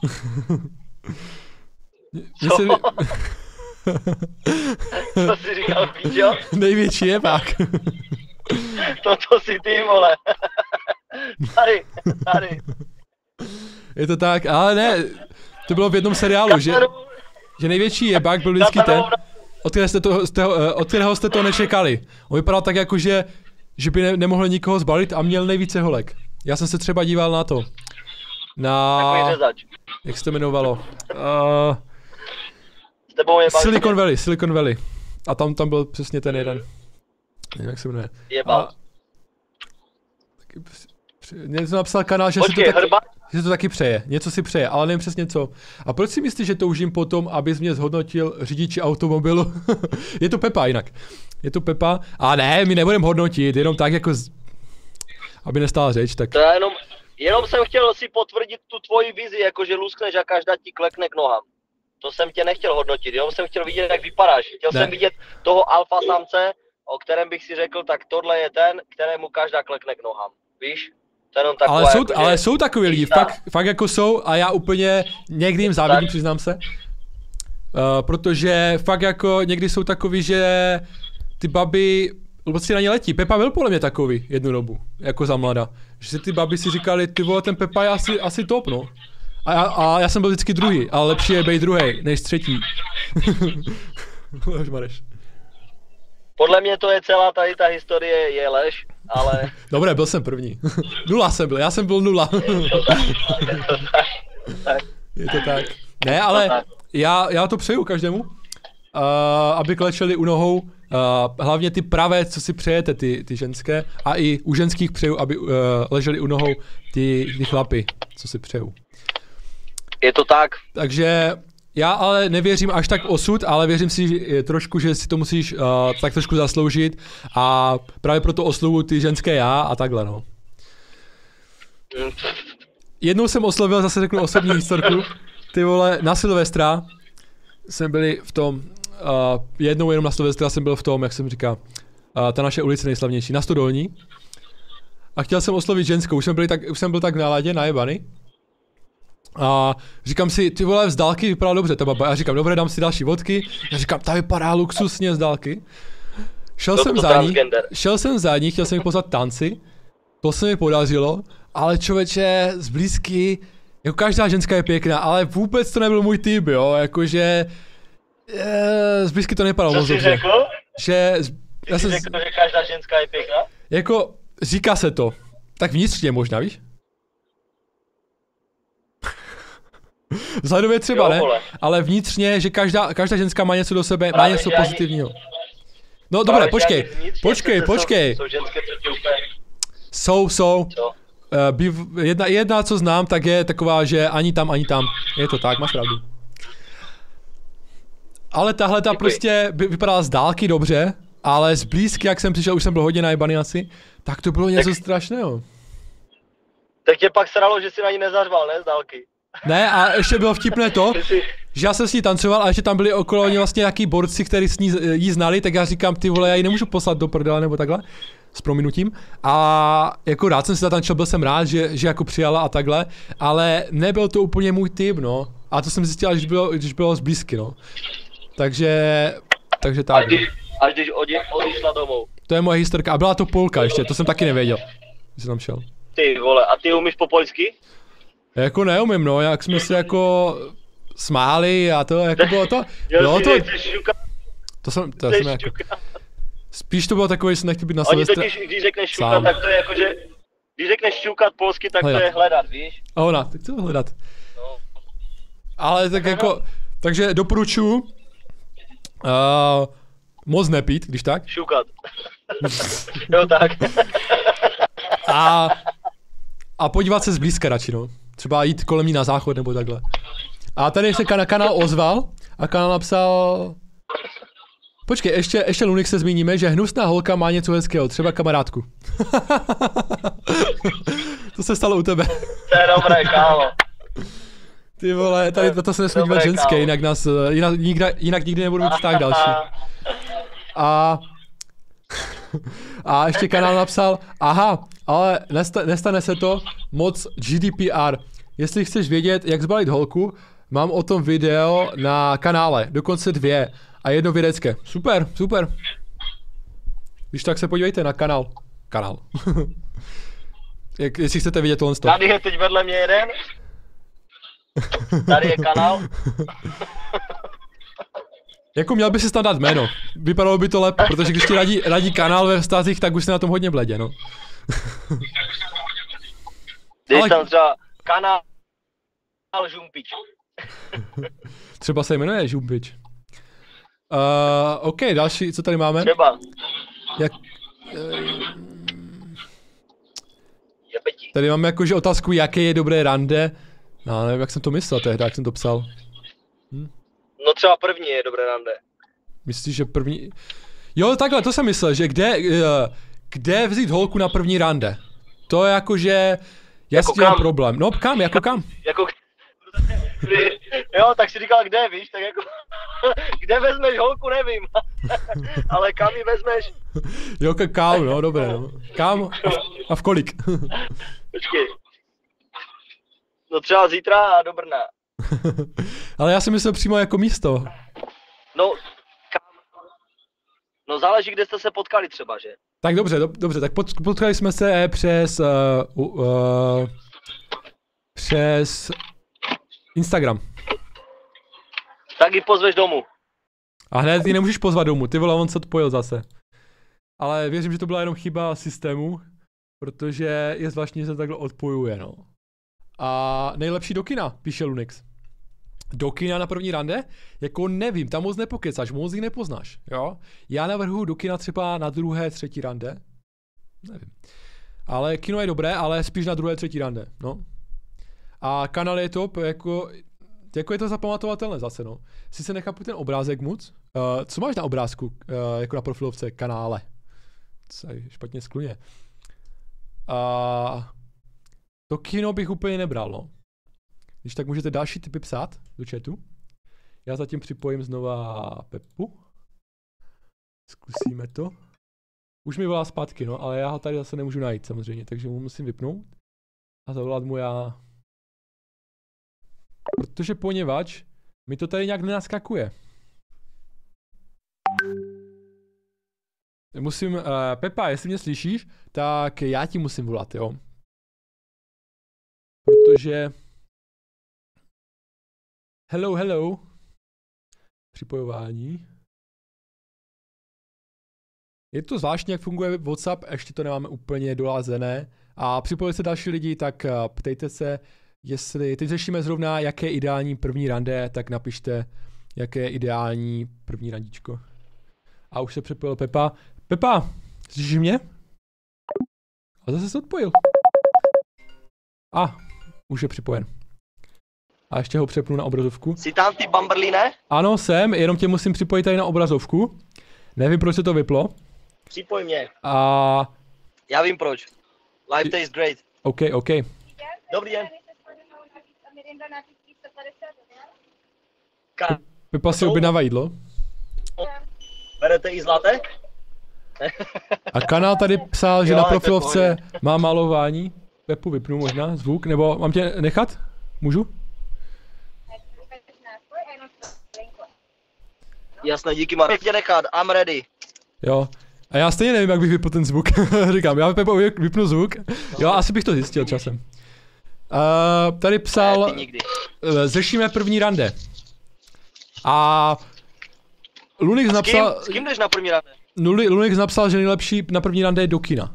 Co? Se... Co jsi říkal, píčo? Největší jebák. To, to si ty, vole. Tady, tady. Je to tak, ale ne, to bylo v jednom seriálu, že, že největší jebák byl vždycky ten, od kterého jste to, jste, od kterého jste to nečekali. On vypadal tak jako, že, že by ne, nemohl nikoho zbalit a měl nejvíce holek. Já jsem se třeba díval na to. Na... Jak se to jmenovalo? Uh, Silicon Valley, Silicon Valley. A tam, tam byl přesně ten jeden. Nevím, jak se jmenuje. Jebal. Něco napsal kanál, že, Počkej, si to taky, hrba? že to taky přeje. Něco si přeje, ale nevím přesně co. A proč si myslíš, že toužím potom, abys mě zhodnotil řidiči automobilu? Je to Pepa jinak. Je to Pepa. A ne, my nebudeme hodnotit, jenom tak jako... Z... Aby nestála řeč, tak... To já jenom, jenom jsem chtěl si potvrdit tu tvoji vizi, jakože luskneš a každá ti klekne k nohám. To jsem tě nechtěl hodnotit, jenom jsem chtěl vidět, jak vypadáš. Chtěl ne. jsem vidět toho alfa samce, o kterém bych si řekl, tak tohle je ten, kterému každá klekne k nohám. Víš? Taková, ale, jsou, jako, ale jsou takový lidi, fakt, fakt jako jsou a já úplně někdy jim závidím, přiznám se. Uh, protože fakt jako někdy jsou takový, že ty baby prostě na ně letí. Pepa byl podle mě takový jednu dobu, jako za mlada. Že si ty baby si říkali, ty vole, ten Pepa je asi, asi top, no. A, a, a já jsem byl vždycky druhý, ale lepší je být druhý než třetí. Mareš. Podle mě to je celá tady ta historie je lež, ale... Dobré, byl jsem první. Nula jsem byl, já jsem byl nula. Je to tak, je to tak. tak. Je to tak. Ne, ale já, já to přeju každému, uh, aby klečeli u nohou, uh, hlavně ty pravé, co si přejete, ty, ty ženské, a i u ženských přeju, aby uh, leželi u nohou ty, ty chlapy, co si přeju. Je to tak. Takže já ale nevěřím až tak osud, ale věřím si trošku, že si to musíš uh, tak trošku zasloužit a právě proto oslovuju ty ženské já a takhle, no. Jednou jsem oslovil, zase řeknu osobní historku, ty vole, na Silvestra jsme byli v tom, uh, jednou jenom na Silvestra jsem byl v tom, jak jsem říká, uh, ta naše ulice nejslavnější, na Stodolní. A chtěl jsem oslovit ženskou, už jsem, byli tak, už jsem byl tak v náladě, najebany. A říkám si, ty vole, z dálky vypadá dobře ta baba. Já říkám, dobré, dám si další vodky. Já říkám, ta vypadá luxusně z dálky. Šel jsem za ní, šel jsem za ní, chtěl jsem jí pozvat tanci. To se mi podařilo, ale člověče, zblízky, jako každá ženská je pěkná, ale vůbec to nebyl můj typ, jo, jakože... Je, zblízky to nepadalo moc dobře. Co jsi řekl? Že... Ty jsi jsem, řekl, že každá ženská je pěkná? Jako, říká se to. Tak vnitřně možná, víš? Vzhledově třeba jo, ne, ale vnitřně, že každá, každá ženská má něco do sebe, právě má něco pozitivního. No dobré, počkej, vnitřně, počkej, počkej. Jsou, jsou ženské, co ti úplně... Jsou, jsou. Co? Uh, býv, jedna, jedna, co znám, tak je taková, že ani tam, ani tam. Je to tak, máš pravdu. Ale tahle ta prostě by, vypadala z dálky dobře, ale z blízky, jak jsem přišel, už jsem byl hodně najebaný asi, tak to bylo něco tak, strašného. Tak tě pak sralo, že jsi na ní nezařval, ne, z dálky? Ne, a ještě bylo vtipné to, že já jsem s ní tancoval a ještě tam byli okolo ní vlastně nějaký borci, kteří s ní jí znali, tak já říkám, ty vole, já ji nemůžu poslat do prdele nebo takhle, s prominutím. A jako rád jsem si zatančil, byl jsem rád, že, že jako přijala a takhle, ale nebyl to úplně můj typ, no. A to jsem zjistil, když bylo, když bylo zblízky, no. Takže, takže tak. Až když, až když odešla domů. To je moje historka a byla to Polka ještě, to jsem taky nevěděl, když jsem tam šel. Ty vole, a ty umíš po polsky? Jako neumím, no, jak jsme si jako smáli a to, jako bylo to, bylo to, to jsem, to jsem jako, spíš to bylo takové, že jsem nechtěl být na Silvestra. Oni totiž, když řekneš šukat, tak to je jako, že, když řekneš šukat polsky, tak hledat. To je hledat, víš? A ona, tak co hledat? No. Ale tak jako, takže doporučuji, uh, moc nepít, když tak. Šukat. Jo tak. A, a podívat se zblízka radši, no. Třeba jít kolem ní na záchod nebo takhle. A tady se kan kanál ozval a kanál napsal... Počkej, ještě, ještě Lunik se zmíníme, že hnusná holka má něco hezkého, třeba kamarádku. To se stalo u tebe. To je dobré, kámo. Ty vole, tady to se nesmí dívat ženské, jinak nás, jinak, jinak, jinak nikdy nebudu mít vztah další. A... A ještě kanál napsal, aha, ale nesta, nestane se to moc G D P R. Jestli chceš vědět, jak zbalit holku, mám o tom video na kanále, dokonce dvě. A jedno vědecké. Super, super. Když tak se podívejte na kanál. Kanál. Jak, jestli chcete vidět tohle. Tady je teď vedle mě jeden. Tady je kanál. Jako měl by si tam dát jméno. Vypadalo by to lépe, protože když ti radí, radí kanál ve vztazích, tak už jsi na tom hodně bledě, no. Když ale... tam třeba kanál Žumpič. Třeba se jmenuje Žumpič. Uh, OK, další, co tady máme? Třeba. Jak... Uh, tady máme jakože otázku, jaké je dobré rande. No, nevím, jak jsem to myslel tehdy, jak jsem to psal. Hm? No třeba první je dobré rande. Myslíš, že první... Jo, takhle, to jsem myslel, že kde, kde vzít holku na první rande? To je jakože... Jasně jako problém. No kam, jako kam? Jako... Jo, tak si říkal kde, víš, tak jako... Kde vezmeš holku, nevím. Ale kam ji vezmeš? Jo, kam, no, dobré, no. Kam a v, a v kolik? Počkej. No třeba zítra a do Brna. Ale já si myslel přímo jako místo. No, kam? No záleží, kde jste se potkali třeba, že? Tak dobře, do, dobře, tak pot, potkali jsme se přes... Uh, uh, přes... Instagram. Tak ji pozveš domů. A hned ji nemůžeš pozvat domů, ty vole, on se odpojil zase. Ale věřím, že to byla jenom chyba systému, protože je zvláštní, že se takhle odpojuje, no. A nejlepší do kina, píše Lunix. Do kina na první rande? Jako nevím, tam moc nepokecáš, moc jich nepoznáš, jo. Já navrhuji do kina třeba na druhé, třetí rande. Nevím. Ale kino je dobré, ale spíš na druhé, třetí rande, no. A kanál je top, jako, jako je to zapamatovatelné zase, no. Si se nechápu ten obrázek moc. Uh, co máš na obrázku, uh, jako na profilovce kanále? Co je špatně skluně. Uh, to kino bych úplně nebral, no. Když tak můžete další tipy psát do chatu. Já zatím připojím znova Pepu. Zkusíme to. Už mi volá zpátky, no, ale já ho tady zase nemůžu najít samozřejmě, takže mu musím vypnout. A zavolat mu já. Protože poněvadž mi to tady nějak nenaskakuje. Musím, uh, Pepa, jestli mě slyšíš, tak já ti musím volat, jo. Protože... Hello, hello. Připojování. Je to zvláštní, jak funguje WhatsApp, ještě to nemáme úplně dolázené. A připojili se další lidi, tak ptejte se, jestli teď řešíme zrovna, jaké je ideální první rande, tak napište, jaké je ideální první randičko. A už se připojil Pepa. Pepa, slyšíš mě? A zase se odpojil. A, už je připojen. A ještě ho přepnu na obrazovku. Jsi tam ty Bamberline? Ano, jsem, jenom tě musím připojit tady na obrazovku. Nevím, proč se to vyplo. Připoj mě. A... Já vím proč. Live taste great. OK, OK. Dobrý den. Pepa si objednává jídlo. Berete i zlaté? A kanál tady psal, že Jo, na tak to je profilovce má malování. Pepu vypnu možná, zvuk, nebo mám tě nechat? Můžu? Jasné, díky Marek, tě nechat, I'm ready. Jo. A já stejně nevím, jak bych vypl ten zvuk. Říkám, já Pepo vypnu zvuk. Jo, asi bych to zjistil časem. Uh, tady psal, ne, uh, řešíme první rande. A Lunix napsal... S kým, s kým jdeš na první rande? Lunix napsal, že nejlepší na první rande je do kina.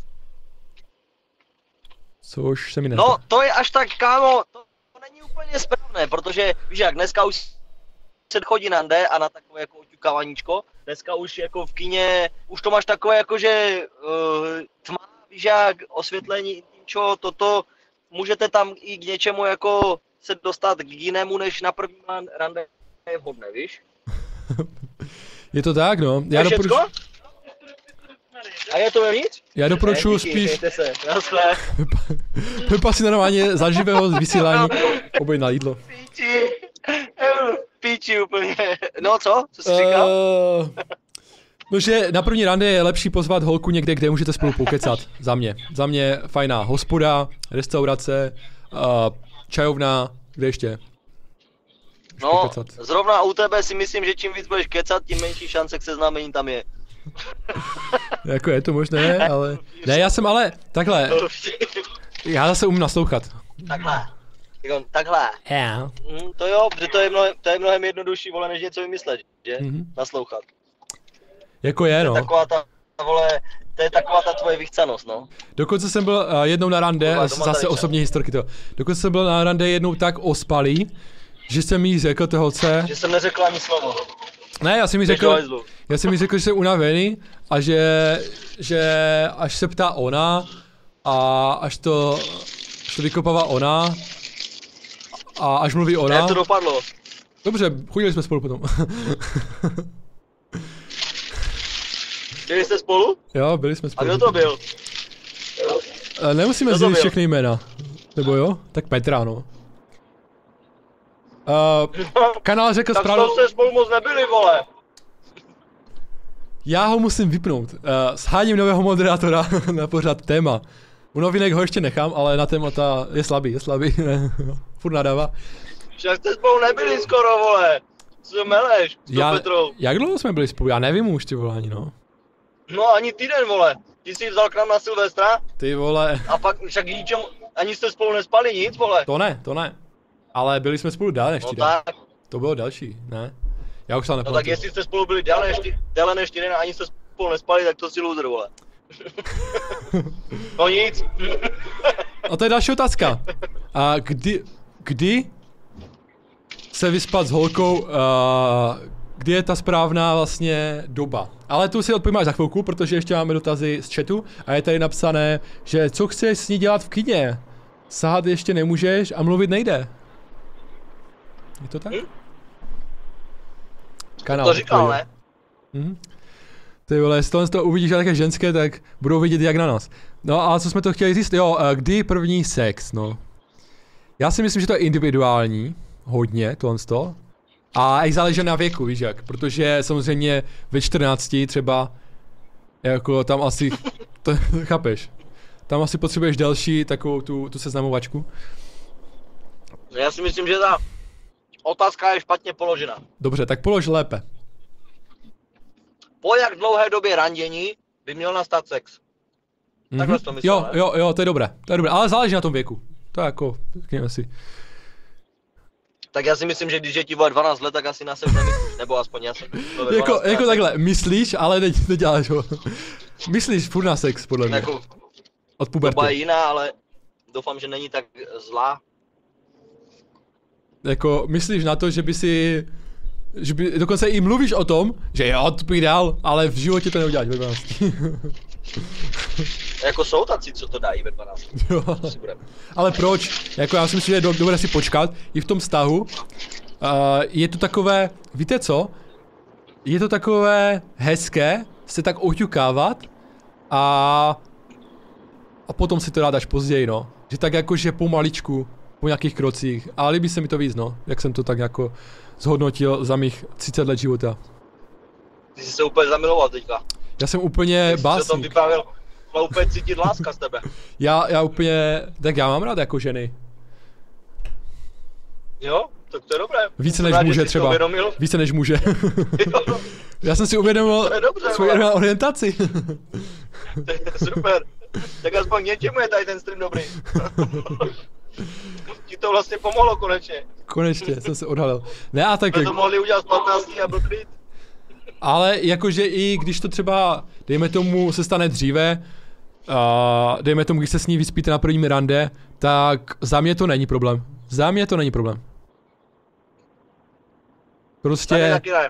Což se mi nezdá. No, to je až tak, kámo, to, to není úplně správné, protože víš jak, dneska už se chodí na rande a na takové jako oťukávaníčko. Dneska už jako v kině, už to máš takové jako, že uh, tma, víš jak, osvětlení, intimčo, toto, můžete tam i k něčemu jako se dostat k jinému, než na první rande je vhodné, víš? Je to tak, no. Já doporučuji... A je to nic? Já doporučuji spíš... Naschle. Pepa si normálně za živého vysílání oboj na jídlo. Píči, píči úplně. No co? Co jsi říkal? Uh, no, že na první rande je lepší pozvat holku někde, kde můžete spolu pokecat. Za mě. Za mě fajná hospoda, restaurace, uh, čajovna, kde ještě? No, pokecat. Zrovna u tebe si myslím, že čím víc budeš kecat, tím menší šance k seznámení tam je. Jako je to možné, ale... Ne, já jsem ale... Takhle. Já zase umím naslouchat. Takhle. Takhle. Yeah. Mm, to jo, protože to je, mnohem, to je mnohem jednodušší, vole, než něco vymyslet, že? Mm-hmm. Naslouchat. Jako je, no. To je taková ta, vole, to je taková ta tvoje vychcanost, no. Dokonce jsem byl uh, jednou na rande, Dobar, zase osobní historky to. Dokonce jsem byl na rande jednou tak ospalý, že jsem jí řekl té holce... Že jsem neřekl ani slovo. Ne, já jsem jí řekl, já jsem jí řekl, že jsem unavený a že, že až se ptá ona a až to, až to vykopává ona a až mluví ona. Jak to dopadlo? Dobře, chodili jsme spolu potom. Byli jste spolu? Jo, byli jsme spolu. A kdo to byl? Nemusíme sdělit všechny jména. Nebo jo? Tak Petra, no. Uh, kanál řekl správně. Tak jste spolu moc nebyli, vole. Já ho musím vypnout. Uh, sháním nového moderátora na pořád téma. U novinek ho ještě nechám, ale na témata je slabý, je slabý. Furt nadává. Však jste spolu nebyli skoro, vole. Co meleš s Já, Petrou? Jak dlouho jsme byli spolu? Já nevím už, ty vole, ani no. No ani týden, vole. Ty jsi vzal k nám na Silvestra? Ty vole. A pak však ničem, ani jste spolu nespali nic, vole. To ne, to ne. Ale byli jsme spolu déle než no týden. Tak. To bylo další, ne? Já už tam No tak jestli jste spolu byli déle než, déle než týden a ani jste spolu nespali, tak to si loser, vole. No nic. A to je další otázka. A kdy, kdy se vyspat s holkou, uh, kdy je ta správná vlastně doba? Ale tu si odpovím až za chvilku, protože ještě máme dotazy z chatu a je tady napsané, že co chceš s ní dělat v kyně? Sahat ještě nemůžeš a mluvit nejde. Je to tak? Hm? Kanál. To říkal, ne? Mhm. Ty vole, jestli tohle z toho uvidíš také ženské, tak budou vidět jak na nás. No a co jsme to chtěli říct? Jo, kdy první sex, no. Já si myslím, že to je individuální, hodně, tohle z toho. A i záleží na věku, víš jak, protože samozřejmě ve čtrnácti třeba, jako tam asi, to chápeš, tam asi potřebuješ další takovou tu, tu seznamovačku. No já si myslím, že ta otázka je špatně položena. Dobře, tak polož lépe. Po jak dlouhé době randění by měl nastat sex? Mm-hmm. Takhle to myslel, Jo, ne? jo, jo, to je dobré, to je dobré, ale záleží na tom věku. To je jako, řekněme si. Tak já si myslím, že když je ti vole dvanáct let, tak asi na sex nemyslíš, nebo aspoň já jsem. Jako, jako takhle, myslíš, ale ne, neděláš ho. Myslíš furt na sex, podle mě. Jako, od puberty. doba je jiná, ale doufám, že není tak zlá. Jako, myslíš na to, že by si, že by, dokonce i mluvíš o tom, že jo, to bych dal, ale v životě to neuděláš ve dvanácti. Jako jsou tací, co to dají ve dvanácti. Jo. Ale proč? Jako já si myslím, že je do, dobré si počkat i v tom vztahu. Uh, je to takové, víte co? Je to takové hezké se tak oťukávat a a potom si to dát až později, no. Že tak jakože pomaličku, po nějakých krocích. A líbí se mi to víc, no. Jak jsem to tak jako zhodnotil za mých třicet let života. Ty jsi se úplně zamiloval teďka. Já jsem úplně Ty jsi o tom básník. vyprávěl, má úplně cítit láska z tebe. Já, já úplně, tak já mám rád jako ženy. Jo, tak to je dobré. Více Jsem než rád, že muže jsi to třeba. uvědomil. Více než muže. Jo, Já jsem si uvědomil To je dobře, svou vole. orientaci. to je super. Tak aspoň něčemu je tady ten stream dobrý. Ti to vlastně pomohlo konečně. Konečně jsem se odhalil. Ne a tak, Jsme to mohli udělat z patnácti a byl klid. ale jakože i když to třeba, dejme tomu, se stane dříve, a dejme tomu, když se s ní vyspíte na prvním rande, tak za mě to není problém. Za mě to není problém. Tady Prostě, taky ne.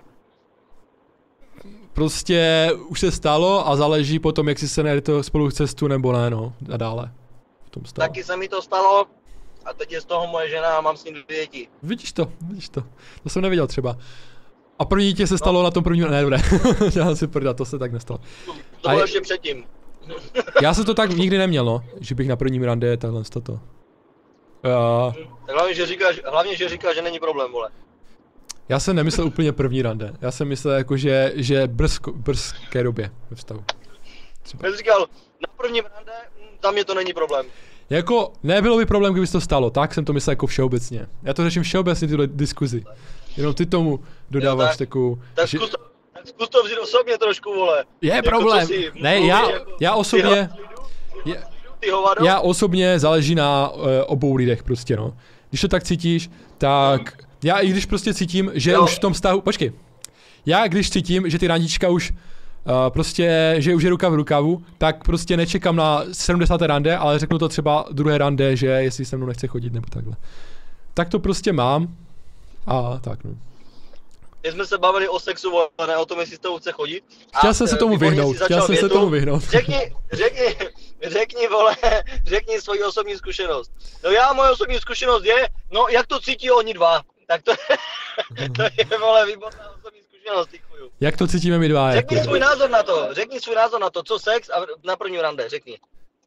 prostě už se stalo a záleží potom, jak si se najde to spolu cestu nebo ne, no, a dále. V tom stalo. Taky se mi to stalo a teď je z toho moje žena a mám s ní dvě děti. Vidíš to, vidíš to. To jsem neviděl třeba. A první dítě se stalo no. na tom prvním, ne, dobré. Já si prda, to se tak nestalo. To A bylo je- ještě předtím. Já jsem to tak nikdy neměl, no, že bych na prvním rande takhle toto. Uh, Tak hlavně, že říkáš, hlavně, že říkáš, že není problém, vole. já jsem nemyslel úplně první rande. Já jsem myslel jako, že, že brzko, brzké době ve vztahu. Já jsi říkal, na prvním rande, hm, tam je to není problém. Jako, nebylo by problém, kdyby se to stalo, tak jsem to myslel jako všeobecně. Já to řeším všeobecně tyhle diskuzi. Jenom ty tomu dodáváš tak- takovou, Tak že zkus to, tak zkus to vzít osobně trošku, vole. je Jako, problém. co si Ne, mluvíš, já, jako, já ty osobně, ho- je, Ty hovado? já osobně záleží na uh, obou lidech prostě, no. Když to tak cítíš, tak já i když prostě cítím, že Jo. už v tom vztahu, počkej. Já když cítím, že ty randička už uh, prostě, že už je ruka v rukavu, tak prostě nečekám na sedmdesáté rande, ale řeknu to třeba druhé rande, že jestli se mnou nechce chodit nebo takhle. Tak to prostě mám a tak no. My jsme se bavili o sexu, vole, ne o tom, jestli s tebou chce chodit. Chtěl A, jsem se eh, tomu výborně vyhnout, jsi začal chtěl jsem se větu. tomu vyhnout. Řekni, řekni, řekni, vole, řekni svoji osobní zkušenost. No já, moje osobní zkušenost je, no jak to cítí oni dva. Tak to, to je, vole, výborná osobní zkušenost, ty chuju. Jak to cítíme my dva, jako. Řekni svůj názor na to, řekni svůj názor na to, co sex a na první rande, řekni.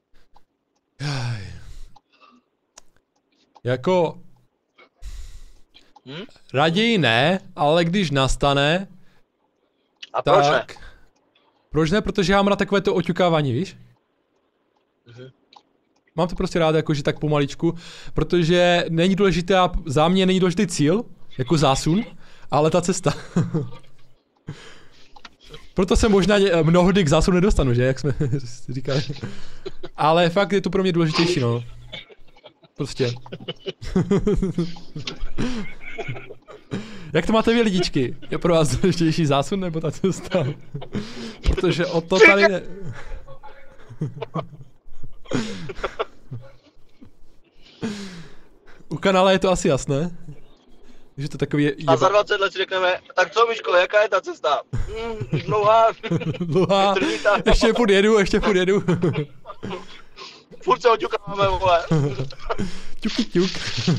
Jako, Hm? raději ne, ale když nastane, A proč ne? tak... Proč ne? Protože já mám na takové to oťukávání, víš? Mhm. Mám to prostě rád jakože tak pomaličku, protože není důležité, za mě není důležitý cíl, jako zásun, ale ta cesta. Proto se možná ně- mnohdy k zásunu nedostanu, že, jak jsme říkali. Ale fakt je to pro mě důležitější, no. Prostě. Jak to máte vy lidičky? Je pro vás důležitější zásun nebo ta cesta? Protože o to tady ne... U kanála je to asi jasné. Že to takový je... A za dvacet let si řekneme, tak co Miško, jaká je ta cesta? Mm, dlouhá. Dlouhá. Ještě furt jedu, ještě furt jedu. Furt se oťukáme, vole. Ťuky ťuk.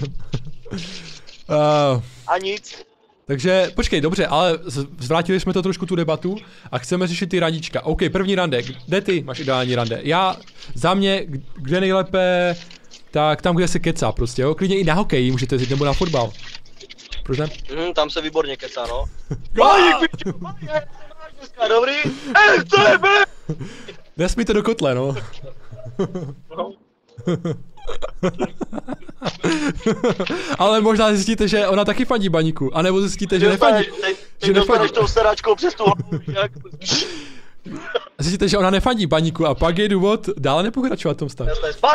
uh, A nic. Takže, počkej, dobře, ale zvrátili jsme to trošku tu debatu a chceme řešit ty randička. OK, první rande, kde ty máš ideální rande? Já, za mě, kde nejlépe, tak tam, kde se kecá prostě, jo? Klidně i na hokej můžete jít, nebo na fotbal. Proč ne? Mm, tam se výborně kecá, no. Májík, piču, máš dneska, dobrý? F C B! Nesmíte do kotle, no. No. Ale možná zjistíte, že ona taky fandí Baníku, anebo zjistíte, že nefandí. Teď, teď dostaneš tou sedačkou přes tu hlavu, jak... Zjistíte, že ona nefandí Baníku a pak je důvod dále nepokračovat v tom stavu.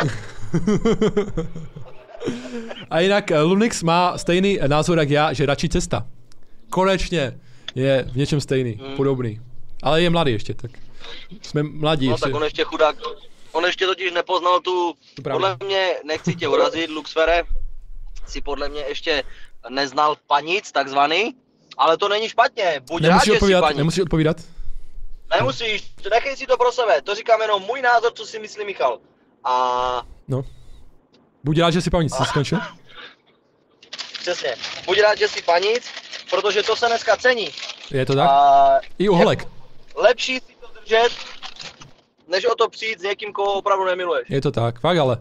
A jinak Lunix má stejný názor jak já, že radši cesta. Konečně je v něčem stejný, hmm. podobný. Ale je mladý ještě, tak jsme mladí. No ještě. Tak on ještě chudák, on ještě totiž nepoznal tu, podle mě, nechci tě urazit, Luxfere, si podle mě ještě neznal panic, takzvaný, ale to není špatně, buď nemusíš rád, odpovídat, že si panic. Nemusíš odpovídat? Nemusíš, nechej si to pro sebe, to říkám jenom můj názor, co si myslí Michal. A... No. Buď rád, že si panic, jsi skončil? Přesně, buď rád, že si panic, protože to se dneska cení. Je to tak? A... I uholek. Lepší si to držet, než o to přijít s někým, koho opravdu nemiluješ. Je to tak, fakt ale.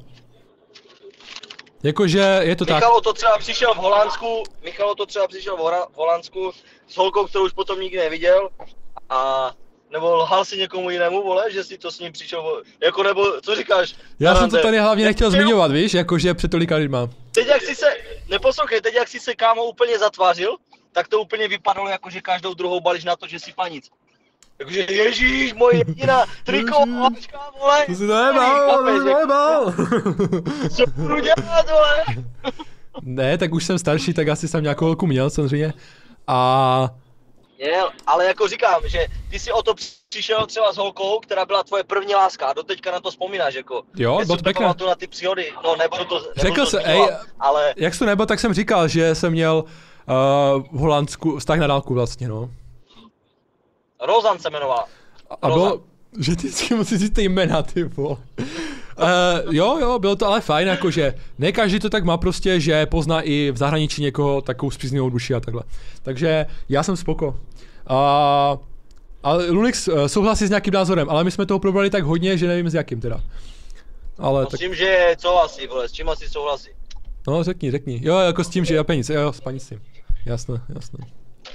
Jakože je to tak. Michalo to třeba přišel v Holandsku, Michalo to třeba přišel v, Hora, v Holandsku s holkou, kterou už potom nikdy neviděl a nebo lhal si někomu jinému, vole, že si to s ním přišel, jako nebo, co říkáš? Já Arande? jsem to tady hlavně nechtěl zmiňovat, víš, jakože před tolika lidma. Teď jak si se, neposlouchej, teď jak si se kámo úplně zatvářil, tak to úplně vypadalo jako, že každou druhou balíš na to, že si panic. Jakože ježíš, moje jediná triko, hlačka, vole. To si to nebal, to si to nebal. Co budu dělat, vole? Ne, tak už jsem starší, tak asi jsem nějakou holku měl samozřejmě. A... Je, ale jako říkám, že ty si o to přišel třeba s holkou, která byla tvoje první láska a doteďka na to vzpomínáš, jako. Jo, bylo to pěkné. Tu na ty příhody, no nebudu to, nebudu Řekl to jsem, zmiňovat, ej, ale... jak jsi to nebyl, tak jsem říkal, že jsem měl uh, v Holandsku vztah na dálku vlastně, no. Rozan se jmenovala. A bylo, že ty si musíš říct ty jména, ty vole. Uh, jo, jo, bylo to ale fajn, jakože ne každý to tak má prostě, že pozná i v zahraničí někoho takovou spříznivou duši a takhle. Takže já jsem spoko. Uh, ale Lunix uh, souhlasí s nějakým názorem, ale my jsme toho probrali tak hodně, že nevím s jakým teda. Ale no tak... s tím, že co asi, vole, s čím asi souhlasí? No řekni, řekni. Jo, jako s tím, že je peníze, jo, s panicím. Jasné, jasné.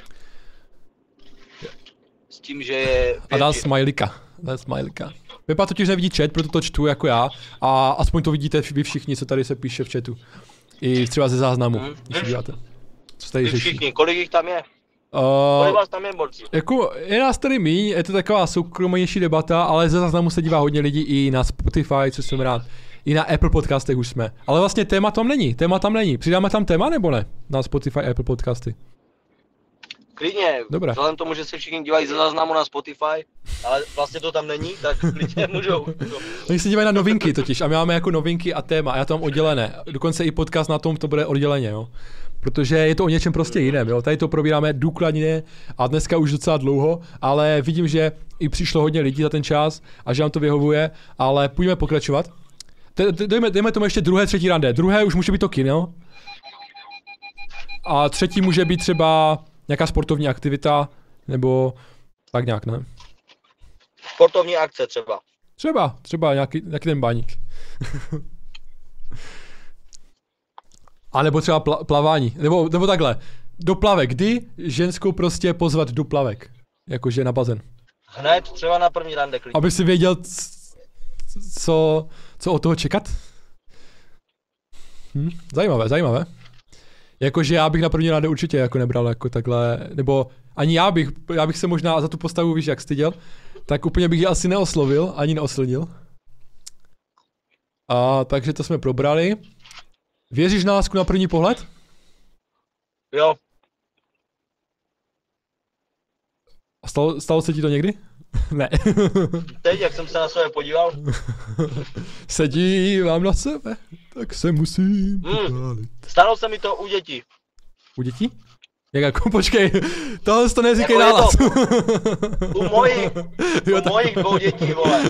S tím, že je... A dal smajlika, dal smajlika. Pepa totiž nevidí chat, proto to čtu jako já. A aspoň to vidíte vy všichni, co tady se píše v chatu. I třeba ze záznamu, hmm. když se díváte. Co tady vy řeší. všichni, kolik jich tam je? Uh, kolik vás tam je, borci? Jako, je nás tady míň, je to taková soukromější debata, ale ze záznamu se dívá hodně lidí i na Spotify, co jsem rád. I na Apple podcastech už jsme. Ale vlastně téma tam není, téma tam není. Přidáme tam téma nebo ne? Na Spotify, Apple podcasty. Klidně, Dobré. Vzhledem tomu, že se všichni dívají ze záznamu na Spotify, ale vlastně to tam není, tak klidně můžou. Oni se dívají na novinky totiž a my máme jako novinky a téma a já to mám oddělené. Dokonce i podcast na tom to bude odděleně, jo. Protože je to o něčem prostě jiném, jo. Tady to probíráme důkladně a dneska už docela dlouho, ale vidím, že i přišlo hodně lidí za ten čas a že nám to vyhovuje, ale půjdeme pokračovat. Dejme, dejme tomu ještě druhé, třetí rande. Druhé už může být to kino. A třetí může být třeba nějaká sportovní aktivita, nebo tak nějak, ne? Sportovní akce třeba. Třeba, třeba nějaký, nějaký ten baník. A nebo třeba pla, plavání, nebo, nebo takhle. Do plavek, kdy ženskou prostě pozvat do plavek? Jakože na bazén. Hned, třeba na první rande klidně. Aby si věděl, co, co od toho čekat? Hm, zajímavé, zajímavé. Jakože já bych na první rande určitě jako nebral jako takhle, nebo ani já bych, já bych se možná za tu postavu, víš, jak styděl, tak úplně bych ji asi neoslovil, ani neoslnil. A takže to jsme probrali. Věříš na lásku na první pohled? Jo. A stalo, stalo se ti to někdy? Ne. Teď, jak jsem se na sebe podíval. Sedí vám na sebe, tak se musím mm. Stalo se mi to u dětí. U dětí? Jak jako, počkej, tohle to neříkej jako nahlas. U mojich, u jo, mojich dvou dětí, vole.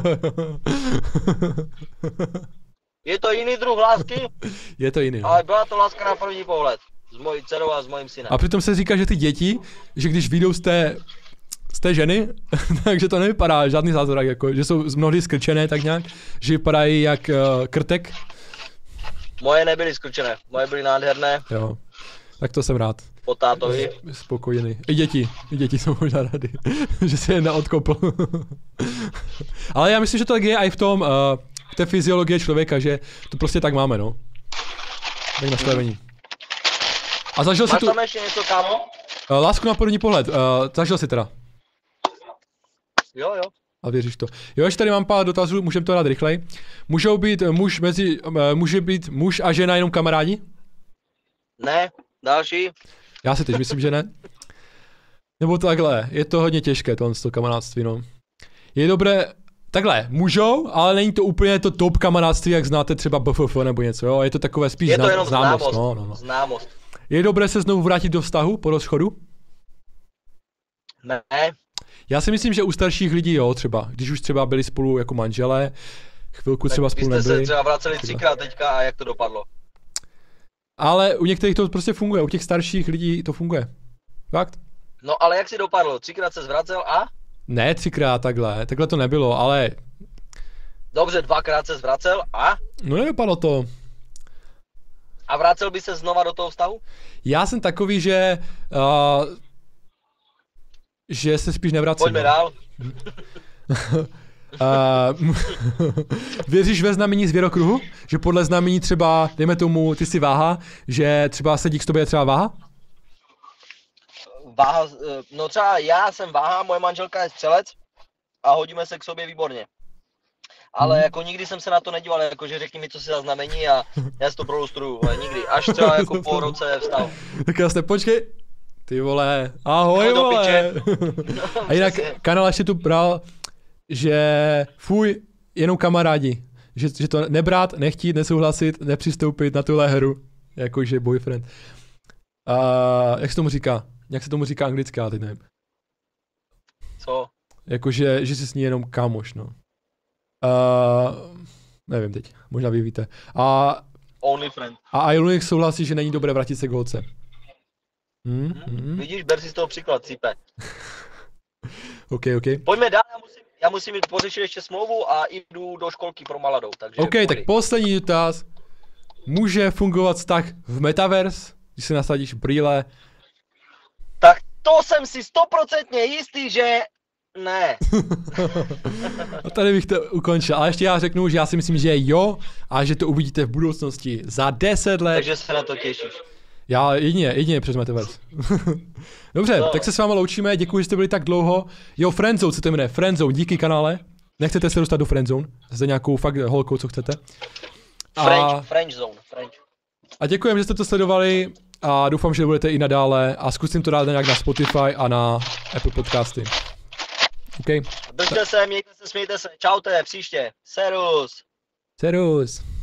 Je to jiný druh lásky? Je to jiný. Ale byla to láska na první pohled. S mojí dcerou a s mojím synem. A přitom se říká, že ty děti, že když vyjdou z té, z té ženy, takže to nevypadá žádný zázrak, jako, že jsou mnohdy skrčené tak nějak, že vypadají jak uh, krtek. Moje nebyly skrčené, moje byly nádherné. Jo, tak to jsem rád. Po tátovi. Spokojený. I děti, i děti jsou možná rády, že se jedna odkopl. Ale já myslím, že to tak je i v tom, uh, v té fyziologie člověka, že to prostě tak máme, no. Tak nastavení. A zažil Máš jsi tu... tam ještě něco, kámo? Uh, lásku na první pohled, uh, zažil jsi teda. Jo, jo. A věříš to. Jo, ještě tady mám pár dotazů, můžeme to dát rychleji. Můžou být muž mezi, uh, může být muž a žena jenom kamarádi? Ne, další. Já si teď myslím, že ne. Nebo takhle, je to hodně těžké, tohle to kamarádství, no. Je dobré, takhle, můžou, ale není to úplně to top kamarádství, jak znáte třeba B F F nebo něco, jo. Je to takové spíš je to jenom známost. známost. No, no, no. Známost. Je dobré se znovu vrátit do vztahu po rozchodu? Ne. Já si myslím, že u starších lidí jo, třeba, když už třeba byli spolu jako manželé, chvilku třeba tak spolu nebyli. Vy jste nebyli. se třeba vraceli třikrát teďka a jak to dopadlo? Ale u některých to prostě funguje, u těch starších lidí to funguje. Fakt? No ale jak si dopadlo? Třikrát se zvracel a? Ne třikrát takhle, takhle to nebylo, ale... Dobře, dvakrát se zvracel a? No nedopadlo to. A vracel by se znova do toho vztahu? Já jsem takový, že... Uh, že se spíš nevracím. Pojďme dál. Uh, věříš ve znamení zvěrokruhu? Že podle znamení třeba, dejme tomu, ty si váha, že třeba sedí k tobě třeba váha? Váha, no třeba já jsem váha, moje manželka je střelec a hodíme se k sobě výborně. Ale jako nikdy jsem se na to nedíval, jakože řekni mi, co si za znamení a já si to prolustruju, ale nikdy. Až třeba jako po roce vstal. Tak jasně, počkej. Ty vole, ahoj no, vole. No, a jinak kanál ještě tu bral, že fuj, jenom kamarádi. Že, že to nebrát, nechtít, nesouhlasit, nepřistoupit na tuhle hru. Jakože boyfriend. A jak se tomu říká? Jak se tomu říká anglicky, já teď nevím. Co? Jakože, že jsi s ní jenom kámoš, no. Uh, nevím teď, možná vy víte. A, Only friend. a Ironik souhlasí, že není dobré vrátit se k holce. Hmm, hmm. hmm. Vidíš, ber si z toho příklad, cípe. OK, OK. Pojďme dál, já musím, já musím jít pořešit ještě smlouvu a jdu do školky pro maladou, takže... OK, pojď. Tak poslední dotaz. Může fungovat vztah v Metaverse, když si nasadíš brýle? Tak to jsem si stoprocentně jistý, že ne. A tady bych to ukončil, ale ještě já řeknu, že já si myslím, že jo a že to uvidíte v budoucnosti za deset let. Takže se na to těšíš. Já jedině, jedině přes Metaverse. Dobře, no. Tak se s vámi loučíme, děkuji, že jste byli tak dlouho. Jo, Friendzone se to jmenuje, Friendzone, díky kanále. Nechcete se dostat do Friendzone, za nějakou fakt holkou, co chcete. French, a... French zone, French. A děkujem, že jste to sledovali a doufám, že budete i nadále a zkusím to dát nějak na Spotify a na Apple Podcasty. OK. Držte se, mějte se, smějte se, čaute, příště. Serus. Serus.